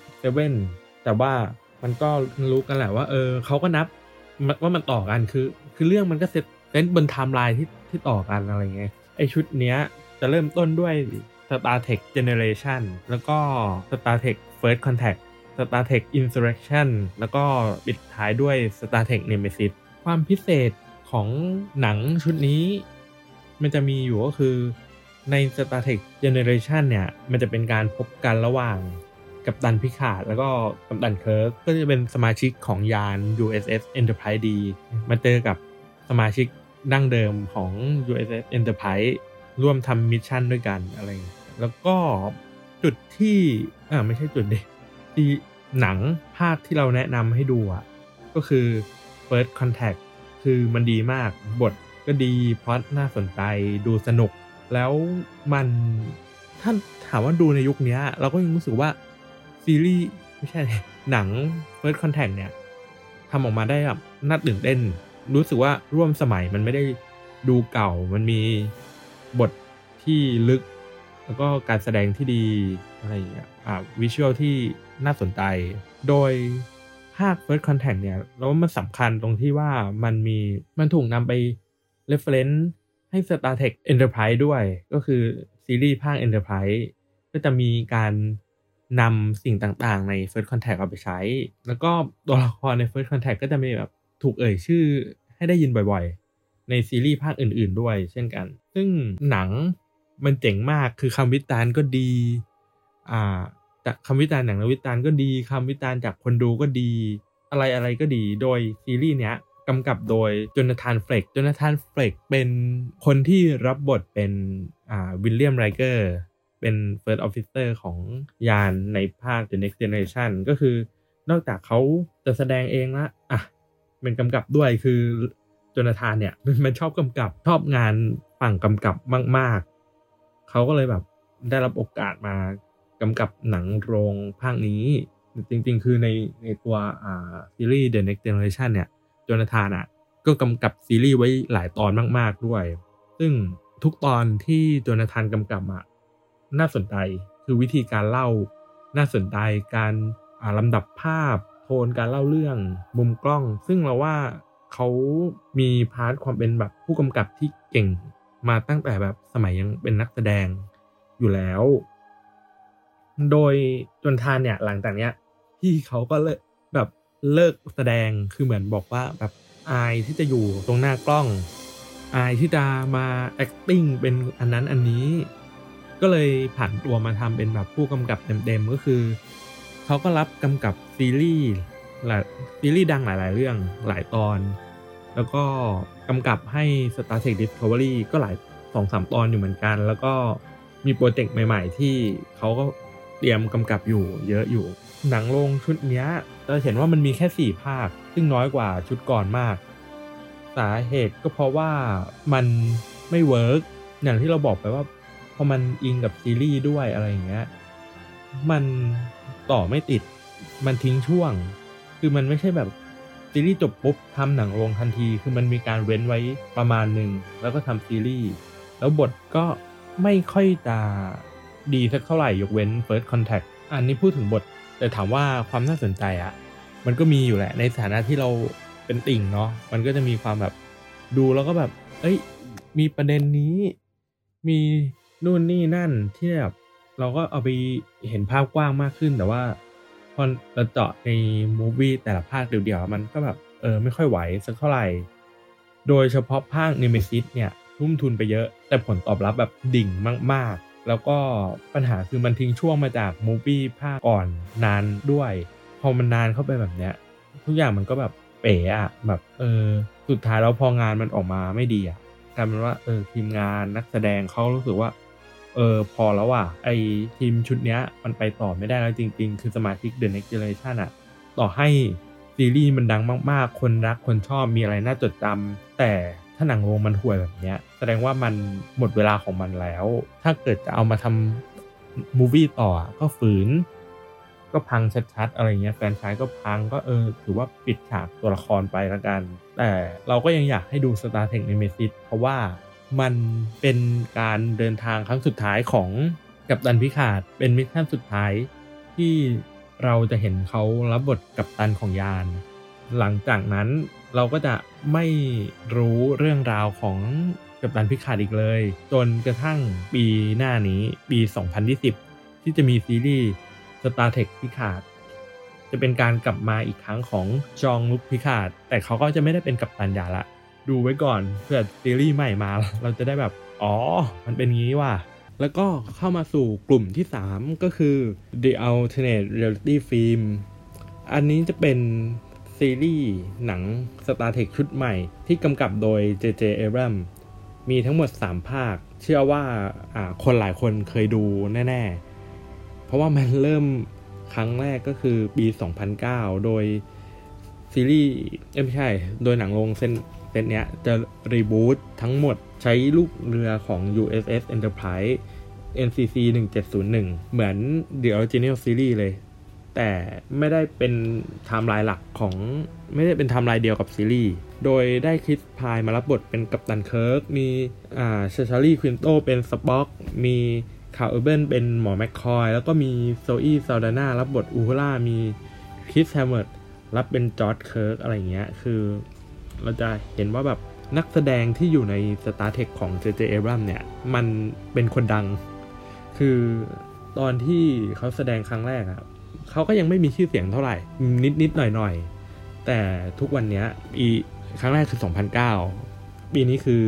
7แต่ว่ามันก็รู้กันแหละว่าเขาก็นับว่ามันต่อกันคือเรื่องมันก็เซตบนไทม์ไลน์ที่ต่อกันอะไรเงี้ยไอชุดเนี้ยจะเริ่มต้นด้วย Star Trek Generation แล้วก็ Star Trek First Contact Star Trek Insurrection แล้วก็ปิดท้ายด้วย Star Trek Nemesis ความพิเศษของหนังชุดนี้มันจะมีอยู่ก็คือใน Star Trek Generation เนี่ยมันจะเป็นการพบกันระหว่างกัปตันพิคาร์ดแล้วก็กัปตันเคิร์กก็จะเป็นสมาชิกของยาน USS Enterprise D มาเจอกับสมาชิกดั้งเดิมของ USS Enterprise ร่วมทำมิชชั่นด้วยกันอะไรแล้วก็จุดที่ไม่ใช่จุดที่หนังภาคที่เราแนะนำให้ดูก็คือ First Contact คือมันดีมากบทก็ดีพล็อตน่าสนใจดูสนุกแล้วมันถ้าถามว่าดูในยุคนี้เราก็ยังรู้สึกว่าซีรีส์ไม่ใช่หนัง First Contact เนี่ยทำออกมาได้แบบน่าตื่นเต้นรู้สึกว่าร่วมสมัยมันไม่ได้ดูเก่ามันมีบทที่ลึกแล้วก็การแสดงที่ดีอะไรอย่างเงี้ยวิชวลที่น่าสนใจโดยภาค First Contact เนี่ยแล้วมันสำคัญตรงที่ว่ามันถูกนำไป reference ให้ Star Trek Enterprise ด้วยก็คือซีรีส์ภาค Enterprise ก็จะมีการนำสิ่งต่างๆใน First Contact เอาไปใช้แล้วก็ตัวละครใน First Contact ก็จะมีแบบถูกเอ่ยชื่อให้ได้ยินบ่อยๆในซีรีส์ภาคอื่นๆด้วยเช่นกันซึ่งหนังมันเจ๋งมากคือคำวิจารณ์ก็ดีจากคำวิจารณ์หนังและวิจารณ์ก็ดีคำวิจารณ์จากคนดูก็ดีอะไรก็ดีโดยซีรีส์เนี้ยกำกับโดยโจนาธาน เฟล็กเป็นคนที่รับบทเป็นวิลเลียม ไรเกอร์เป็น First Officer ของยานในภาค The Next Generation ก็คือนอกจากเขาจะแสดงเองละเป็นกำกับด้วยคือโจนาธานเนี่ยมันชอบกำกับชอบงานฝั่งกำกับมากๆเขาก็เลยแบบได้รับโอกาสมากำกับหนังโรงภาคนี้จริงๆคือในตัวซีรีส์ The Next Generation เนี่ยโจนาธานก็กำกับซีรีส์ไว้หลายตอนมากๆด้วยซึ่งทุกตอนที่โจนาธานกำกับน่าสนใจคือวิธีการเล่าน่าสนใจการลำดับภาพโทนการเล่าเรื่องมุมกล้องซึ่งเราว่าเขามีพาร์ทความเป็นแบบผู้กำกับที่เก่งมาตั้งแต่แบบสมัยยังเป็นนักแสดงอยู่แล้วโดยโจนาธานเนี่ยหลังจากเนี้ยที่เขาก็เลิกแสดงคือเหมือนบอกว่าแบบอายที่จะอยู่ตรงหน้ากล้องอายที่จะมา acting เป็นอันนั้นอันนี้ก็เลยผันตัวมาทำเป็นแบบผู้กำกับเต็มๆก็คือเขาก็รับกำกับซีรีส์ดังหลายๆเรื่องหลายตอนแล้วก็กำกับให้ Star Trek Discovery ก็หลาย 2-3 ตอนอยู่เหมือนกันแล้วก็มีโปรเจกต์ใหม่ๆที่เขาก็เตรียมกำกับอยู่เยอะอยู่หนังโรงชุดนี้จะเห็นว่ามันมีแค่4ภาคซึ่งน้อยกว่าชุดก่อนมากสาเหตุก็เพราะว่ามันไม่เวิร์กอย่างที่เราบอกไปว่าพอมันอิงกับซีรีส์ด้วยอะไรอย่างเงี้ยมันต่อไม่ติดมันทิ้งช่วงคือมันไม่ใช่แบบซีรีส์จบปุ๊บทำหนังโรงทันทีคือมันมีการเว้นไว้ประมาณหนึ่งแล้วก็ทำซีรีส์แล้วบทก็ไม่ค่อยจะดีสักเท่าไหร่ยกเว้น First Contact อันนี้พูดถึงบทแต่ถามว่าความน่าสนใจมันก็มีอยู่แหละในฐานะที่เราเป็นติ่งเนาะมันก็จะมีความแบบดูแล้วก็แบบมีประเด็นนี้มีนู่นนี่นั่นที่แบบเราก็เอาไปเห็นภาพกว้างมากขึ้นแต่ว่าพอเราเจาะในมูฟวี่แต่ละภาคเดี่ยวๆมันก็แบบไม่ค่อยไหวสักเท่าไหร่โดยเฉพาะภาค Nemesis เนี่ยทุ่มทุนไปเยอะแต่ผลตอบรับแบบดิ่งมากๆแล้วก็ปัญหาคือมันทิ้งช่วงมาจากมูฟวี่ภาคก่อนนานด้วยพอมันนานเข้าไปแบบเนี้ยทุกอย่างมันก็แบบเป๋แบบสุดท้ายแล้วพองานมันออกมาไม่ดีกลายเป็นว่าทีมงานนักแสดงเขารู้สึกว่าพอแล้วไอทีมชุดเนี้ยมันไปต่อไม่ได้แล้วจริงๆคือสมาชิก The Next Generation ต่อให้ซีรีส์มันดังมากๆคนรักคนชอบมีอะไรน่าจดจำแต่ถ้าหนังโรงมันห่วยแบบเนี้ยแสดงว่ามันหมดเวลาของมันแล้วถ้าเกิดจะเอามาทำมูฟวี่ต่อก็ฝืนก็พังชัดๆอะไรเงี้ยแฟนชายก็พังก็ถือว่าปิดฉากตัวละครไปละกันแต่เราก็ยังอยากให้ดู Star Trek Nemesis เพราะว่ามันเป็นการเดินทางครั้งสุดท้ายของกัปตันพิคาร์ดเป็นมิชชั่นสุดท้ายที่เราจะเห็นเขารับบทกัปตันของยานหลังจากนั้นเราก็จะไม่รู้เรื่องราวของกัปตันพิคาร์ดอีกเลยจนกระทั่งปีหน้านี้ปี 2020 ที่จะมีซีรีส์ Star Trek พิคาร์ดจะเป็นการกลับมาอีกครั้งของจองลุคพิคาร์ดแต่เขาก็จะไม่ได้เป็นกัปตันยานละดูไว้ก่อนเพื่อซีรีส์ใหม่มาเราจะได้แบบมันเป็นงี้ว่ะแล้วก็เข้ามาสู่กลุ่มที่3ก็คือ The Alternate Reality Film อันนี้จะเป็นซีรีส์หนัง Star Trek ชุดใหม่ที่กำกับโดย J.J. Abrams มีทั้งหมด3ภาคเชื่อว่าคนหลายคนเคยดูแน่ๆเพราะว่ามันเริ่มครั้งแรกก็คือปี 2009 โดยซีรีส์ไม่ใช่โดยหนังโรงเส้นเนี้ยจะรีบูตทั้งหมดใช้ลูกเรือของ USS Enterprise NCC 1701เหมือน The Original Series เลยแต่ไม่ได้เป็นไทม์ไลน์หลักของไม่ได้เป็นไทม์ไลน์เดียวกับซีรีส์โดยได้คริสพายมารับบทเป็นกัปตันเคิร์กมีชาชารีควินโตเป็นสป็อกมีคาร์ลเบิลเป็นหมอแมคคอยแล้วก็มีโซอี้ซาลดาน่ารับบทอูฮูล่ามีคริสแฮมเมอร์รับเป็นจอร์จเคิร์กอะไรเงี้ยคือเราจะเห็นว่าแบบนักแสดงที่อยู่ใน Star Trek ของ J.J. Abrams เนี่ยมันเป็นคนดังคือตอนที่เขาแสดงครั้งแรกเขาก็ยังไม่มีชื่อเสียงเท่าไหร่นิดหน่อยแต่ทุกวันนี้ครั้งแรกคือ 2009 ปีนี้คือ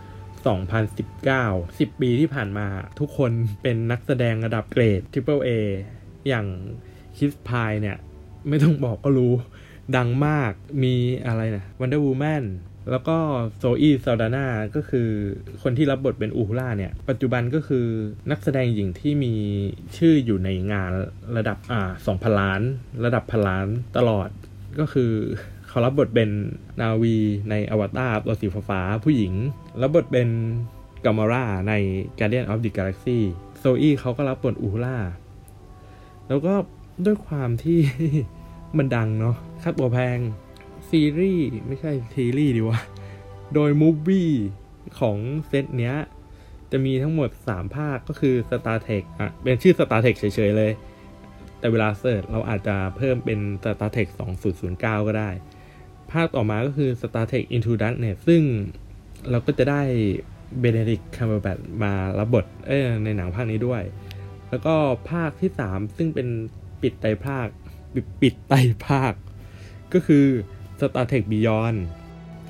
2019 10 ปีที่ผ่านมาทุกคนเป็นนักแสดงระดับเกรด Triple A อย่างคริสพายเนี่ยไม่ต้องบอกก็รู้ดังมากมีอะไรนะ Wonder Woman แล้วก็โซอี้ซาลดาน่าก็คือคนที่รับบทเป็นอูฮูล่าเนี่ยปัจจุบันก็คือนักแสดงหญิงที่มีชื่ออยู่ในงานระดับ2,000 ล้านระดับพันล้านตลอดก็คือเขารับบทเป็นนาวีในอวตารตัวสีฟ้าผู้หญิงรับบทเป็นกามาร่าใน Guardian of the Galaxy โซอี้เขาก็รับบทอูฮูล่าแล้วก็ด้วยความที่มันดังเนาะค่าตัวแพงซีรีส์ไม่ใช่ซีรีส์ดีวะโดยมูฟวี่ของเซตเนี้ยจะมีทั้งหมด3ภาคก็คือ Star Trek เป็นชื่อ Star Trek เฉยๆเลยแต่เวลาเสิร์ชเราอาจจะเพิ่มเป็น Star Trek 2009 ก็ได้ภาคต่อมาก็คือ Star Trek Into Darkness ซึ่งเราก็จะได้เบเนดิกต์ คัมเบอร์แบทมารับบทในหนังภาคนี้ด้วยแล้วก็ภาคที่3ซึ่งเป็นปิดไตรภาคก็คือ Star Trek Beyond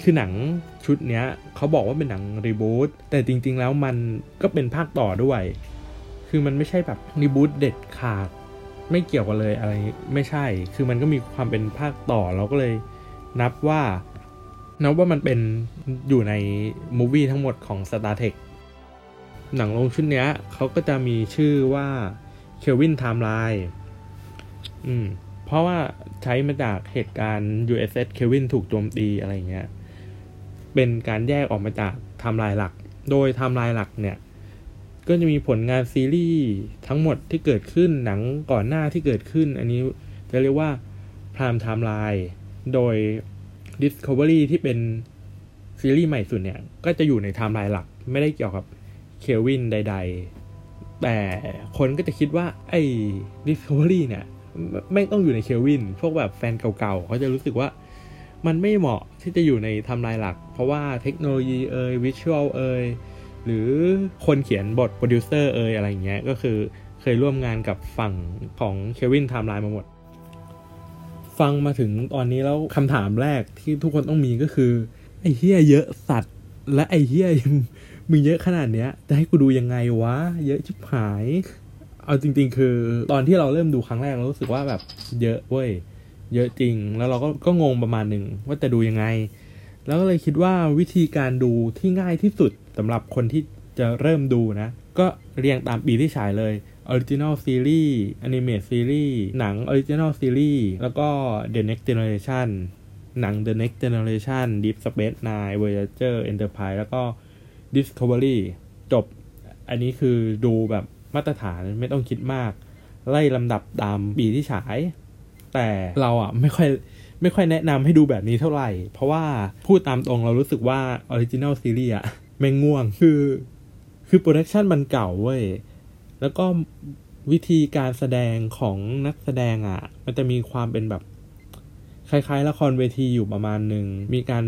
คือหนังชุดเนี้ยเขาบอกว่าเป็นหนังรีบูทแต่จริงๆแล้วมันก็เป็นภาคต่อด้วยคือมันไม่ใช่แบบรีบูทเด็ดขาดไม่เกี่ยวกันเลยอะไรไม่ใช่คือมันก็มีความเป็นภาคต่อเราก็เลยนับว่ามันเป็นอยู่ในมูฟวี่ทั้งหมดของ Star Trek หนังลงชุดเนี้ยเขาก็จะมีชื่อว่า Kelvin Timeline เพราะว่าใช้มาจากเหตุการณ์ USS Kelvin ถูกโจมตีอะไรเงี้ยเป็นการแยกออกมาจากไทม์ไลน์หลักโดยไทม์ไลน์หลักเนี่ยก็จะมีผลงานซีรีส์ทั้งหมดที่เกิดขึ้นหนังก่อนหน้าที่เกิดขึ้นอันนี้จะเรียกว่า Prime Timeline โดย Discovery ที่เป็นซีรีส์ใหม่สุดเนี่ยก็จะอยู่ในไทม์ไลน์หลักไม่ได้เกี่ยวกับเคลวินใดๆแต่คนก็จะคิดว่าไอ้ Discovery เนี่ยไม่ต้องอยู่ในเคลวินพวกแบบแฟนเก่าๆเขาจะรู้สึกว่ามันไม่เหมาะที่จะอยู่ในไทม์ไลน์หลักเพราะว่าเทคโนโลยีวิชวลหรือคนเขียนบทโปรดิวเซอร์อะไรอย่างเงี้ยก็คือเคยร่วมงานกับฝั่งของเคลวินไทม์ไลน์มาหมดฟังมาถึงตอนนี้แล้วคำถามแรกที่ทุกคนต้องมีก็คือไอ้เหี้ยเยอะสัตว์และไอ้เหี้ยมึงเยอะขนาดเนี้ยจะให้กูดูยังไงวะเยอะชิบหายเอาจริงๆคือตอนที่เราเริ่มดูครั้งแรกเรารู้สึกว่าแบบเยอะเว้ยเยอะจริงแล้วเราก็งงประมาณนึงว่าจะดูยังไงแล้วก็เลยคิดว่าวิธีการดูที่ง่ายที่สุดสำหรับคนที่จะเริ่มดูนะก็เรียงตามปีที่ฉายเลย Original Series Animated Series หนัง Original Series แล้วก็ The Next Generation หนัง The Next Generation Deep Space Nine Voyager Enterprise แล้วก็ Discovery จบอันนี้คือดูแบบมาตรฐานไม่ต้องคิดมากไล่ลำดับตามปีที่ฉายแต่เราไม่ค่อยแนะนำให้ดูแบบนี้เท่าไหร่เพราะว่าพูดตามตรงเรารู้สึกว่า Original Series แม่งง่วงคือโปรดักชันมันเก่าเว้ยแล้วก็วิธีการแสดงของนักแสดงมันจะมีความเป็นแบบคล้ายๆละครเวทีอยู่ประมาณนึงมีการ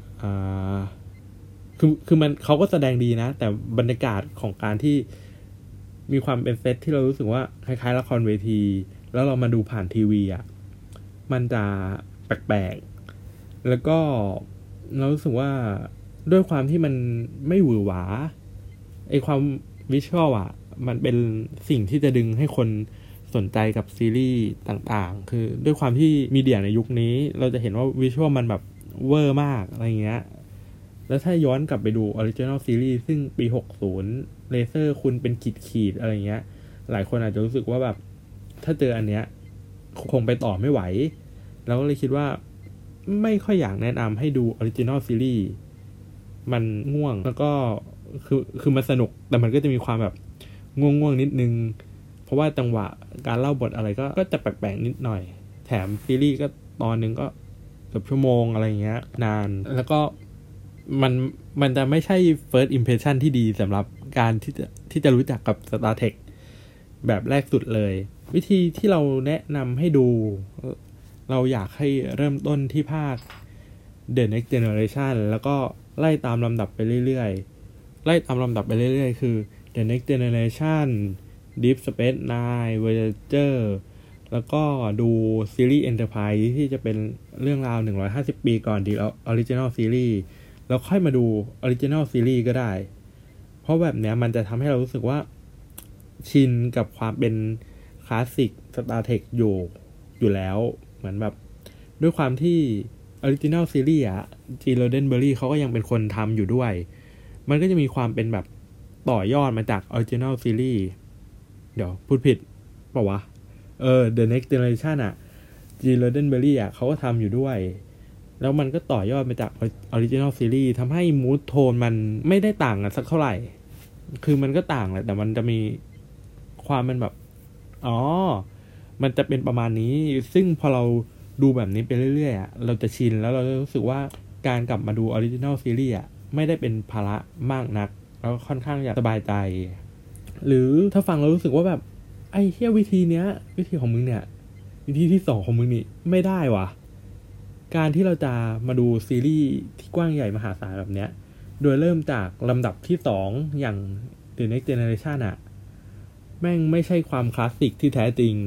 คือมันเขาก็แสดงดีนะแต่บรรยากาศของการที่มีความเป็นเซตที่เรารู้สึกว่าคล้ายๆละครเวทีแล้วเรามาดูผ่านทีวีมันจะแปลกๆแล้วก็เรารู้สึกว่าด้วยความที่มันไม่หวือหวาไอความวิชวลมันเป็นสิ่งที่จะดึงให้คนสนใจกับซีรีส์ต่างๆคือด้วยความที่มีเดียในยุคนี้เราจะเห็นว่าวิชวลมันแบบเวอร์มากอะไรเงี้ยแล้วถ้าย้อนกลับไปดู Original Series ซึ่งปี60เลเซอร์คุณเป็นขีดๆอะไรเงี้ยหลายคนอาจจะรู้สึกว่าแบบถ้าเจออันเนี้ยคงไปต่อไม่ไหวแล้วก็เลยคิดว่าไม่ค่อยอยากแนะนำให้ดู Original Series มันง่วงแล้วก็คือมันสนุกแต่มันก็จะมีความแบบง่วงนิดนึงเพราะว่าจังหวะการเล่าบทอะไรก็จะแปลกๆนิดหน่อยแถมซีรีส์ก็ตอนนึงก็เกือบชั่วโมงอะไรเงี้ยนานแล้วก็มันจะไม่ใช่ first impression ที่ดีสำหรับการที่จะรู้จักกับ Star Trek แบบแรกสุดเลยวิธีที่เราแนะนำให้ดูเราอยากให้เริ่มต้นที่ภาค The Next Generation แล้วก็ไล่ตามลำดับไปเรื่อยๆคือ The Next Generation Deep Space Nine Voyager แล้วก็ดูซีรีส์ Enterprise ที่จะเป็นเรื่องราว150ปีก่อนดี Original Series แล้วค่อยมาดู Original Series ก็ได้เพราะแบบเนี้ยมันจะทำให้เรารู้สึกว่าชินกับความเป็นคลาสสิก Star Trek อยู่แล้วเหมือนแบบด้วยความที่ Original Series Gene Roddenberry เขาก็ยังเป็นคนทำอยู่ด้วยมันก็จะมีความเป็นแบบต่อยอดมาจาก Original Series เดี๋ยวพูดผิดเปล่าวะThe Next Generation Gene Roddenberry เขาก็ทำอยู่ด้วยแล้วมันก็ต่อยอดมาจาก Original Series ทำให้ mood tone มันไม่ได้ต่างกันสักเท่าไหร่คือมันก็ต่างแหละแต่มันจะมีความเป็นแบบมันจะเป็นประมาณนี้ซึ่งพอเราดูแบบนี้ไปเรื่อยๆเราจะชินแล้วเราจะรู้สึกว่าการกลับมาดู Original Series ไม่ได้เป็นภาระมากนักแล้วค่อนข้างอยากสบายใจหรือถ้าฟังเรารู้สึกว่าแบบไอ้เหี้ยวิธีของมึงเนี่ยวิธีที่2ของมึงนี่ไม่ได้วะการที่เราจะมาดูซีรีส์ที่กว้างใหญ่มหาศาลแบบเนี้ยโดยเริ่มจากลำดับที่2อย่าง The Next Generation แม่งไม่ใช่ความคลาสสิกที่แท้จริง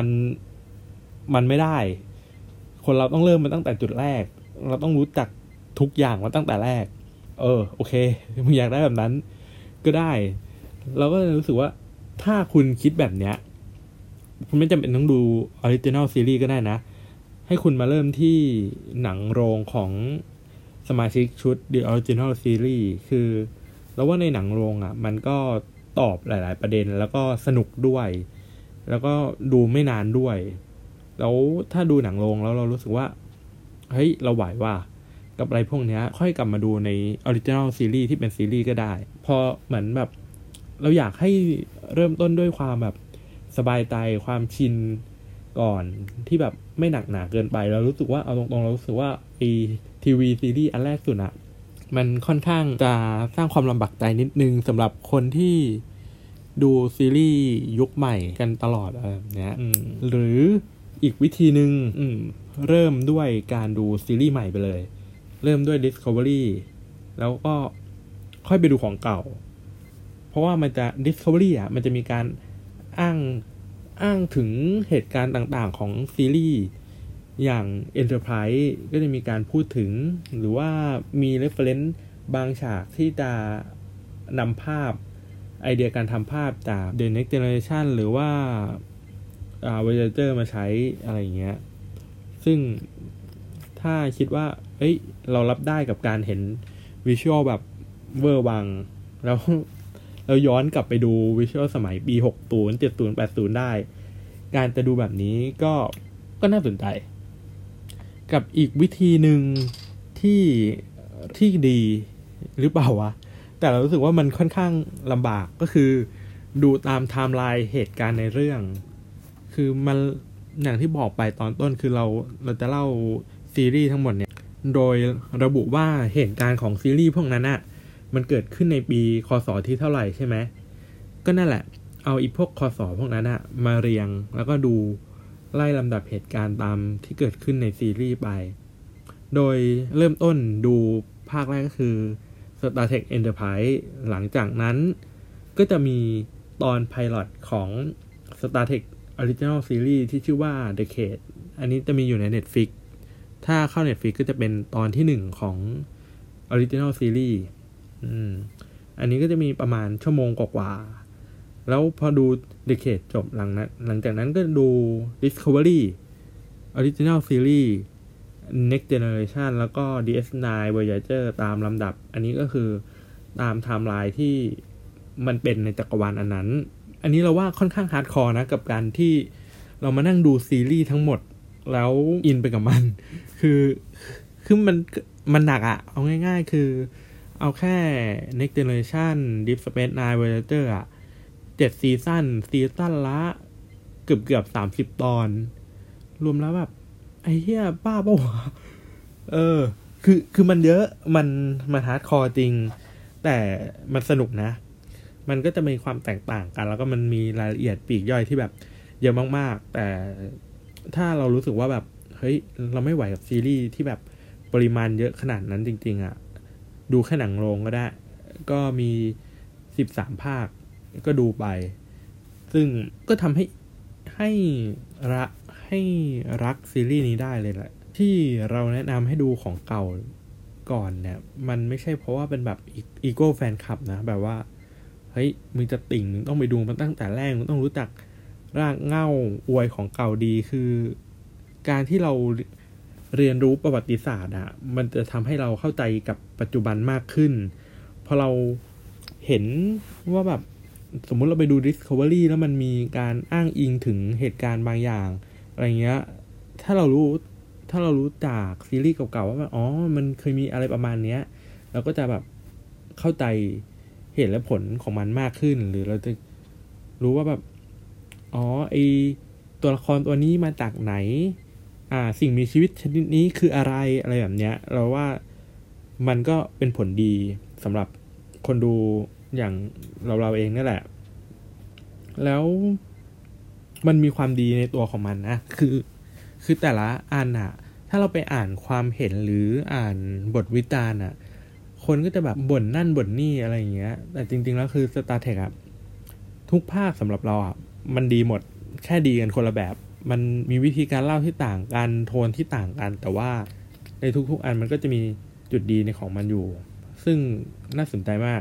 มันไม่ได้คนเราต้องเริ่มมาตั้งแต่จุดแรกเราต้องรู้จักทุกอย่างมาตั้งแต่แรกโอเคมึงอยากได้แบบนั้นก็ได้เราก็รู้สึกว่าถ้าคุณคิดแบบเนี้ยคุณไม่จำเป็นต้องดูออริจินอลซีรีส์ก็ได้นะให้คุณมาเริ่มที่หนังโรงของสมาชิกชุด The Original Series คือเราว่าในหนังโรงอ่ะมันก็ตอบหลายๆประเด็นแล้วก็สนุกด้วยแล้วก็ดูไม่นานด้วยแล้วถ้าดูหนังโรงแล้วเรารู้สึกว่าเฮ้ยเราไหวว่ะกับอะไรพวกนี้ค่อยกลับมาดูใน Original Series ที่เป็นซีรีส์ก็ได้พอเหมือนแบบเราอยากให้เริ่มต้นด้วยความแบบสบายใจความชินก่อนที่แบบไม่หนักหนาเกินไปเรารู้สึกว่าเอาตรงๆเรารู้สึกว่าไอทีวีซีรีส์อันแรกสุดอะมันค่อนข้างจะสร้างความลำบากใจนิดนึงสำหรับคนที่ดูซีรีส์ยุคใหม่กันตลอดอะไรแบบเนี้ยหรืออีกวิธีนึงเริ่มด้วยการดูซีรีส์ใหม่ไปเลยเริ่มด้วย Discovery แล้วก็ค่อยไปดูของเก่าเพราะว่ามันจะ Discovery อ่ะมันจะมีการอ้างถึงเหตุการณ์ต่างๆของซีรีส์อย่าง Enterprise ก็จะมีการพูดถึงหรือว่ามี reference บางฉากที่จะนำภาพไอเดียการทำภาพจาก The Next Generation หรือว่าVoyager มาใช้อะไรอย่างเงี้ยซึ่งถ้าคิดว่าเรารับได้กับการเห็นวิชวลแบบเวอร์วังแล้วเราย้อนกลับไปดูวิชวลสมัยปี60 70 80ได้การจะดูแบบนี้ก็น่าสนใจกับอีกวิธีหนึ่งที่ดีหรือเปล่าวะแต่เรารู้สึกว่ามันค่อนข้างลำบากก็คือดูตามไทม์ไลน์เหตุการณ์ในเรื่องคือมันอย่างที่บอกไปตอนต้นคือเราจะเล่าซีรีส์ทั้งหมดเนี่ยโดยระบุว่าเหตุการณ์ของซีรีส์พวกนั้นอะมันเกิดขึ้นในปีคศที่เท่าไหร่ใช่ไหมก็นั่นแหละเอาอีพวกคศพวกนั้นอะมาเรียงแล้วก็ดูไล่ลำดับเหตุการณ์ตามที่เกิดขึ้นในซีรีส์ไปโดยเริ่มต้นดูภาคแรกก็คือ Star Trek Enterprise หลังจากนั้นก็จะมีตอนไพลอตของ Star Trek Original Series ที่ชื่อว่า The Cage อันนี้จะมีอยู่ใน Netflix ถ้าเข้า Netflix ก็จะเป็นตอนที่1ของ Original Series อันนี้ก็จะมีประมาณชั่วโมงกว่าๆแล้วพอดู The Cage จบหลังจากนั้นก็ดู Discovery Original Series Next Generation แล้วก็ DS9 Voyager ตามลำดับอันนี้ก็คือตามไทม์ไลน์ที่มันเป็นในจักรวาลอันนั้นอันนี้เราว่าค่อนข้างฮาร์ดคอร์นะกับการที่เรามานั่งดูซีรีส์ทั้งหมดแล้วอินไปกับมันคือมันหนักอะเอาง่ายๆคือเอาแค่ Next Generation Deep Space Nine Voyager อะ7ซีซั่นละเกือบ30ตอนรวมแล้วแบบไอ้เหี้ยบ้าป่ะวะคือมันเยอะมันฮาร์ดคอร์จริงแต่มันสนุกนะมันก็จะมีความแตกต่างกันแล้วก็มันมีรายละเอียดปลีกย่อยที่แบบเยอะมากๆแต่ถ้าเรารู้สึกว่าแบบเฮ้ยเราไม่ไหวกับซีรีส์ที่แบบปริมาณเยอะขนาดนั้นจริงๆอ่ะดูแค่หนังโรงก็ได้ก็มี13ภาคก็ดูไปซึ่งก็ทำให้รักซีรีส์นี้ได้เลยแหละที่เราแนะนำให้ดูของเก่าก่อนเนี่ยมันไม่ใช่เพราะว่าเป็นแบบอีโก้แฟนคลับนะแบบว่าเฮ้ยมึงจะติ่งมึงต้องไปดูมันตั้งแต่แรกมึงต้องรู้จักรากเหง้าอวยของเก่าดีคือการที่เราเรียนรู้ประวัติศาสตร์อะมันจะทำให้เราเข้าใจกับปัจจุบันมากขึ้นพอเราเห็นว่าแบบสมมุติเราไปดู Discovery แล้วมันมีการอ้างอิงถึงเหตุการณ์บางอย่างอะไรเงี้ยถ้าเรารู้จากซีรีส์เก่าๆว่ามันเคยมีอะไรประมาณเนี้ยเราก็จะแบบเข้าใจเหตุและผลของมันมากขึ้นหรือเราจะรู้ว่าแบบไอตัวละครตัวนี้มาจากไหนสิ่งมีชีวิตชนิดนี้คืออะไรแบบเนี้ยเราว่ามันก็เป็นผลดีสำหรับคนดูอย่างเราเองนั่นแหละแล้วมันมีความดีในตัวของมันนะคือแต่ละอันอะถ้าเราไปอ่านความเห็นหรืออ่านบทวิจารณ์อะคนก็จะแบบบ่นนั่นบ่นนี่อะไรอย่างเงี้ยแต่จริงๆแล้วคือ Star Trek อะทุกภาคสำหรับเราอะมันดีหมดแค่ดีกันคนละแบบมันมีวิธีการเล่าที่ต่างกันโทนที่ต่างกันแต่ว่าในทุกๆอันมันก็จะมีจุดดีในของมันอยู่ซึ่งน่าสนใจมาก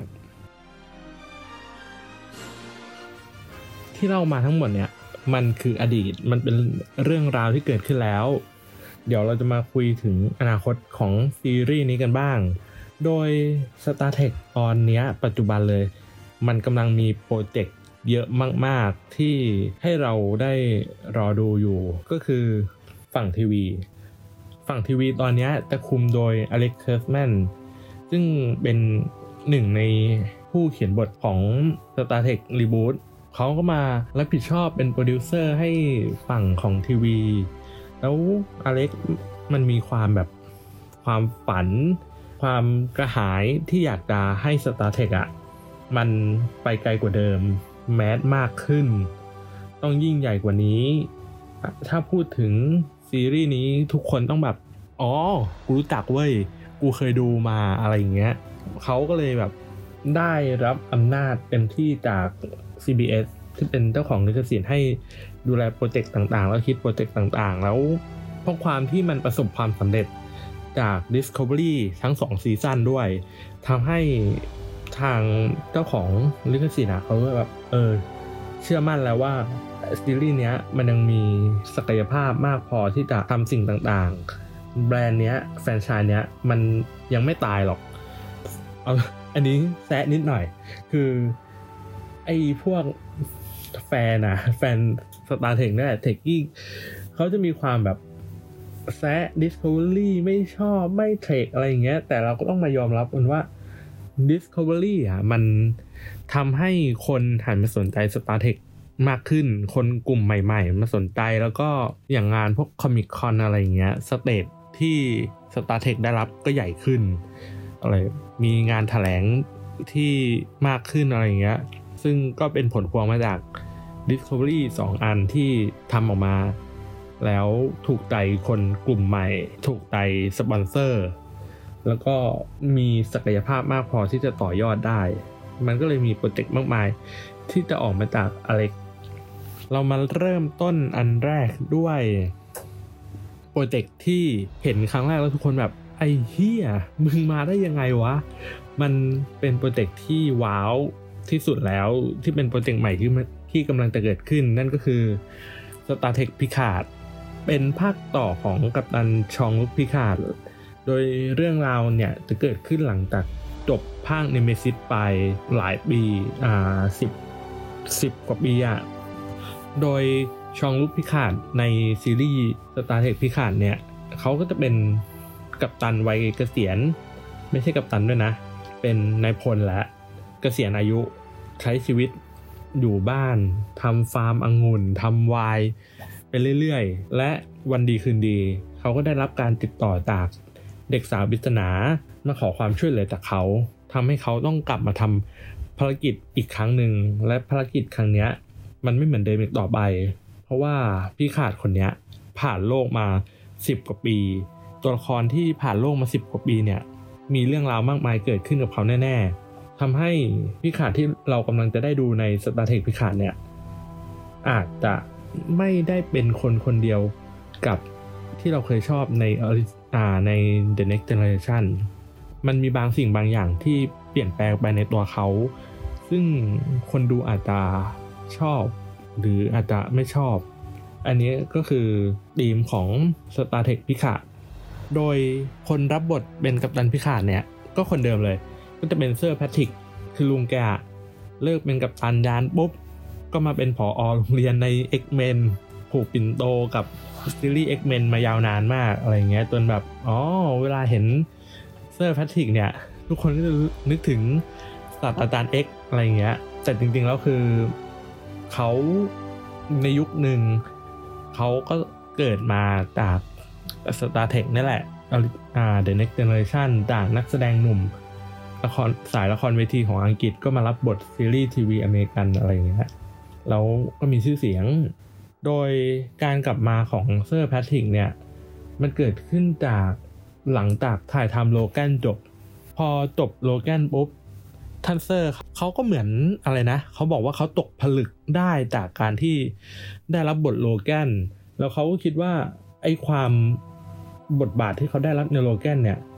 ที่เล่ามาทั้งหมดเนี่ยมันคืออดีตมันเป็นเรื่องราวที่เกิดขึ้นแล้วเดี๋ยวเราจะมาคุยถึงอนาคตของซีรีส์นี้กันบ้างโดย Star Trek ตอนนี้ปัจจุบันเลยมันกำลังมีโปรเจกต์เยอะมากๆที่ให้เราได้รอดูอยู่ก็คือฝั่งทีวีตอนนี้จะคุมโดยอเล็กซ์ เคอร์สแมนซึ่งเป็นหนึ่งในผู้เขียนบทของ Star Trek Reboot เขาก็มารับผิดชอบเป็นโปรดิวเซอร์ให้ฝั่งของทีวีแล้วอเล็กซ์มันมีความแบบความฝันความกระหายที่อยากจะให้ Star Trek มันไปไกลกว่าเดิมแมสมากขึ้นต้องยิ่งใหญ่กว่านี้ถ้าพูดถึงซีรีส์นี้ทุกคนต้องแบบอ๋อกูรู้จักเว้ยกูเคยดูมาอะไรอย่างเงี้ยเขาก็เลยแบบได้รับอำนาจเต็มที่จาก CBS ที่เป็นเจ้าของลิขสิทธิ์ให้ดูแลโปรเจกต์ต่างๆแล้วคิดโปรเจกต์ต่างๆแล้วเพราะความที่มันประสบความสำเร็จจาก Discovery ทั้ง2ซีซั่นด้วยทำให้ทางเจ้าของลิขสิทธิ์เขาก็แบบเชื่อมั่นแล้วว่าซีรีส์เนี้ยมันยังมีศักยภาพมากพอที่จะทำสิ่งต่างๆแบรนด์เนี้ยแฟรนไชส์เนี้ยมันยังไม่ตายหรอกอันนี้แซะนิดหน่อยคือไอ้พวกแฟน Star Trek เนี่ยเทคกี้เขาจะมีความแบบแซะ Discovery ไม่ชอบไม่เทคอะไรอย่างเงี้ยแต่เราก็ต้องมายอมรับกันว่า Discovery มันทำให้คนหันมาสนใจ Star Trek มากขึ้นคนกลุ่มใหม่ๆมาสนใจแล้วก็อย่างงานพวก Comic Con อะไรอย่างเงี้ยสเตจที่ Star Trek ได้รับก็ใหญ่ขึ้นอะไรมีงานแถลงที่มากขึ้นอะไรอย่างเงี้ยซึ่งก็เป็นผลพวงมาจาก Discovery 2 อันที่ทำออกมาแล้วถูกใจคนกลุ่มใหม่ถูกใจสปอนเซอร์แล้วก็มีศักยภาพมากพอที่จะต่อยอดได้มันก็เลยมีโปรเจกต์มากมายที่จะออกมาจากอเล็กเรามาเริ่มต้นอันแรกด้วยโปรเจกต์ที่เห็นครั้งแรกแล้วทุกคนแบบไอ้เหี้ยมึงมาได้ยังไงวะมันเป็นโปรเจกต์ที่ว้าวที่สุดแล้วที่เป็นโปรเจกต์ใหม่ที่กำลังจะเกิดขึ้นนั่นก็คือ Star Trek Picard เป็นภาคต่อของกัปตันชองลุคพิคาร์ดโดยเรื่องราวเนี่ยจะเกิดขึ้นหลังจากจบภาค Nemesis ไปหลายปี10 กว่าปีโดยชองลุคพิคาร์ดในซีรีส์ Star Trek Picard เนี่ยเขาก็จะเป็นกัปตันวัยเกษียณไม่ใช่กัปตันด้วยนะเป็นนายพลและเกษียณอายุใช้ชีวิตอยู่บ้านทำฟาร์มองุ่นทำไวน์ไปเรื่อยๆและวันดีคืนดีเขาก็ได้รับการติดต่อจากเด็กสาวปริศนามาขอความช่วยเหลือจากเขาทำให้เขาต้องกลับมาทำภารกิจอีกครั้งหนึ่งและภารกิจครั้งนี้มันไม่เหมือนเดิมอีกต่อไปเพราะว่าพี่ขาดคนนี้ผ่านโลกมา10 กว่าปีตัวละครที่ผ่านโลกมา10 กว่าปีเนี่ยมีเรื่องราวมากมายเกิดขึ้นกับเขาแน่ๆทำให้พี่ขาดที่เรากำลังจะได้ดูใน Star Trek พี่ขาดเนี่ยอาจจะไม่ได้เป็นคนเดียวกับที่เราเคยชอบในThe Next Generation มันมีบางสิ่งบางอย่างที่เปลี่ยนแปลงไปในตัวเขาซึ่งคนดูอาจจะชอบหรืออาจจะไม่ชอบอันนี้ก็คือธีมของ Star Trek พิคาร์ดโดยคนรับบทเป็นกัปตันพิคาร์ดเนี่ยก็คนเดิมเลยก็จะเป็นเซอร์แพทริกคือลุงแกเลิกเป็นกัปตันยานปุ๊บก็มาเป็นผอ.โรงเรียนใน X-Men ผูกปิ่นโตกับซีรีส์ X-Men มายาวนานมากอะไรเงี้ยจนแบบเวลาเห็นเซอร์แพทริกเนี่ยทุกคนก็จะนึกถึงศาสตราจารย์ X อะไรเงี้ยแต่จริงๆแล้วคือเขาในยุคหนึ่งเขาก็เกิดมาจาก Star Trek นี่แหละThe Next Generation จากนักแสดงหนุ่มสายละครเวทีของอังกฤษก็มารับบทซีรีส์ทีวีอเมริกันอะไรอย่างเงี้ยแล้วก็มีชื่อเสียงโดยการกลับมาของเซอร์แพทริกเนี่ยมันเกิดขึ้นจากหลังจากถ่ายทำโลแกนจบพอจบโลแกนปุ๊บท่านเซอร์เขาก็เหมือนอะไรนะเขาบอกว่าเขาตกผลึกได้จากการที่ได้รับบทโลแกนแล้วเขาก็คิดว่าไอ้ความบทบาทที่เขาได้รับในโลแกนเนี่ย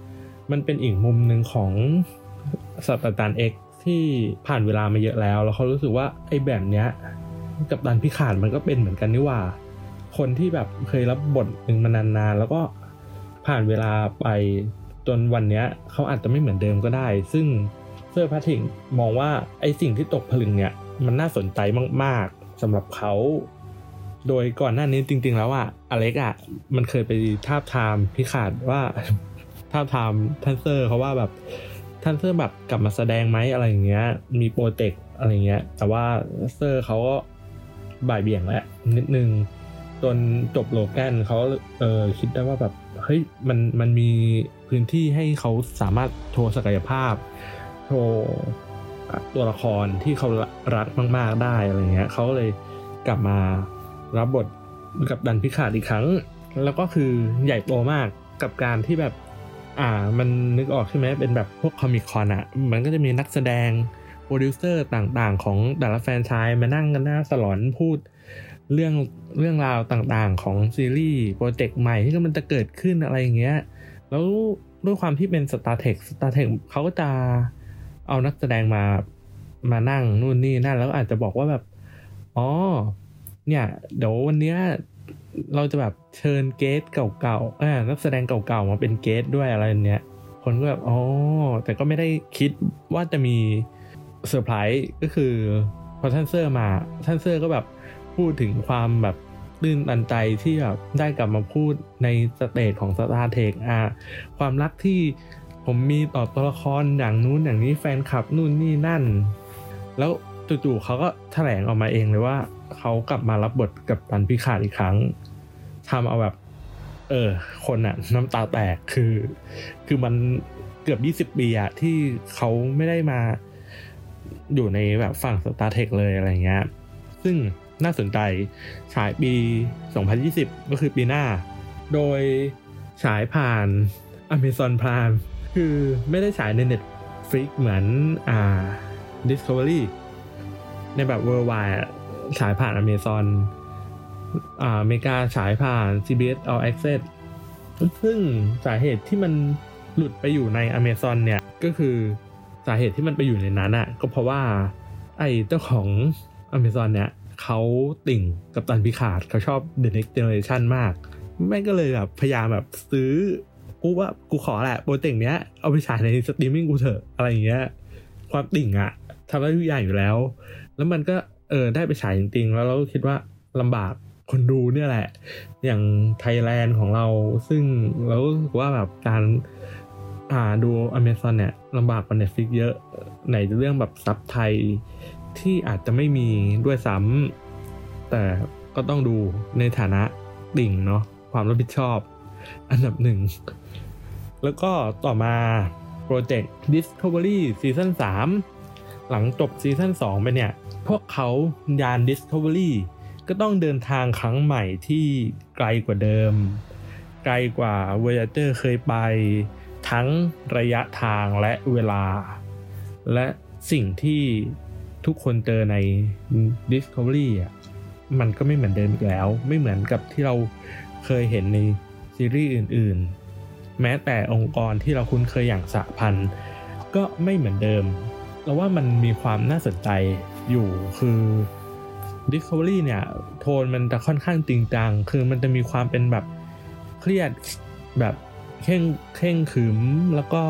มันเป็นอีกมุมนึงของศาสตราจารย์ X ที่ผ่านเวลามาเยอะแล้วเขารู้สึกว่าไอ้แบบเนี้ยกัปตันพิขาดมันก็เป็นเหมือนกันนี่ว่าคนที่แบบเคยรับบทนึงมานานๆแล้วก็ผ่านเวลาไปจนวันเนี้ยเขาอาจจะไม่เหมือนเดิมก็ได้ซึ่งเซอร์แพทริกมองว่าไอ้สิ่งที่ตกผลึกเนี่ยมันน่าสนใจมากๆสำหรับเขาโดยก่อนหน้านี้จริงๆแล้วอ่ะอเล็กอ่ะมันเคยไปทาบทามพิขาดว่าทาบทามท่านเซอร์เขาว่าแบบท่านเซอร์แบบกลับมาแสดงไหมอะไรอย่างเงี้ยมีโปรเจกต์อะไรเงี้ยแต่ว่าเซอร์เขาก็บ่ายเบี่ยงแล้วนิดนึงจนจบโลแกนเขาคิดได้ว่าแบบเฮ้ยมันมีพื้นที่ให้เขาสามารถโชว์ศักยภาพโชว์ตัวละครที่เขารักมากๆได้อะไรเงี้ยเขาเลยกลับมารับบทกับดันพิขาดอีกครั้งแล้วก็คือใหญ่โตมากกับการที่แบบมันนึกออกใช่ไหมเป็นแบบพวกคอมิคคอนอ่ะมันก็จะมีนักแสดงโปรดิวเซอร์ต่างๆของแต่ละแฟรนไชส์มานั่งกันหน้าสลอนพูดเรื่องราวต่างๆของซีรีส์โปรเจกต์ใหม่ที่มันจะเกิดขึ้นอะไรอย่างเงี้ยแล้วด้วยความที่เป็น Star Trek เขาก็จะเอานักแสดงมานั่งนู่นนี่นั่นแล้วอาจจะบอกว่าแบบอ๋อเนี่ยเดี๋ยววันเนี้ยเราจะแบบเชิญเกสเก่าๆนักแสดงเก่าๆมาเป็นเกสด้วยอะไรเนี้ยคนก็แบบอ๋อแต่ก็ไม่ได้คิดว่าจะมีเซอร์ไพรส์ก็คือพอท่านเซอร์มาท่านเซอร์ก็แบบพูดถึงความแบบตื่นตันใจที่แบบได้กลับมาพูดในสเตจของ Star Trek ความรักที่ผมมีต่อตัวละครอย่างนู้นอย่างนี้แฟนคลับนู่นนี่นั่นแล้วจู่ๆเขาก็แถลงออกมาเองเลยว่าเขากลับมารับบทกับตันพิขาดอีกครั้งทำเอาแบบคนอ่ะน้ำตาแตกคือมันเกือบ20 ปีอะที่เขาไม่ได้มาอยู่ในแบบฝั่ง Star Trek เลยอะไรเงี้ยซึ่งน่าสนใจฉายปี2020ก็คือปีหน้าโดยฉายผ่าน Amazon Prime คือไม่ได้ฉายใน Netflix เหมือนDiscovery ในแบบ Worldwide ฉายผ่าน Amazon อเมริกาฉายผ่าน CBS All Access ซึ่งสาเหตุที่มันหลุดไปอยู่ใน Amazon เนี่ยก็คือสาเหตุที่มันไปอยู่ในนั้นอ่ะก็เพราะว่าไอ้เจ้าของ Amazon เนี่ยเขาติ่งกัปตันพิขาดเขาชอบ The Next Generation มากแม่งก็เลยแบบพยายามแบบซื้อกูขอแหละโปรเจกต์เนี้ยเอาไปฉายในสตรีมมิ่งกูเถอะอะไรอย่างเงี้ยความติ่งอ่ะทำได้ทุกอย่างอยู่แล้วมันก็ได้ไปฉายจริงๆแล้วเราคิดว่าลำบากคนดูเนี่ยแหละอย่างไทยแลนด์ของเราซึ่งเรารู้สึกว่าแบบการดู Amazon เนี่ยลำบากกว่า Netflix เยอะในเรื่องแบบซับไทยที่อาจจะไม่มีด้วยซ้ำแต่ก็ต้องดูในฐานะติ่งเนาะความรับผิดชอบอันดับหนึ่งแล้วก็ต่อมาโปรเจกต์ Discovery ซีซั่น3หลังจบซีซั่น2ไปเนี่ยพวกเขายาน Discovery ก็ต้องเดินทางครั้งใหม่ที่ไกลกว่าเดิมไกลกว่า Voyager เคยไปทั้งระยะทางและเวลาและสิ่งที่ทุกคนเจอใน Discovery มันก็ไม่เหมือนเดิมอีกแล้วไม่เหมือนกับที่เราเคยเห็นในซีรีส์อื่นๆแม้แต่องค์กรที่เราคุ้นเคยอย่างสหพันธ์ก็ไม่เหมือนเดิมเราว่ามันมีความน่าสนใจอยู่คือ Discovery เนี่ยโทนมันจะค่อนข้างจริงจังคือมันจะมีความเป็นแบบเครียดแบบเคร่งขรึมแล้วก็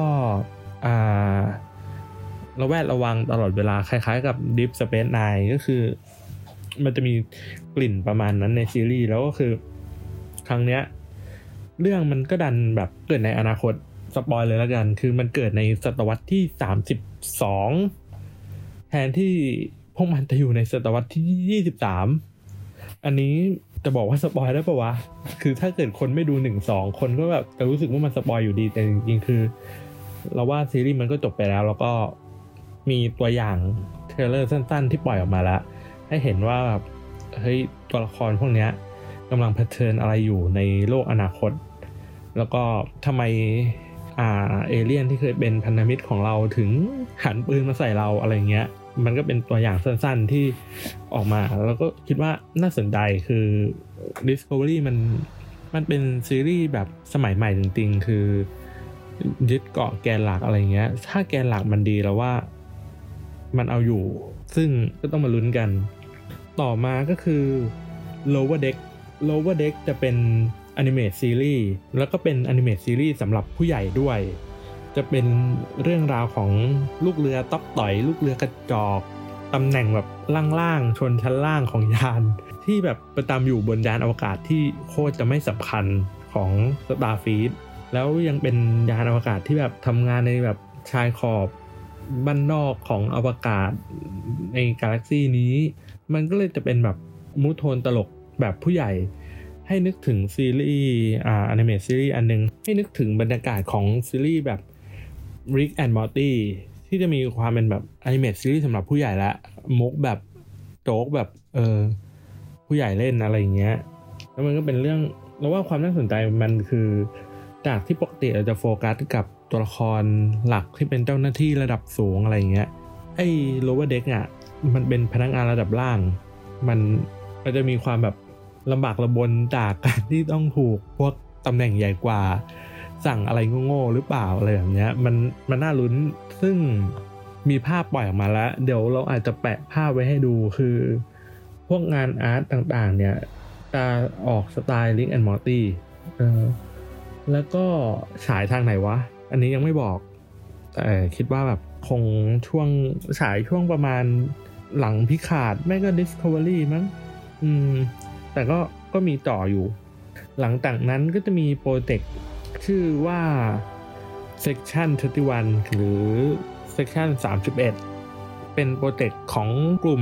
ระแวดระวังตลอดเวลาคล้ายๆกับ Deep Space Nine ก็คือมันจะมีกลิ่นประมาณนั้นในซีรีส์แล้วก็คือครั้งเนี้ยเรื่องมันก็ดันแบบเกิดในอนาคตสปอยเลยแล้วกันคือมันเกิดในศตวรรษที่32แทนที่พวกมันจะอยู่ในศตวรรษที่23อันนี้จะบอกว่าสปอยได้ปะวะคือถ้าเกิดคนไม่ดู 1-2 คนก็แบบจะรู้สึกว่ามันสปอยอยู่ดีแต่จริงๆคือเราว่าซีรีส์มันก็จบไปแล้วก็มีตัวอย่างเทรลเลอร์สั้นๆที่ปล่อยออกมาแล้วให้เห็นว่าแบบเฮ้ยตัวละครพวกเนี้ยกำลังเผชิญอะไรอยู่ในโลกอนาคตแล้วก็ทำไมเอเลี่ยนที่เคยเป็นพันธมิตรของเราถึงหันปืนมาใส่เราอะไรเงี้ยมันก็เป็นตัวอย่างสั้นๆที่ออกมาแล้วก็คิดว่าน่าสนใจคือ Discovery มันเป็นซีรีส์แบบสมัยใหม่จริงๆคือยึดเกาะแกนหลักอะไรเงี้ยถ้าแกนหลักมันดีแล้วว่ามันเอาอยู่ซึ่งก็ต้องมาลุ้นกันต่อมาก็คือ Lower Deck จะเป็นอนิเมตซีรีส์แล้วก็เป็นอนิเมตซีรีส์สำหรับผู้ใหญ่ด้วยจะเป็นเรื่องราวของลูกเรือต๊อกต่อยลูกเรือกระจอกตำแหน่งแบบล่างๆชนชั้นล่างของยานที่แบบประจำอยู่บนยานอวกาศที่โคตรจะไม่สำคัญของ Starfleet แล้วยังเป็นยานอวกาศที่แบบทำงานในแบบชายขอบบ้านนอกของอวกาศในกาแล็กซีนี้มันก็เลยจะเป็นแบบมูดโทนตลกแบบผู้ใหญ่ให้นึกถึงซีรีส์อนิเมะซีรีส์อันนึงให้นึกถึงบรรยากาศของซีรีส์แบบ Rick and Morty ที่จะมีความเป็นแบบอนิเมะซีรีส์สำหรับผู้ใหญ่และมุกแบบโจ๊กแบบผู้ใหญ่เล่นอะไรอย่างเงี้ยแล้วมันก็เป็นเรื่องเราว่าความน่าสนใจมันคือจากที่ปกติเราจะโฟกัสกับตัวละครหลักที่เป็นเจ้าหน้าที่ระดับสูงอะไรอย่างเงี้ยไอ้ Lower Deck อ่ะมันเป็นพนักงานระดับล่างมันจะมีความแบบลำบากลำบนจากการที่ต้องถูกพวกตำแหน่งใหญ่กว่าสั่งอะไรโง่ๆหรือเปล่าอะไรแบบเนี้ยมันน่าลุ้นซึ่งมีภาพปล่อยออกมาแล้วเดี๋ยวเราอาจจะแปะภาพไว้ให้ดูคือพวกงานอาร์ตต่างๆเนี่ยจะออกสไตล์ Rick and Morty แล้วก็ฉายทางไหนวะอันนี้ยังไม่บอกแต่คิดว่าแบบคงฉายช่วงประมาณหลังพิฆาตไม่ก็ Discovery มั้งแต่ก็มีต่ออยู่หลังจากนั้นก็จะมีโปรเจกต์ชื่อว่า Section 31หรือ Section 31เป็นโปรเจกต์ของกลุ่ม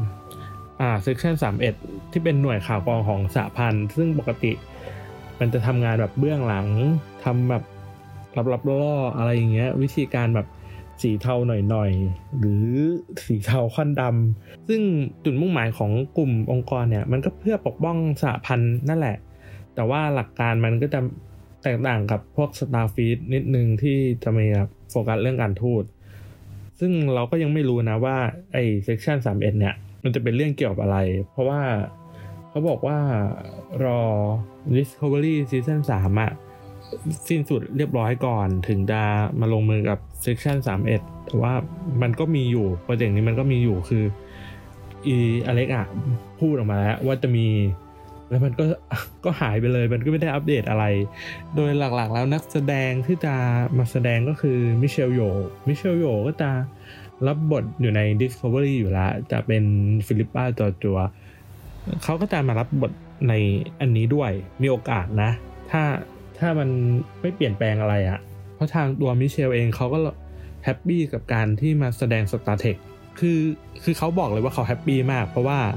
Section 31ที่เป็นหน่วยข่าวกรองของสหพันธ์ซึ่งปกติมันจะทำงานแบบเบื้องหลังทำแบบลับๆล่อๆอะไรอย่างเงี้ยวิธีการแบบสีเทาหน่อยๆหรือสีเทาค่อนดำซึ่งจุดมุ่งหมายของกลุ่มองค์กรเนี่ยมันก็เพื่อปกป้องสหพันธ์นั่นแหละแต่ว่าหลักการมันก็จะแตกต่างกับพวก Starfleet นิดนึงที่จะมีโฟกัสเรื่องการทูตซึ่งเราก็ยังไม่รู้นะว่าไอ้ Section 31เนี่ยมันจะเป็นเรื่องเกี่ยวกับอะไรเพราะว่าเขาบอกว่ารอ Discovery Season 3อ่ะสิ้นสุดเรียบร้อยก่อนถึงจะมาลงมือกับ Section 31แต่ว่ามันก็มีอยู่โปรเจกต์นี้มันก็มีอยู่คืออเล็กอ่ะพูดออกมาแล้วว่าจะมีแล้วมันก็หายไปเลยมันก็ไม่ได้อัปเดตอะไรโดยหลักๆแล้วนักแสดงที่จะมาแสดงก็คือมิเชลโยก็จะรับบทอยู่ใน Discovery อยู่แล้วจะเป็นฟิลิปป้าจัวเขาก็จะมารับบทในอันนี้ด้วยมีโอกาสนะถ้ามันไม่เปลี่ยนแปลงอะไรอ่ะเพราะทางตัวมิเชลเองเขาก็แฮปปี้กับการที่มาแสดง Star Trek คือเขาบอกเลยว่าเขาแฮปปี้มากเพราะว่า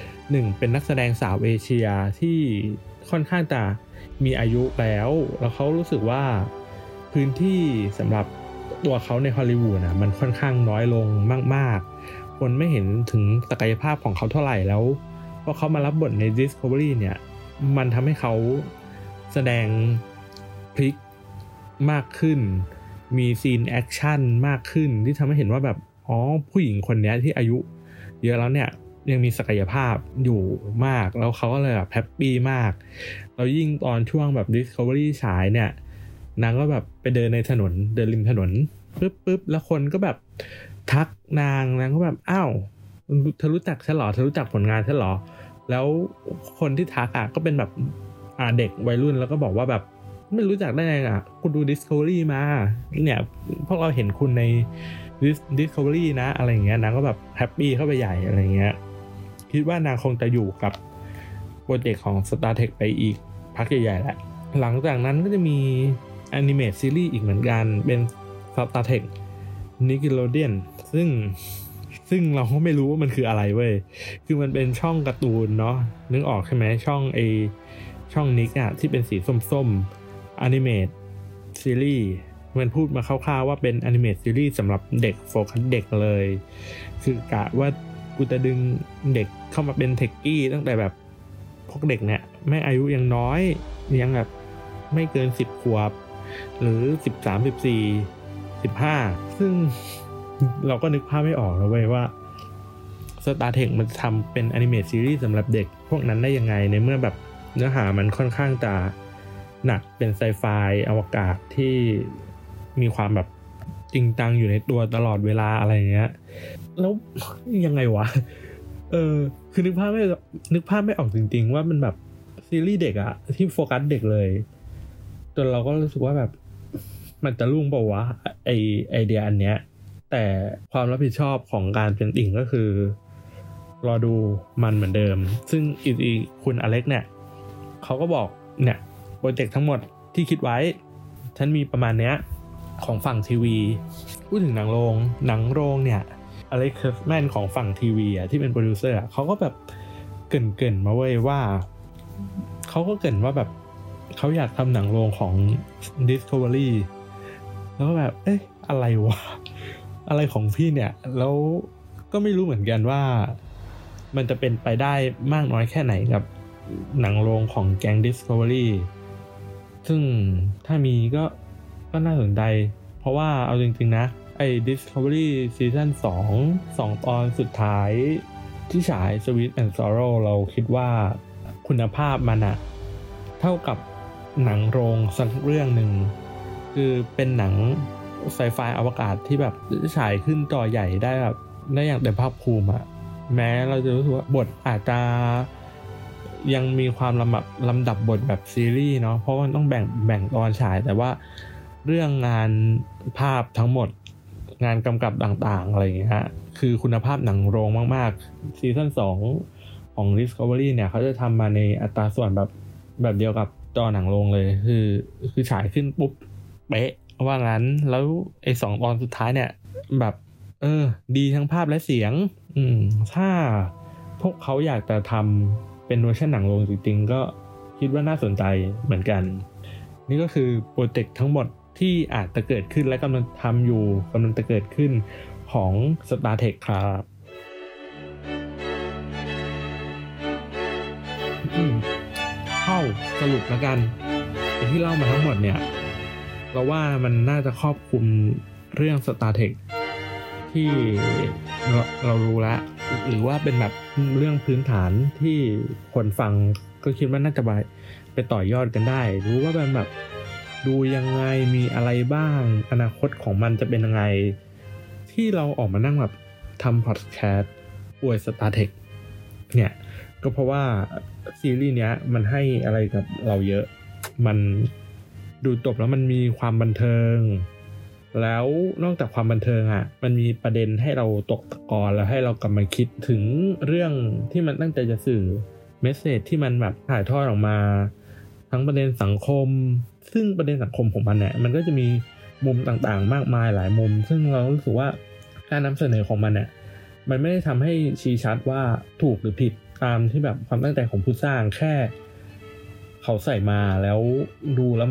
1เป็นนักแสดงสาวเอเชียที่ค่อนข้างจะมีอายุแล้วเขารู้สึกว่าพื้นที่สำหรับตัวเขาในฮอลลีวูดนะมันค่อนข้างน้อยลงมากๆคนไม่เห็นถึงศักยภาพของเขาเท่าไหร่แล้วพอเขามารับบทใน Discovery เนี่ยมันทำให้เขาแสดงพลิกมากขึ้นมีซีนแอคชั่นมากขึ้นที่ทำให้เห็นว่าแบบผู้หญิงคนนี้ที่อายุเยอะแล้วเนี่ยยังมีศักยภาพอยู่มากแล้วเขาก็เลยแบบแฮปปี้มากแล้วยิ่งตอนช่วงแบบ Discovery ฉายเนี่ยนางก็แบบไปเดินในถนนเดินริมถนนปึ๊บแล้วคนก็แบบทักนางก็แบบอ้าวเธอรู้จักฉันเหรอเธอรู้จักผลงานฉันเหรอแล้วคนที่ทักก็เป็นแบบเด็กวัยรุ่นแล้วก็บอกว่าแบบไม่รู้จักได้ไงคุณดู Discovery มาเนี่ยพวกเราเห็นคุณใน Discovery นะอะไรอย่างเงี้ยนางก็แบบแฮปปี้เข้าไปใหญ่อะไรเงี้ยคิดว่านางคงจะอยู่กับโปรเจกต์ของ Star Trek ไปอีกพักใหญ่ๆแหละหลังจากนั้นก็จะมีอนิเมตซีรีส์อีกเหมือนกันเป็น Star Trek Nickelodeon ซึ่งเราก็ไม่รู้ว่ามันคืออะไรเว้ยคือมันเป็นช่องการ์ตูนเนาะนึกออกใช่ไหมช่องนิกที่เป็นสีส้มๆอนิเมตซีรีส์มันพูดมาคร่าวๆว่าเป็นอนิเมตซีรีส์สำหรับเด็กโฟกัสเด็กเลยคือกะว่ากูจะดึงเด็กเข้ามาเป็นเทคกี้ตั้งแต่แบบพวกเด็กเนี่ยแม่อายุยังน้อยยังแบบไม่เกิน10ขวบหรือ13 14 15ซึ่งเราก็นึกภาพไม่ออกแล้วเว้ยว่า Star Trek มันทำเป็นอนิเมตซีรีส์สำหรับเด็กพวกนั้นได้ยังไงในเมื่อแบบเนื้อหามันค่อนข้างจะหนักเป็นไซไฟอวกาศที่มีความแบบจริงจังอยู่ในตัวตลอดเวลาอะไรเงี้ยแล้วยังไงวะคือนึกภาพไม่ออกจริงๆว่ามันแบบซีรีส์เด็กอะที่โฟกัสเด็กเลยจนเราก็รู้สึกว่าแบบมันจะรุ่งเปล่าวะไอเดียอันเนี้ยแต่ความรับผิดชอบของการเป็นติ่งก็คือรอดูมันเหมือนเดิมซึ่งอีคุณอเล็กเนี่ยเขาก็บอกเนี่ยโปรเจกต์ทั้งหมดที่คิดไว้ฉันมีประมาณเนี้ยของฝั่งทีวีพูดถึงหนังโรงเนี่ยอเล็กซ์แมนของฝั่งทีวีอ่ะที่เป็นโปรดิวเซอร์เขาก็แบบเกริ่นมาเว้ยว่าเขาก็เกริ่นว่าแบบเขาอยากทำหนังโรงของ Discovery แล้วก็แบบอะไรวะอะไรของพี่เนี่ยแล้วก็ไม่รู้เหมือนกันว่ามันจะเป็นไปได้มากน้อยแค่ไหนกับหนังโรงของแก๊ง Discovery ซึ่งถ้ามีก็น่าสนใจเพราะว่าเอาจริงๆนะไอ้ Discovery Season 2 ตอนสุดท้ายที่ฉาย Sweet and Sorrow เราคิดว่าคุณภาพมันอะเท่ากับหนังโรงสักเรื่องหนึ่งคือเป็นหนังไซไฟอวกาศที่แบบฉายขึ้นจอใหญ่ได้แบบได้อย่างเต็มภาคภูมิอะแม้เราจะรู้สึกว่าบทอาจจะยังมีความลำดับบทแบบซีรีส์เนาะเพราะว่าต้องแบ่งตอนฉายแต่ว่าเรื่องงานภาพทั้งหมดงานกำกับต่างๆอะไรอย่างเงี้ยฮะคือคุณภาพหนังโรงมากๆซีซั่น2ของ Discovery เนี่ยเขาจะทำมาในอัตราส่วนแบบเดียวกับจอหนังโรงเลยคือฉายขึ้นปุ๊บเป๊ะว่างั้นแล้วไอ้2ตอนสุดท้ายเนี่ยแบบดีทั้งภาพและเสียงถ้าพวกเขาอยากจะทำเป็นเวอร์ชันหนังโรงจริงๆก็คิดว่าน่าสนใจเหมือนกันนี่ก็คือโปรเจกต์ทั้งหมดที่อาจจะเกิดขึ้นและกำลังทำอยู่กำลังจะเกิดขึ้นของ Star Trek ครับเข้าสรุปแล้วกันที่เล่ามาทั้งหมดเนี่ยเราว่ามันน่าจะครอบคลุมเรื่อง Star Trek ที่เรารู้แล้วหรือว่าเป็นแบบเรื่องพื้นฐานที่คนฟังก็คิดว่าน่าจะไปต่อยอดกันได้รู้ว่าเป็นแบบดูยังไงมีอะไรบ้างอนาคตของมันจะเป็นยังไงที่เราออกมานั่งแบบทำพอดแคสต์อวย Star Trek เนี่ยก็เพราะว่าซีรีส์เนี้ยมันให้อะไรกับเราเยอะมันดูจบแล้วมันมีความบันเทิงแล้วนอกจากความบันเทิงอ่ะมันมีประเด็นให้เราตกตะกอนแล้วให้เรากลับมาคิดถึงเรื่องที่มันตั้งใจจะสื่อเมสเสจที่มันแบบถ่ายทอดออกมาทั้งประเด็นสังคมซึ่งประเด็นสังคมของมันเนี่ยมันก็จะมีมุมต่างๆมากมายหลายมุมซึ่งเรารู้สึกว่าการนำเสนอของมันเนี่ยมันไม่ได้ทำให้ชี้ชัดว่าถูกหรือผิดตามที่แบบความตั้งใจของผู้สร้างแค่เขาใส่มาแล้วดูแล้ว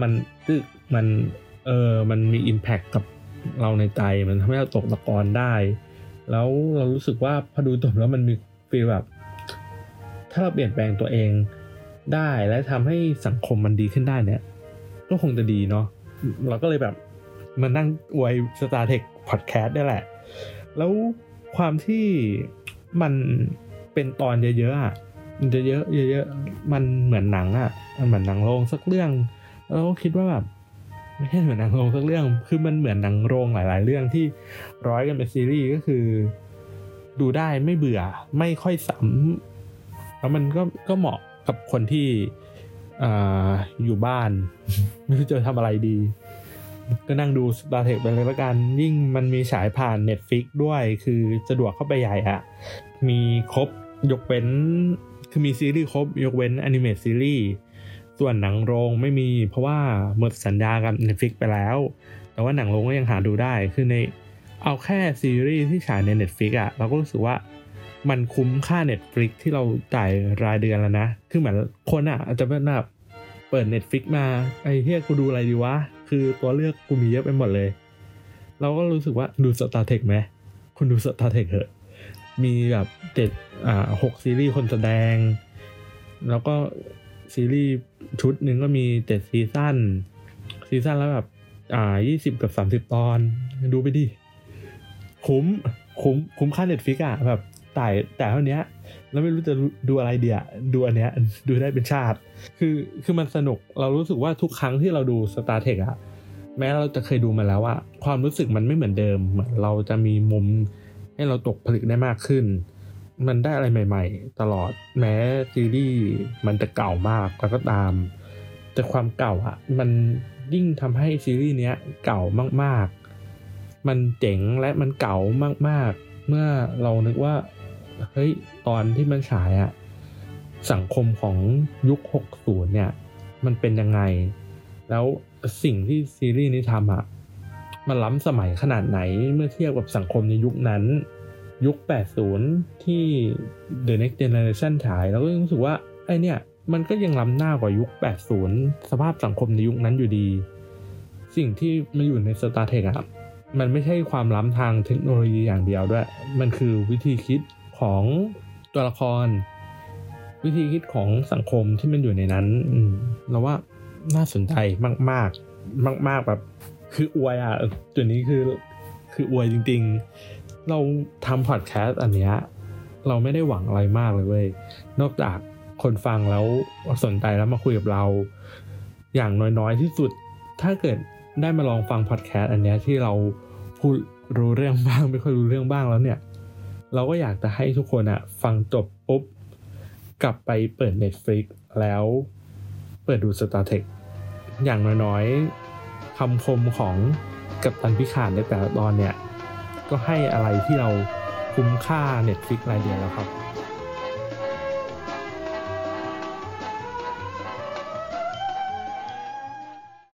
มันมี impact กับเราในใจมันทำให้เราตกตะกอนได้แล้วเรารู้สึกว่าพอดูจบแล้วมันมีฟีลแบบถ้าเราเปลี่ยนแปลงตัวเองได้และทำให้สังคมมันดีขึ้นได้เนี่ยก็คงจะดีเนาะเราก็เลยแบบมานั่งอวย Star Trek Podcast ได้แหละแล้วความที่มันเป็นตอนเยอะๆอ่ะมันจะเยอะมันเหมือนหนังอ่ะมันเหมือนหนังโรงสักเรื่องแล้วคิดว่าแบบไม่ใช่เหมือนหนังโรงสักเรื่องคือมันเหมือนหนังโรงหลายๆเรื่องที่ร้อยกันเป็นซีรีส์ก็คือดูได้ไม่เบื่อไม่ค่อยซ้ำแล้วมันก็เหมาะกับคนที่อยู่บ้านไม่รู้จะทำอะไรดีก็นั่งดู Star Trek ไปเลยละกันยิ่งมันมีฉายผ่าน Netflix ด้วยคือสะดวกเข้าไปใหญ่อ่ะมีครบยกเว้นคือมีซีรีส์ครบยกเว้นอนิเมตซีรีส์ส่วนหนังโรงไม่มีเพราะว่าหมดสัญญากับ Netflix ไปแล้วแต่ว่าหนังโรงก็ยังหาดูได้คือในเอาแค่ซีรีส์ที่ฉายใน Netflix อ่ะเราก็รู้สึกว่ามันคุ้มค่า Netflix ที่เราจ่ายรายเดือนแล้วนะคือเหมือนคนอ่ะอาจจะแบบเปิด Netflix มาไอ้เหี้ยกูดูอะไรดีวะคือตัวเลือกกูมีเยอะไปหมดเลยเราก็รู้สึกว่าดู Star Trek ไหมคุณดู Star Trek เถอะมีแบบ6ซีรีส์คนแสดงแล้วก็ซีรีส์ชุดนึงก็มี7ซีซั่นแล้วแบบ20กับ30ตอนดูไปดิคุ้มค่า Netflix อ่ะแบบแต่เท่านี้แล้วไม่รู้จะดูอะไรดีอ่ะดูอันเนี้ยดูได้เป็นชาติคือมันสนุกเรารู้สึกว่าทุกครั้งที่เราดู Star Trek อ่ะแม้เราจะเคยดูมาแล้วว่าความรู้สึกมันไม่เหมือนเดิมเหมือนเราจะมีมุมให้เราตกผลึกได้มากขึ้นมันได้อะไรใหม่ๆตลอดแม้ซีรีส์มันจะเก่ามากแล้วก็ตามแต่ความเก่ามันยิ่งทำให้ซีรีส์เนี้ยเก่ามากๆมันเจ๋งและมันเก่ามากๆเมื่อเรานึกว่าเฮ้ยตอนที่มันฉายสังคมของยุค60เนี่ยมันเป็นยังไงแล้วสิ่งที่ซีรีส์นี้ทำมันล้ำสมัยขนาดไหนเมื่อเทียบกับสังคมในยุคนั้นยุค80ที่ The Next Generation ฉายแล้วก็รู้สึกว่าไอ้เนี่ยมันก็ยังล้ำหน้ากว่ายุค80สภาพสังคมในยุคนั้นอยู่ดีสิ่งที่มาอยู่ใน Star Trek มันไม่ใช่ความล้ำทางเทคโนโลยีอย่างเดียวด้วยมันคือวิธีคิดของตัวละครวิธีคิดของสังคมที่มันอยู่ในนั้นเราว่าน่าสนใจมากๆแบบคืออวยตัวนี้คืออวยจริงๆเราทำพอดแคสต์อันเนี้ยเราไม่ได้หวังอะไรมากเลยเว้ยนอกจากคนฟังแล้วสนใจแล้วมาคุยกับเราอย่างน้อยๆที่สุดถ้าเกิดได้มาลองฟังพอดแคสต์อันเนี้ยที่เราพูดรู้เรื่องบ้างไม่ค่อยรู้เรื่องบ้างแล้วเนี่ยเราก็อยากจะให้ทุกคนฟังจบปุ๊บกลับไปเปิด Netflix แล้วเปิดดู Star Trek อย่างน้อยๆคำคมของกัปตันพิคาร์ดในแต่ละตอนเนี่ยก็ให้อะไรที่เราคุ้มค่า Netflix รายเดือนแล้วครับ